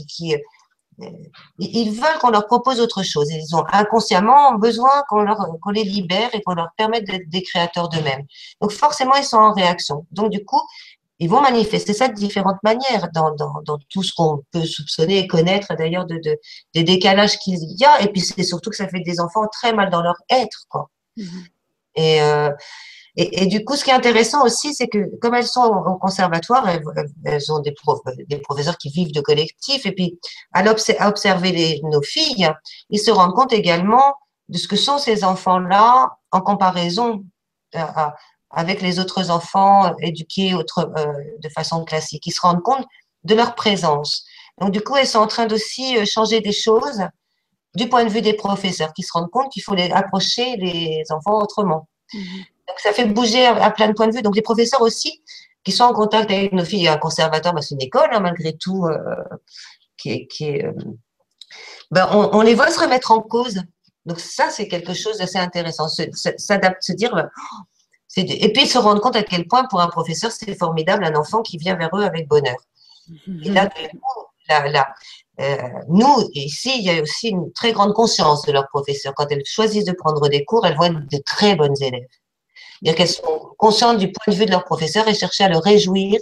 ils veulent qu'on leur propose autre chose. Ils ont inconsciemment besoin qu'on les libère et qu'on leur permette d'être des créateurs d'eux-mêmes. Donc forcément, ils sont en réaction. Donc du coup, ils vont manifester ça de différentes manières dans tout ce qu'on peut soupçonner et connaître d'ailleurs des décalages qu'il y a. Et puis c'est surtout que ça fait des enfants très mal dans leur être, quoi. Mhm. Et, et du coup, ce qui est intéressant aussi, c'est que comme elles sont au conservatoire, elles ont des professeurs qui vivent de collectif. Et puis, à observer nos filles, ils se rendent compte également de ce que sont ces enfants-là en comparaison avec les autres enfants éduqués de façon classique. Ils se rendent compte de leur présence. Donc, du coup, elles sont en train d'aussi changer des choses du point de vue des professeurs qui se rendent compte qu'il faut approcher les enfants autrement. Mhm. Donc, ça fait bouger à plein de points de vue. Donc, les professeurs aussi, qui sont en contact avec nos filles, il y a un conservatoire, ben, c'est une école, hein, malgré tout, ben, on les voit se remettre en cause. Donc, ça, c'est quelque chose d'assez intéressant. S'adapter, se dire, ben, et puis se rendre compte à quel point, pour un professeur, c'est formidable, un enfant qui vient vers eux avec bonheur. Et là, du coup, nous, ici, il y a aussi une très grande conscience de leurs professeurs. Quand elles choisissent de prendre des cours, elles vont être de très bonnes élèves. C'est-à-dire qu'elles sont conscientes du point de vue de leur professeur et chercher à le réjouir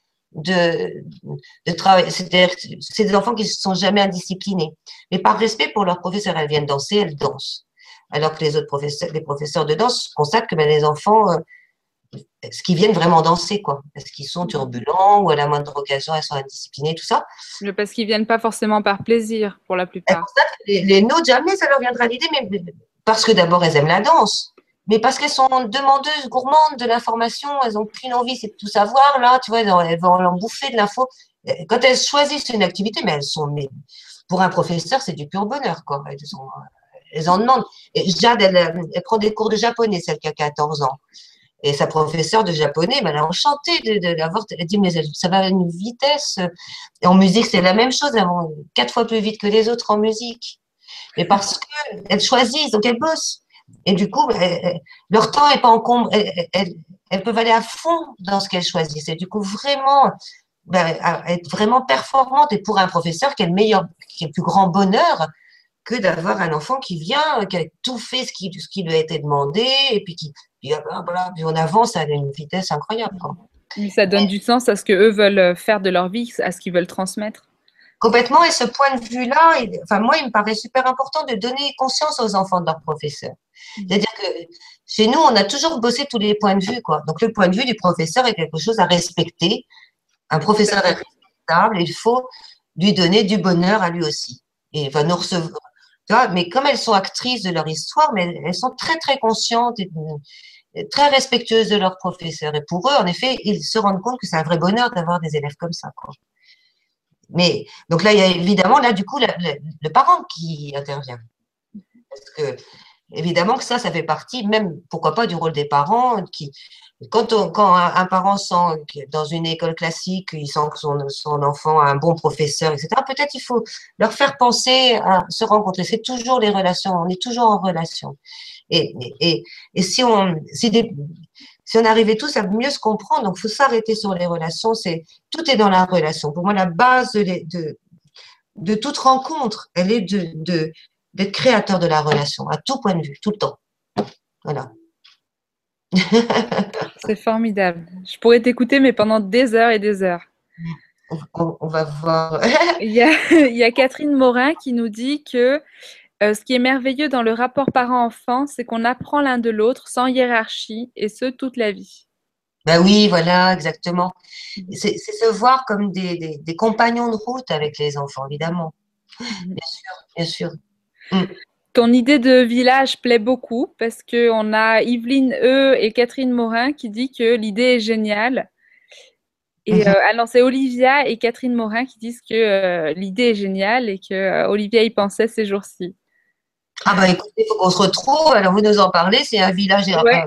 de travailler. C'est-à-dire que c'est des enfants qui ne sont jamais indisciplinés. Mais par respect pour leur professeur, elles viennent danser, elles dansent. Alors que les professeurs de danse constatent que ben, les enfants, ce qu'ils viennent vraiment danser, quoi. Parce qu'ils sont turbulents ou à la moindre occasion, elles sont indisciplinées, tout ça. Parce qu'ils viennent pas forcément par plaisir, pour la Elles plupart. constatent que les nôtres, jamais ça leur viendra à l'idée, mais parce que d'abord, elles aiment la danse. Mais parce qu'elles sont demandeuses, gourmandes de l'information, elles n'ont qu'une envie, c'est de tout savoir, là, tu vois, elles vont en bouffer de l'info. Quand elles choisissent une activité, mais pour un professeur, c'est du pur bonheur, quoi. Elles en demandent. Et Jade, elle prend des cours de japonais, celle qui a 14 ans. Et sa professeure de japonais, ben, elle a enchanté de l'avoir. Elle dit, mais ça va à une vitesse. Et en musique, c'est la même chose. Elles vont 4 fois plus vite que les autres en musique. Mais parce qu'elles choisissent, donc elles bossent. Et du coup, leur temps n'est pas encombré. Elles peuvent aller à fond dans ce qu'elles choisissent. Et du coup, vraiment, ben, être vraiment performante. Et pour un professeur, quel plus grand bonheur que d'avoir un enfant qui vient, qui a tout fait ce qui lui a été demandé, et puis on avance à une vitesse incroyable, quoi. Oui, ça donne du sens à ce que eux veulent faire de leur vie, à ce qu'ils veulent transmettre. Complètement, et ce point de vue-là, enfin, moi, il me paraît super important de donner conscience aux enfants de leurs professeurs. C'est-à-dire que chez nous, on a toujours bossé tous les points de vue, quoi. Donc, le point de vue du professeur est quelque chose à respecter. Un professeur est respectable, et il faut lui donner du bonheur à lui aussi. Et il va nous recevoir. Tu vois, mais comme elles sont actrices de leur histoire, mais elles sont très, très conscientes et très respectueuses de leurs professeurs. Et pour eux, en effet, ils se rendent compte que c'est un vrai bonheur d'avoir des élèves comme ça, quoi. Mais, donc là, il y a évidemment, là, du coup, le parent qui intervient. Parce que évidemment que ça fait partie, même, pourquoi pas, du rôle des parents qui, quand un parent sent que dans une école classique, il sent que son enfant a un bon professeur, etc., peut-être il faut leur faire penser à se rencontrer. C'est toujours les relations, on est toujours en relation. Et, et si si on arrivait tous à mieux se comprendre, donc il faut s'arrêter sur les relations, tout est dans la relation. Pour moi, la base de toute rencontre, elle est d'être créateur de la relation, à tout point de vue, tout le temps. Voilà. C'est formidable. Je pourrais t'écouter, mais pendant des heures et des heures. On va voir. Il y a Catherine Morin qui nous dit que ce qui est merveilleux dans le rapport parent-enfant, c'est qu'on apprend l'un de l'autre sans hiérarchie, et ce, toute la vie. Ben oui, voilà, exactement. C'est se voir comme des compagnons de route avec les enfants, évidemment. Bien sûr, bien sûr. Ton idée de village plaît beaucoup parce qu'on a Yveline E et Catherine Morin qui dit que l'idée est géniale. Et alors c'est Olivia et Catherine Morin qui disent que l'idée est géniale et que Olivia y pensait ces jours-ci. Ah bah écoutez, il faut qu'on se retrouve. Alors vous nous en parlez, c'est un village. Ouais.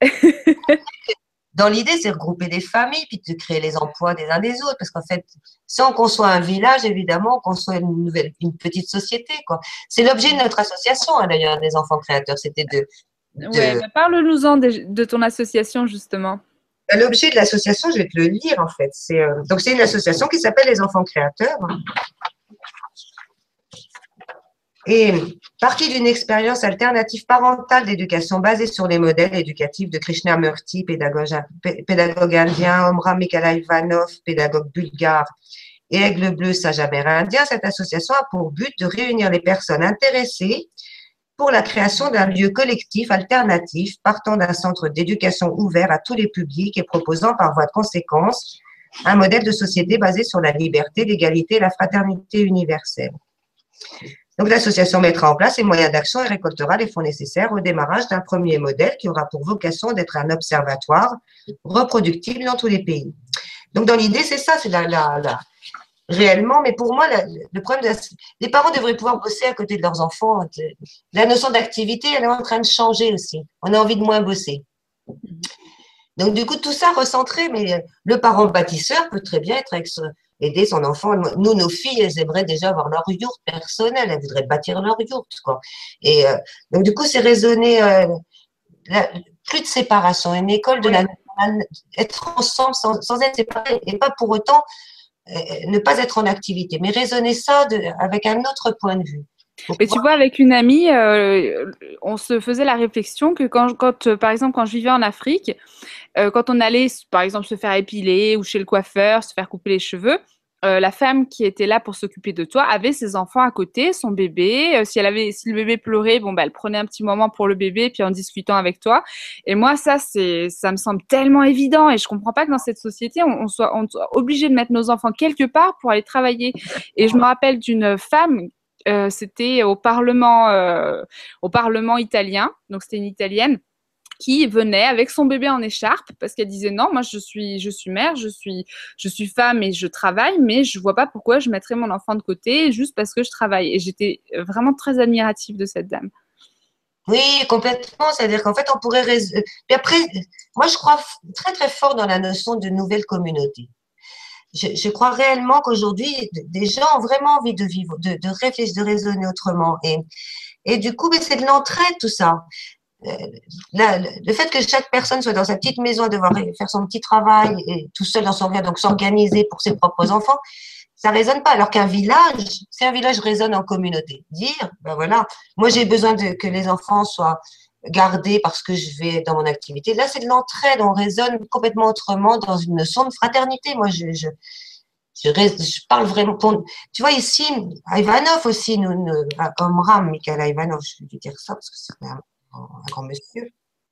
Dans l'idée, c'est regrouper des familles, puis de créer les emplois des uns des autres. Parce qu'en fait, sans qu'on soit un village, évidemment, qu'on soit une petite société, quoi. C'est l'objet de notre association, hein, d'ailleurs, des enfants créateurs. C'était Ouais, bah parle-nous-en de ton association, justement. L'objet de l'association, je vais te le lire, en fait. Donc, c'est une association qui s'appelle les enfants créateurs. Et partie d'une expérience alternative parentale d'éducation basée sur les modèles éducatifs de Krishnamurti, pédagogue indien, Omram Mikhaïlvanov, pédagogue bulgare, et Aigle Bleu, sage amérindien, cette association a pour but de réunir les personnes intéressées pour la création d'un lieu collectif alternatif partant d'un centre d'éducation ouvert à tous les publics et proposant par voie de conséquence un modèle de société basé sur la liberté, l'égalité et la fraternité universelle. Donc, l'association mettra en place les moyens d'action et récoltera les fonds nécessaires au démarrage d'un premier modèle qui aura pour vocation d'être un observatoire reproductible dans tous les pays. Donc, dans l'idée, c'est ça, c'est réellement, mais pour moi, le problème, les parents devraient pouvoir bosser à côté de leurs enfants. La notion d'activité, elle est en train de changer aussi. On a envie de moins bosser. Donc, du coup, tout ça recentré, mais le parent bâtisseur peut très bien aider son enfant. Nous, nos filles, elles aimeraient déjà avoir leur yourte personnelle, elles voudraient bâtir leur yourte, quoi. Et donc, du coup, c'est raisonner plus de séparation, une école de être ensemble sans être séparés, et pas pour autant ne pas être en activité, mais raisonner ça avec un autre point de vue. Mais tu vois, avec une amie, on se faisait la réflexion que par exemple, quand je vivais en Afrique, quand on allait, par exemple, se faire épiler ou chez le coiffeur, se faire couper les cheveux, la femme qui était là pour s'occuper de toi avait ses enfants à côté, son bébé. Si le bébé pleurait, bon, bah, elle prenait un petit moment pour le bébé, puis en discutant avec toi. Et moi, ça me semble tellement évident. Et je comprends pas que dans cette société, on soit obligé de mettre nos enfants quelque part pour aller travailler. Et je me rappelle d'une femme. C'était au Parlement italien, donc c'était une Italienne qui venait avec son bébé en écharpe parce qu'elle disait non, moi je suis mère, je suis femme et je travaille, mais je vois pas pourquoi je mettrais mon enfant de côté juste parce que je travaille. Et j'étais vraiment très admirative de cette dame. Oui, complètement. C'est-à-dire qu'en fait, on pourrait. Puis après, moi, je crois très, très fort dans la notion de nouvelle communauté. Je crois réellement qu'aujourd'hui, des gens ont vraiment envie de vivre, de réfléchir, de raisonner autrement. Et du coup, c'est de l'entraide, tout ça. Le fait que chaque personne soit dans sa petite maison à devoir faire son petit travail et tout seul dans son regard, donc s'organiser pour ses propres enfants, ça résonne pas. Alors qu'un village, si un village résonne en communauté, dire, ben voilà, moi j'ai besoin que les enfants soient gardés parce que je vais dans mon activité. Là, c'est de l'entraide, on résonne complètement autrement dans une notion de fraternité. Moi, je parle vraiment. Tu vois, ici, à Ivanov aussi, Omram, Mikhail Ivanov, je vais lui dire ça parce que c'est un grand monsieur.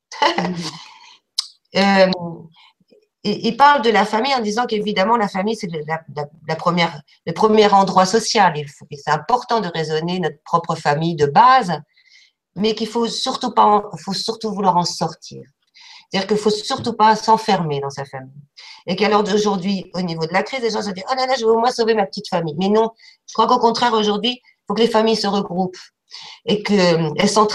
Il parle de la famille en disant qu'évidemment, la famille, c'est le premier endroit social. Et c'est important de raisonner notre propre famille de base, mais qu'il faut surtout vouloir en sortir. C'est-à-dire qu'il ne faut surtout pas s'enfermer dans sa famille. Et qu'à l'heure d'aujourd'hui, au niveau de la crise, les gens se disent « Oh là là, je veux au moins sauver ma petite famille ». Mais non, je crois qu'au contraire, aujourd'hui, il faut que les familles se regroupent et qu'elles s'entraident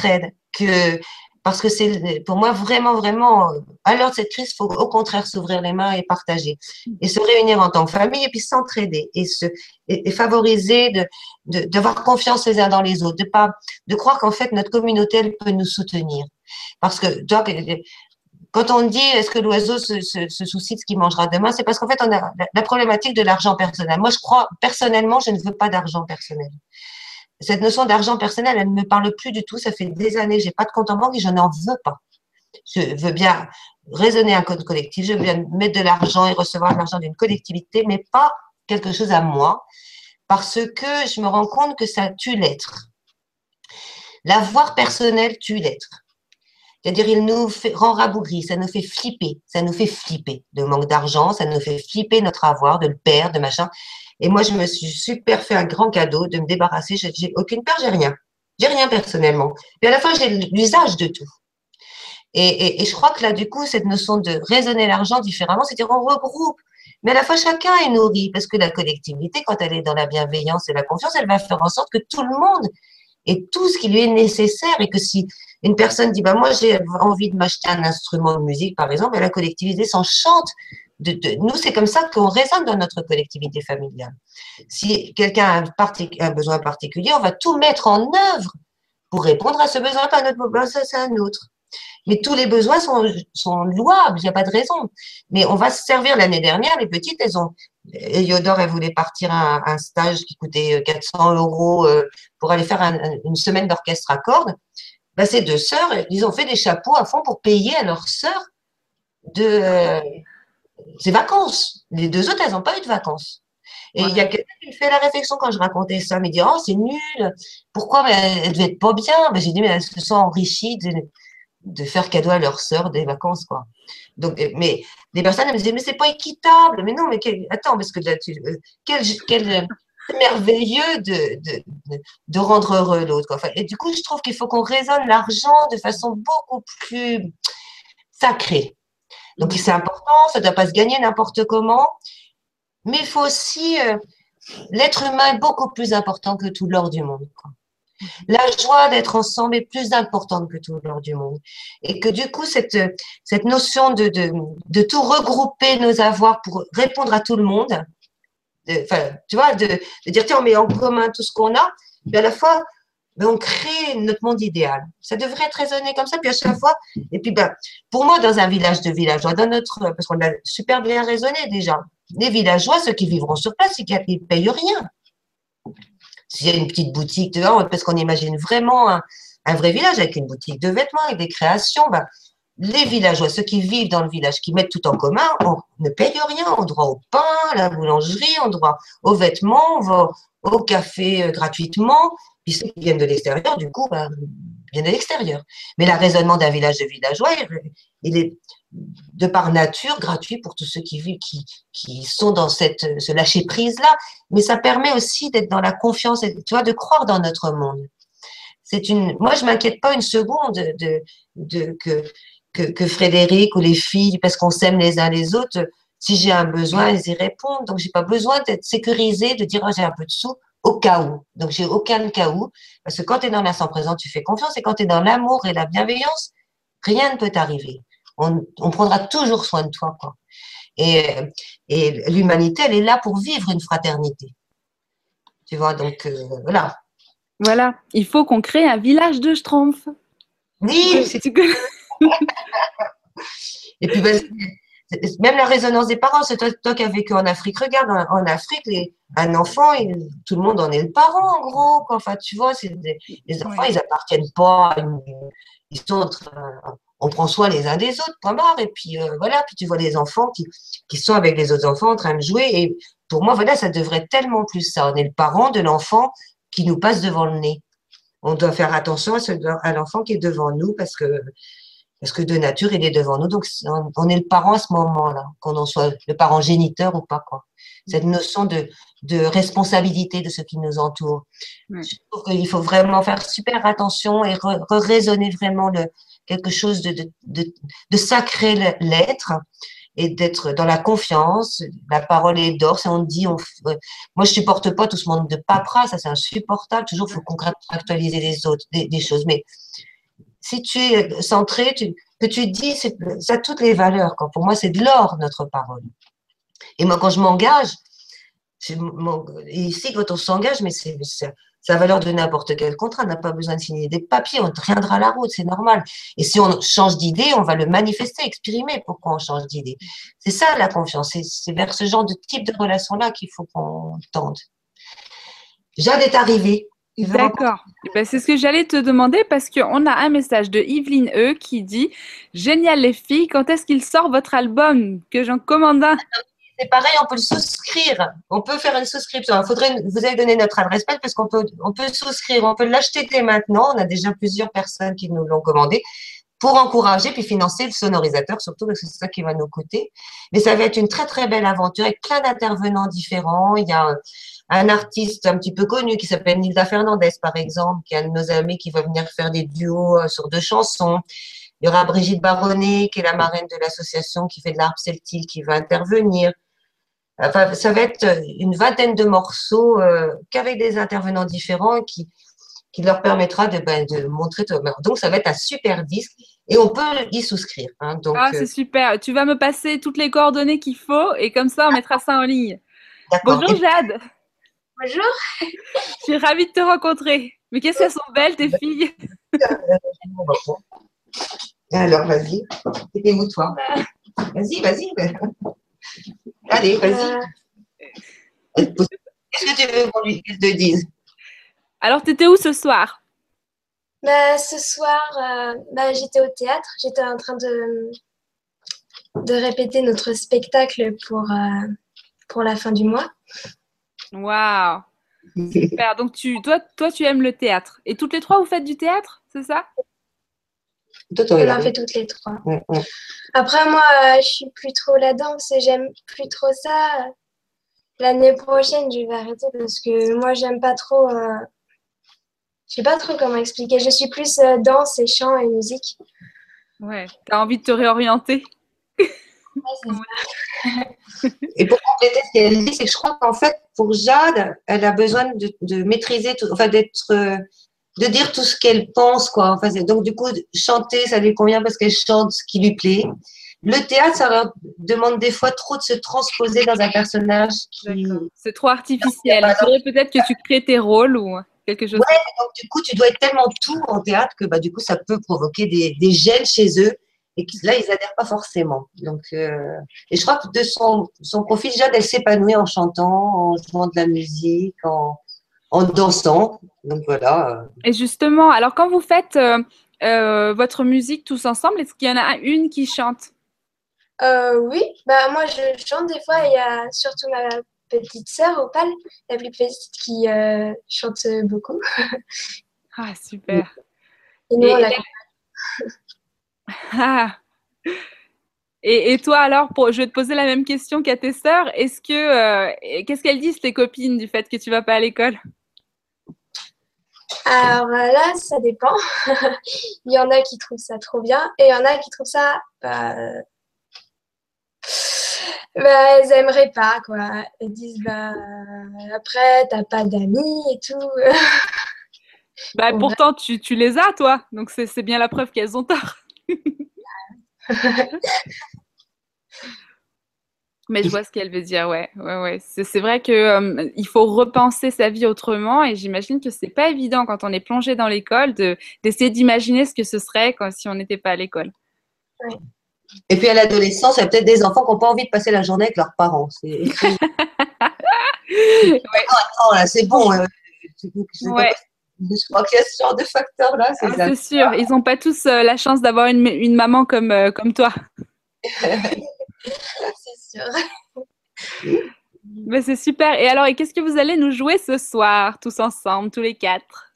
parce que c'est pour moi vraiment, vraiment, à l'heure de cette crise, il faut au contraire s'ouvrir les mains et partager. Et se réunir en tant que famille et puis s'entraider et favoriser d'avoir confiance les uns dans les autres, de croire qu'en fait notre communauté, elle peut nous soutenir. Parce que donc, quand on dit est-ce que l'oiseau se soucie de ce qu'il mangera demain, c'est parce qu'en fait on a la problématique de l'argent personnel. Moi, je crois personnellement, je ne veux pas d'argent personnel. Cette notion d'argent personnel, elle ne me parle plus du tout. Ça fait des années, j'ai pas de compte en banque et je n'en veux pas. Je veux bien raisonner un code collectif, je veux bien mettre de l'argent et recevoir de l'argent d'une collectivité, mais pas quelque chose à moi, parce que je me rends compte que ça tue l'être. L'avoir personnel tue l'être. C'est-à-dire, il nous rend rabougris, ça nous fait flipper, le manque d'argent, ça nous fait flipper notre avoir, de le perdre, de machin. Et moi, je me suis super fait un grand cadeau de me débarrasser. J'ai aucune peur, j'ai rien. J'ai rien personnellement. Mais à la fois, j'ai l'usage de tout. Et je crois que là, du coup, cette notion de raisonner l'argent différemment, c'est-à-dire on regroupe. Mais à la fois, chacun est nourri parce que la collectivité, quand elle est dans la bienveillance et la confiance, elle va faire en sorte que tout le monde ait tout ce qui lui est nécessaire et que si une personne dit, bah, moi, j'ai envie de m'acheter un instrument de musique, par exemple, et la collectivité s'enchante. Nous, c'est comme ça qu'on résonne dans notre collectivité familiale. Si quelqu'un a un besoin particulier, on va tout mettre en œuvre pour répondre à ce besoin, pas notre besoin, ça, c'est un autre. Mais tous les besoins sont louables, il n'y a pas de raison. Mais on va se servir l'année dernière, les petites, Eliodore, elle voulait partir à un stage qui coûtait 400 euros pour aller faire une semaine d'orchestre à cordes. Ben, ces deux sœurs, ils ont fait des chapeaux à fond pour payer à leurs sœurs ces vacances. Les deux autres, elles n'ont pas eu de vacances. Et il y a quelqu'un qui me fait la réflexion quand je racontais ça, il me dit, oh, c'est nul, pourquoi elles devaient être pas bien. Ben, j'ai dit, mais elles se sont enrichies de faire cadeau à leurs sœurs des vacances, quoi. Donc, mais les personnes, elles me disaient, mais c'est pas équitable. Mais non, mais attends, parce que quel merveilleux de rendre heureux l'autre, quoi. Enfin, et du coup, je trouve qu'il faut qu'on raisonne l'argent de façon beaucoup plus sacrée. Donc, c'est important, ça ne doit pas se gagner n'importe comment, mais il faut aussi, l'être humain est beaucoup plus important que tout l'or du monde, quoi. La joie d'être ensemble est plus importante que tout l'or du monde. Et que du coup, cette notion de tout regrouper nos avoirs pour répondre à tout le monde, enfin, tu vois, de dire, tiens, on met en commun tout ce qu'on a, mais à la fois, ben, on crée notre monde idéal. Ça devrait être raisonné comme ça, puis à chaque fois, et puis ben, pour moi, dans un village de villageois, parce qu'on a super bien raisonné déjà, les villageois, ceux qui vivront sur place, ils ne payent rien. S'il y a une petite boutique dehors, parce qu'on imagine vraiment un vrai village avec une boutique de vêtements, avec des créations, ben, les villageois, ceux qui vivent dans le village, qui mettent tout en commun, on ne paye rien. On a droit au pain, à la boulangerie, on a droit aux vêtements, on va au café gratuitement. Puis ceux qui viennent de l'extérieur, du coup, ben, viennent de l'extérieur. Mais le raisonnement d'un village de villageois, il est de par nature gratuit pour tous ceux qui vivent, qui sont dans ce lâcher-prise-là. Mais ça permet aussi d'être dans la confiance, et, tu vois, de croire dans notre monde. Moi, je m'inquiète pas une seconde que Frédéric ou les filles, parce qu'on s'aime les uns les autres, si j'ai un besoin, elles y répondent. Donc, j'ai pas besoin d'être sécurisée, de dire, oh, j'ai un peu de sous, au cas où. Donc, j'ai aucun cas où. Parce que quand tu es dans l'instant présent, tu fais confiance. Et quand tu es dans l'amour et la bienveillance, rien ne peut t'arriver. On prendra toujours soin de toi, quoi. Et l'humanité, elle est là pour vivre une fraternité. Tu vois, donc, voilà. Voilà, il faut qu'on crée un village de Schtroumpfs. Oui, tu connais. Et puis, ben, même la résonance des parents, c'est toi qui as vécu en Afrique. Regarde, en Afrique, un enfant, tout le monde en est le parent, en gros. Quoi. Enfin, tu vois, les enfants, ils appartiennent pas. Ils sont on prend soin les uns des autres, point barre. Et puis, voilà. Puis tu vois les enfants qui sont avec les autres enfants en train de jouer. Et pour moi, voilà, ça devrait être tellement plus ça. On est le parent de l'enfant qui nous passe devant le nez. On doit faire attention à l'enfant qui est devant nous parce que de nature, il est devant nous. Donc, on est le parent à ce moment-là, qu'on en soit le parent géniteur ou pas, quoi. Cette notion de responsabilité de ce qui nous entoure. Ouais. Je trouve qu'il faut vraiment faire super attention et raisonner vraiment quelque chose de sacré l'être et d'être dans la confiance. La parole est d'or. Si on dit, moi, je supporte pas tout ce monde de paperasse, ça c'est insupportable. Toujours, il faut contractualiser les autres, des choses. Mais si tu es centré, que tu dis, ça a toutes les valeurs. Quoi. Pour moi, c'est de l'or, notre parole. Et moi, quand je m'engage, ici, quand on s'engage, mais c'est la valeur de n'importe quel contrat. On n'a pas besoin de signer des papiers, on tiendra la route, c'est normal. Et si on change d'idée, on va le manifester, exprimer pourquoi on change d'idée. C'est ça la confiance. C'est vers ce genre de type de relation-là qu'il faut qu'on tende. Jade est arrivée. D'accord. Eh ben, c'est ce que j'allais te demander parce qu'on a un message de Yveline E qui dit génial les filles, quand est-ce qu'il sort votre album? Que j'en commande un. C'est pareil, on peut le souscrire. On peut faire une souscription. Il faudrait, vous avez donné notre adresse mail parce qu'on peut souscrire, on peut l'acheter dès maintenant. On a déjà plusieurs personnes qui nous l'ont commandé pour encourager puis financer le sonorisateur, surtout parce que c'est ça qui va nous coûter. Mais ça va être une très, très belle aventure avec plein d'intervenants différents. Il y a un artiste un petit peu connu qui s'appelle Nilda Fernandez, par exemple, qui est un de nos amis qui va venir faire des duos sur 2 chansons. Il y aura Brigitte Baronnet, qui est la marraine de l'association qui fait de l'harpe celtique, qui va intervenir. Enfin, ça va être une vingtaine de morceaux qu'avec des intervenants différents qui leur permettra de montrer. Donc, ça va être un super disque et on peut y souscrire. Hein, donc, c'est super. Tu vas me passer toutes les coordonnées qu'il faut et comme ça, on mettra ça en ligne. Bonjour Jade. Bonjour. Je suis ravie de te rencontrer. Mais qu'est-ce qu'elles sont belles, tes filles. Alors, vas-y. C'était où, toi? Vas-y. Allez, vas-y. Qu'est-ce que tu veux qu'elle te dise? Alors, tu étais où ce soir? Ce soir, j'étais au théâtre. J'étais en train de répéter notre spectacle pour la fin du mois. Waouh! Super. Donc, toi, tu aimes le théâtre. Et toutes les trois, vous faites du théâtre, c'est ça? On en fait toutes les trois. Ouais. Après, moi, je suis plus trop la danse et j'aime plus trop ça. L'année prochaine, je vais arrêter parce que moi, j'aime pas trop. Je sais pas trop comment expliquer. Je suis plus danse et chant et musique. Ouais, tu as envie de te réorienter. Et pour compléter ce qu'elle dit, c'est que je crois qu'en fait, pour Jade, elle a besoin de maîtriser, de dire tout ce qu'elle pense, quoi. Enfin, donc, du coup, chanter, ça lui convient parce qu'elle chante ce qui lui plaît. Le théâtre, ça leur demande des fois trop de se transposer dans un personnage qui… C'est trop artificiel. Il faudrait peut-être que tu crées tes rôles ou quelque chose. Ouais, donc du coup, tu dois être tellement tout en théâtre que du coup, ça peut provoquer des gènes chez eux et que là, ils n'adhèrent pas forcément. Donc, et je crois que de son profil, Jade, elle s'épanouit en chantant, en jouant de la musique, en dansant. Donc voilà. Et justement, alors quand vous faites votre musique tous ensemble, est-ce qu'il y en a une qui chante? Oui, moi je chante des fois. Il y a surtout ma petite sœur Opal, la plus petite, qui chante beaucoup. Ah, super. Et nous, on la… Et toi alors, je vais te poser la même question qu'à tes sœurs. Qu'est-ce qu'elles disent tes copines du fait que tu vas pas à l'école? Alors là, ça dépend. Il y en a qui trouvent ça trop bien et il y en a qui trouvent ça… elles aimeraient pas, quoi. Elles disent, après, t'as pas d'amis et tout. Pourtant, tu les as, toi. Donc, c'est bien la preuve qu'elles ont tort. Mais je vois ce qu'elle veut dire, ouais. C'est vrai que il faut repenser sa vie autrement et j'imagine que c'est pas évident quand on est plongé dans l'école d'essayer d'imaginer ce que ce serait si on n'était pas à l'école. Ouais. Et puis à l'adolescence, il y a peut-être des enfants qui n'ont pas envie de passer la journée avec leurs parents. Ouais. Attends, là, c'est bon. Ouais. Je crois qu'il y a ce genre de facteurs-là. C'est sûr, ils n'ont pas tous la chance d'avoir une maman comme toi. C'est sûr. Mais c'est super. Et alors, qu'est-ce que vous allez nous jouer ce soir, tous ensemble, tous les 4?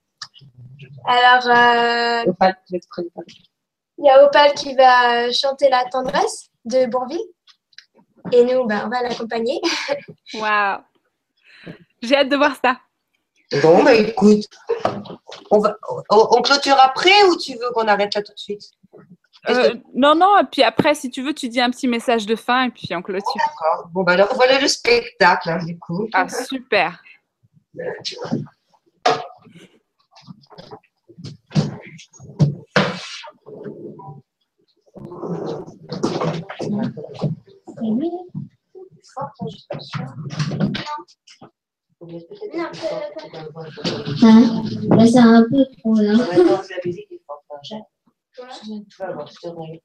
Alors, Opal, je vais te préparer. Il y a Opal qui va chanter La tendresse de Bourvil. Et nous, on va l'accompagner. Waouh! J'ai hâte de voir ça. Bon, écoute, on clôture après ou tu veux qu'on arrête là tout de suite? Non, et puis après, si tu veux, tu dis un petit message de fin et puis on clôture. D'accord. Bon, alors voilà le spectacle, hein, du coup. Ah, super. Là, c'est un peu trop là. La musique est forte. Tu vas voir, je te règle.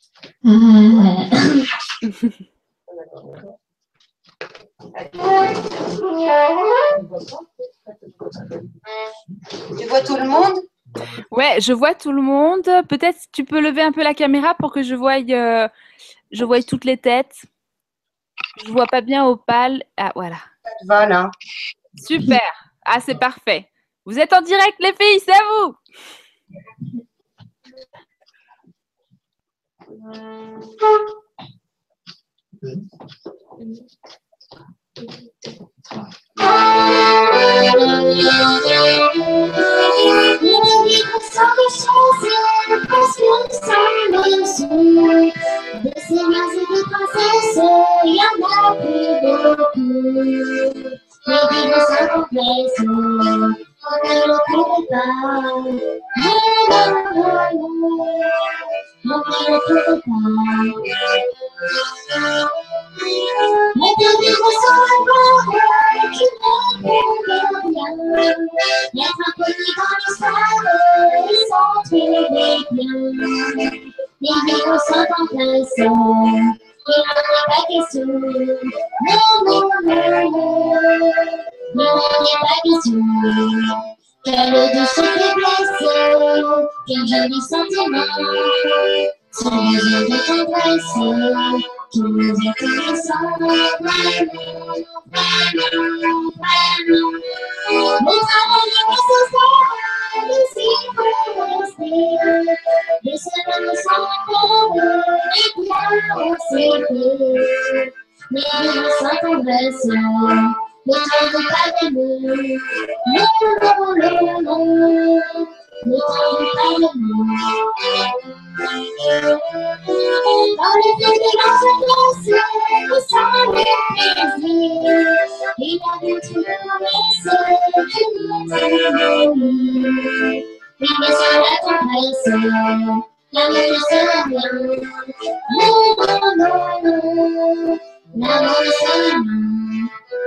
Tu vois tout le monde? Ouais, je vois tout le monde. Peut-être tu peux lever un peu la caméra pour que je voie toutes les têtes. Je vois pas bien Opal. Ah, voilà. Voilà. Super. Ah, c'est parfait. Vous êtes en direct, les filles, c'est à vous. De seigneurs et de princesses, il y en a plus beaucoup. Les vivants s'accomplissent, on ne le trouve pas. On ne le trouve pas. Mais de vivre sans avoir qui ne peut rien. Être inconnu dans l'histoire et s'en trouver bien. Les vivants s'accomplissent, il n'en est pas question. Non, non, non, non. Il n'en est pas question. Quelle douce faiblesse, quel joli sentiment. Ce besoin de tendresse, qui nous est caressant, vraiment, vraiment, vraiment. Le travail est nécessaire, mais s'il faut rester, et cela me semble et bien on sait que, mais sans tendresse, le temps ne pas d'aimer, non, non, non, non, le temps ne pas d'aimer. Dans les yeux de l'enfance, on sent le plaisir, et la nature promesse qui nous aime. Mais sans la tendresse, l'amour ne sera rien. Non, non, non, non, l'amour ne sera rien.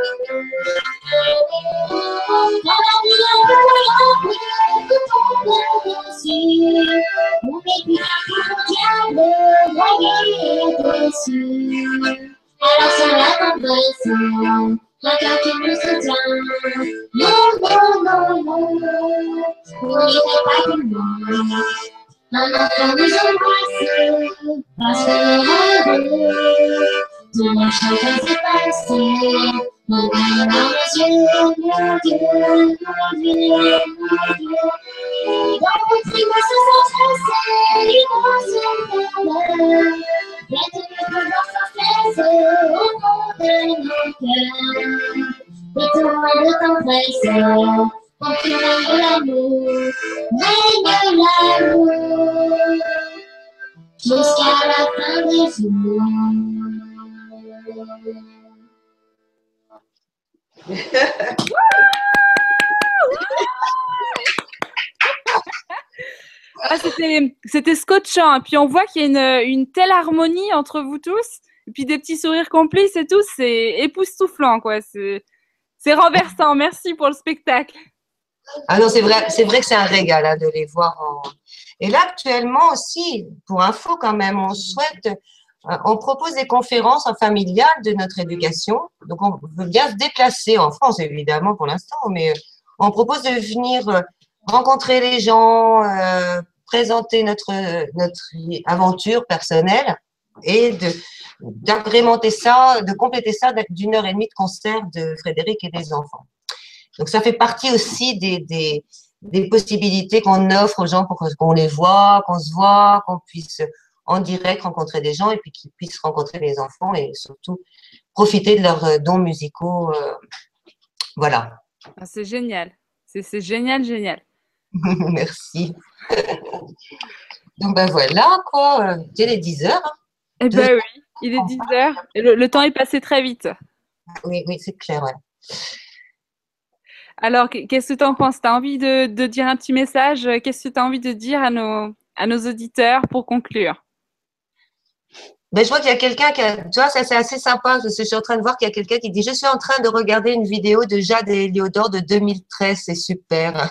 Dans la vie, on voyage, tout tombe dessus. On est bien pour diable, voyez dessus. Alors sans la tendresse, un cœur qui nous soutient. Non, non, non, non, on n'irait pas plus loin. Un enfant nous embrasse, parce qu'on est heureux. Demain chacun s'est passé, mon âme dans les yeux, mon Dieu, mon Dieu, mon Dieu. Dans le climat sans cesse, l'immense bonheur. Faites le bonheur sans cesse, au fond de nos cœurs. Et tout de tendresse, on peut règne l'amour, règne l'amour, jusqu'à la fin des jours. Ah, c'était scotchant. Et puis on voit qu'il y a une telle harmonie entre vous tous. Et puis des petits sourires complices et tout. C'est époustouflant, quoi. C'est renversant. Merci pour le spectacle. Ah non, c'est vrai que c'est un régal hein, de les voir. Et là, actuellement aussi, pour info quand même, on propose des conférences en familiale de notre éducation. Donc, on veut bien se déplacer en France, évidemment, pour l'instant, mais on propose de venir rencontrer les gens, présenter notre aventure personnelle et d'agrémenter ça, de compléter ça d'une heure et demie de concert de Frédéric et des enfants. Donc, ça fait partie aussi des possibilités qu'on offre aux gens pour qu'on les voit, qu'on se voit, qu'on puisse en direct rencontrer des gens et puis qu'ils puissent rencontrer les enfants et surtout profiter de leurs dons musicaux. Voilà. Ah, c'est génial. C'est génial, génial. Merci. Donc, ben voilà, quoi. C'est les 10 heures. Hein. Eh ben oui, il est 10 heures. Et le temps est passé très vite. Oui, c'est clair, ouais. Alors, qu'est-ce que tu en penses? Tu as envie de dire un petit message? Qu'est-ce que tu as envie de dire à à nos auditeurs pour conclure? Ben, je vois qu'il y a quelqu'un tu vois, ça c'est assez sympa, parce que je suis en train de voir qu'il y a quelqu'un qui dit: je suis en train de regarder une vidéo de Jade et Léodore de 2013, c'est super.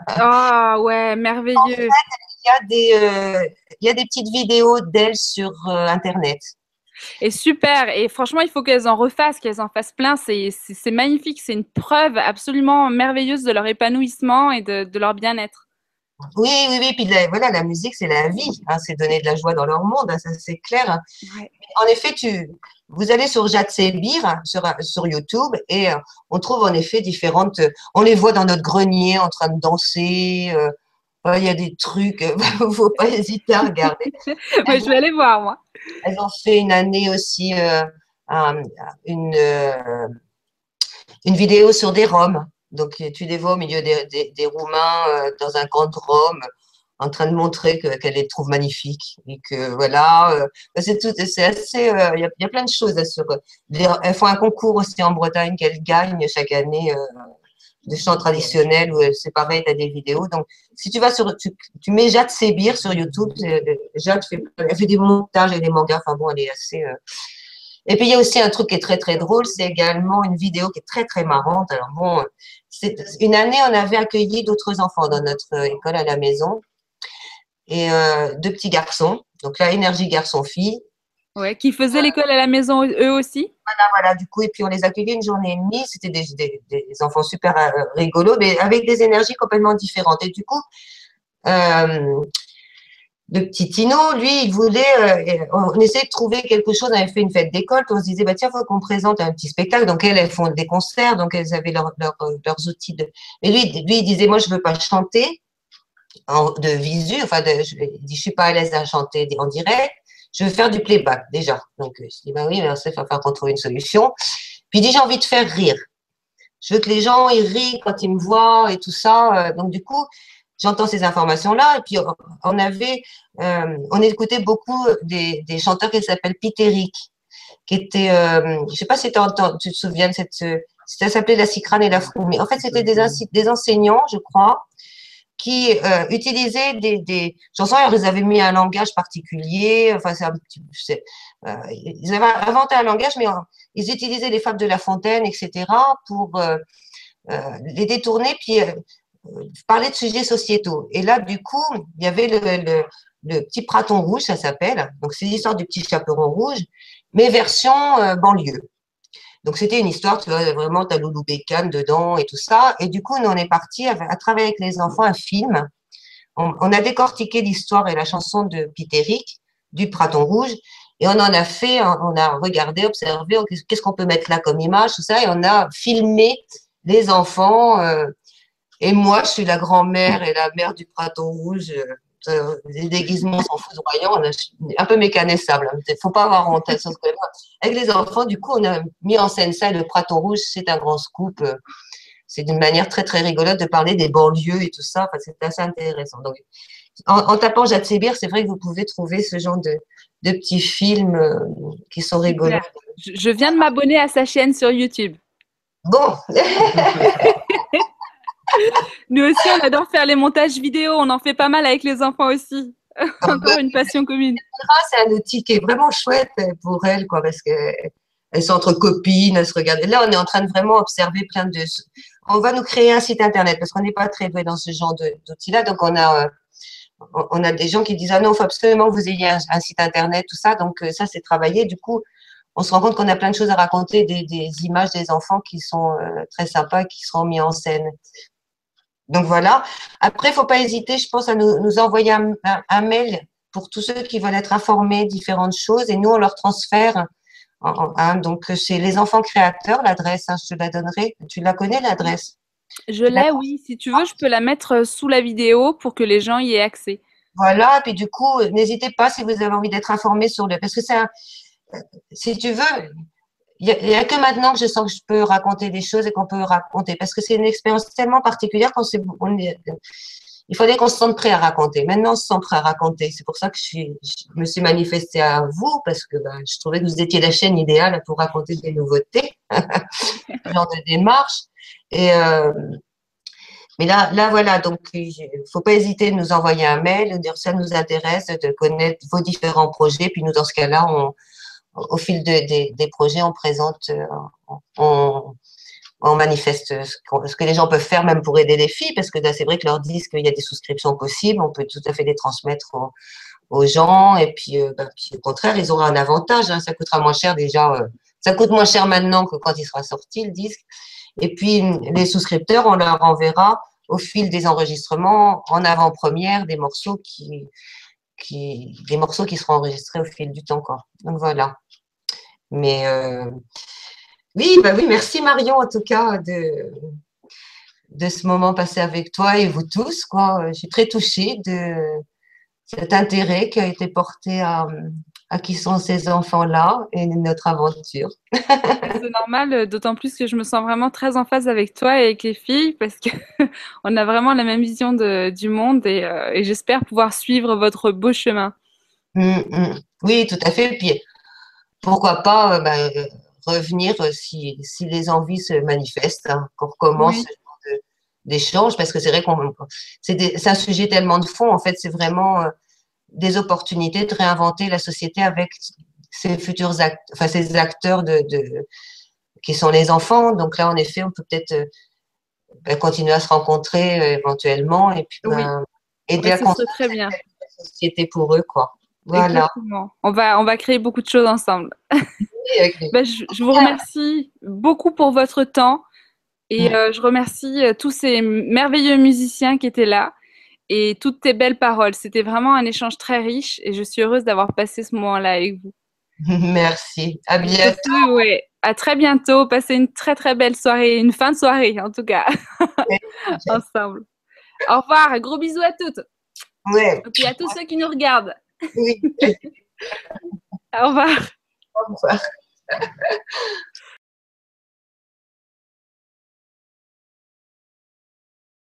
Ah ouais, merveilleux. Il y a il y a des petites vidéos d'elles sur Internet. Et super. Et franchement, il faut qu'elles en refassent, qu'elles en fassent plein. C'est magnifique. C'est une preuve absolument merveilleuse de leur épanouissement et de leur bien-être. Oui, oui, oui. Puis voilà, la musique, c'est la vie, hein, c'est donner de la joie dans leur monde, hein, ça c'est clair, hein. Ouais. En effet, vous allez sur Jade Sebir sur YouTube et on trouve en effet différentes. On les voit dans notre grenier en train de danser. Il y a des trucs, il ne faut pas hésiter à regarder. Ouais, je vais aller voir, moi. Elles ont fait une année aussi un- une, euh, une vidéo sur des Roms. Donc, tu les vois au milieu des Roumains dans un camp de Roms en train de montrer qu'elle les trouve magnifiques et que voilà, c'est assez, il y a plein de choses elles font un concours aussi en Bretagne qu'elles gagnent chaque année de chants traditionnels où c'est pareil, tu as des vidéos. Donc, si tu vas tu mets Jade Sebir sur YouTube, Jade elle fait des montages et des mangas, enfin bon, elle est assez. Et puis, il y a aussi un truc qui est très, très drôle, c'est également une vidéo qui est très, très marrante. Alors bon, une année, on avait accueilli d'autres enfants dans notre école à la maison et deux petits garçons. Donc là, énergie garçon-fille. Ouais, qui faisaient l'école à la maison eux aussi. Voilà, du coup, et puis on les accueillait une journée et demie. C'était des enfants super rigolos, mais avec des énergies complètement différentes. Et du coup, euh, le petit Tino, lui, il voulait, on essayait de trouver quelque chose. On avait fait une fête d'école, puis on se disait, bah tiens, faut qu'on présente un petit spectacle. Donc elles font des concerts, donc elles avaient leurs outils de. Mais lui, il disait, moi, je veux pas chanter de visu. Enfin, il dit, je suis pas à l'aise à chanter en direct. Je veux faire du playback déjà. Donc je dis, bah oui, mais il va falloir qu'on trouve une solution. Puis il dit, j'ai envie de faire rire. Je veux que les gens ils rient quand ils me voient et tout ça. Donc du coup, j'entends ces informations-là. Et puis on écoutait beaucoup des chanteurs qui s'appellent Pitéric, qui étaient, je sais pas si tu te souviens de ça s'appelait La Cicrane et la Froue. Mais en fait, c'était des enseignants, je crois, qui utilisaient des chansons. Alors, ils avaient mis un langage particulier. Enfin, ils avaient inventé un langage, mais ils utilisaient les fables de La Fontaine, etc., pour les détourner, puis parler de sujets sociétaux. Et là, du coup, il y avait le petit Praton rouge, ça s'appelle. Donc, c'est l'histoire du petit chaperon rouge, mais version banlieue. Donc, c'était une histoire, tu vois, vraiment, t'as Loulou Bécane dedans et tout ça. Et du coup, nous, on est parti à travailler avec les enfants un film. On a décortiqué l'histoire et la chanson de Pitéric, du Praton rouge. Et on en a fait, on a regardé, observé, qu'est-ce qu'on peut mettre là comme image, tout ça. Et on a filmé les enfants. Et moi, je suis la grand-mère et la mère du Praton rouge. Les déguisements sont foudroyants, un peu mécanissables. Il ne faut pas avoir honte. Avec les enfants, du coup, on a mis en scène ça. Et le Praton rouge, c'est un grand scoop. C'est d'une manière très, très rigolote de parler des banlieues et tout ça. Enfin, c'est assez intéressant. Donc, en tapant Jade Sebir, c'est vrai que vous pouvez trouver ce genre de petits films qui sont rigolos. Super. Je viens de m'abonner à sa chaîne sur YouTube. Bon, Nous aussi, on adore faire les montages vidéo. On en fait pas mal avec les enfants aussi. Encore une passion commune. c'est un outil qui est vraiment chouette pour elles, quoi, parce que elles sont entre copines, elles se regardent. Là, on est en train de vraiment observer plein de. On va nous créer un site internet parce qu'on n'est pas très doué dans ce genre d'outils-là. Donc, on a des gens qui disent ah non, il faut absolument que vous ayez un site internet, tout ça. Donc, ça, c'est travaillé. Du coup, on se rend compte qu'on a plein de choses à raconter, des images des enfants qui sont très sympas, qui seront mis en scène. Donc voilà. Après, il ne faut pas hésiter, je pense, à nous envoyer un mail pour tous ceux qui veulent être informés de différentes choses et nous, on leur transfère. Donc, c'est les enfants créateurs, l'adresse, je te la donnerai. Tu la connais, l'adresse? Je l'ai, oui. Si tu veux, je peux la mettre sous la vidéo pour que les gens y aient accès. Voilà. Et puis, du coup, n'hésitez pas si vous avez envie d'être informé sur parce que si tu veux, il y a que maintenant que je sens que je peux raconter des choses et qu'on peut raconter parce que c'est une expérience tellement particulière il fallait qu'on se sente prêt à raconter. Maintenant, on se sent prêt à raconter. C'est pour ça que je me suis manifestée à vous parce que je trouvais que vous étiez la chaîne idéale pour raconter des nouveautés, ce genre de démarche. Et Mais là, voilà, donc il ne faut pas hésiter de nous envoyer un mail, de dire ça nous intéresse de connaître vos différents projets. Puis nous, dans ce cas-là, au fil des projets, on présente, on manifeste ce que les gens peuvent faire, même pour aider les filles, parce que là, c'est vrai que leur disent qu'il y a des souscriptions possibles, on peut tout à fait les transmettre aux gens. Et puis, puis, au contraire, ils auront un avantage, hein, ça coûtera moins cher déjà. Ça coûte moins cher maintenant que quand il sera sorti, le disque. Et puis, les souscripteurs, on leur enverra au fil des enregistrements, en avant-première, des morceaux qui seront enregistrés au fil du temps, quoi. Donc, voilà. Mais oui, oui, merci Marion, en tout cas, de ce moment passé avec toi et vous tous, quoi. Je suis très touchée de cet intérêt qui a été porté à qui sont ces enfants-là et de notre aventure. C'est normal, d'autant plus que je me sens vraiment très en phase avec toi et avec les filles parce que on a vraiment la même vision du monde et j'espère pouvoir suivre votre beau chemin. Oui, tout à fait. Puis pourquoi pas revenir si les envies se manifestent, hein, qu'on recommence Oui. ce genre d'échange, parce que c'est vrai c'est un sujet tellement de fond. En fait, c'est vraiment des opportunités de réinventer la société avec ces futurs ces acteurs qui sont les enfants. Donc là, en effet, on peut peut-être continuer à se rencontrer éventuellement et puis Oui, aider ouais, à ce serait construire très bien. cette société pour eux, quoi. Voilà. Exactement. On va créer beaucoup de choses ensemble. Et avec Je vous remercie beaucoup pour votre temps et je remercie tous ces merveilleux musiciens qui étaient là et toutes tes belles paroles. C'était vraiment un échange très riche et je suis heureuse d'avoir passé ce moment-là avec vous. Merci. À Sur bientôt. ce, ouais, à très bientôt. Passez une très très belle soirée, une fin de soirée en tout cas, ensemble. Au revoir, gros bisous à toutes. Ouais. Et puis à tous ceux qui nous regardent. Oui. Au revoir. Au revoir.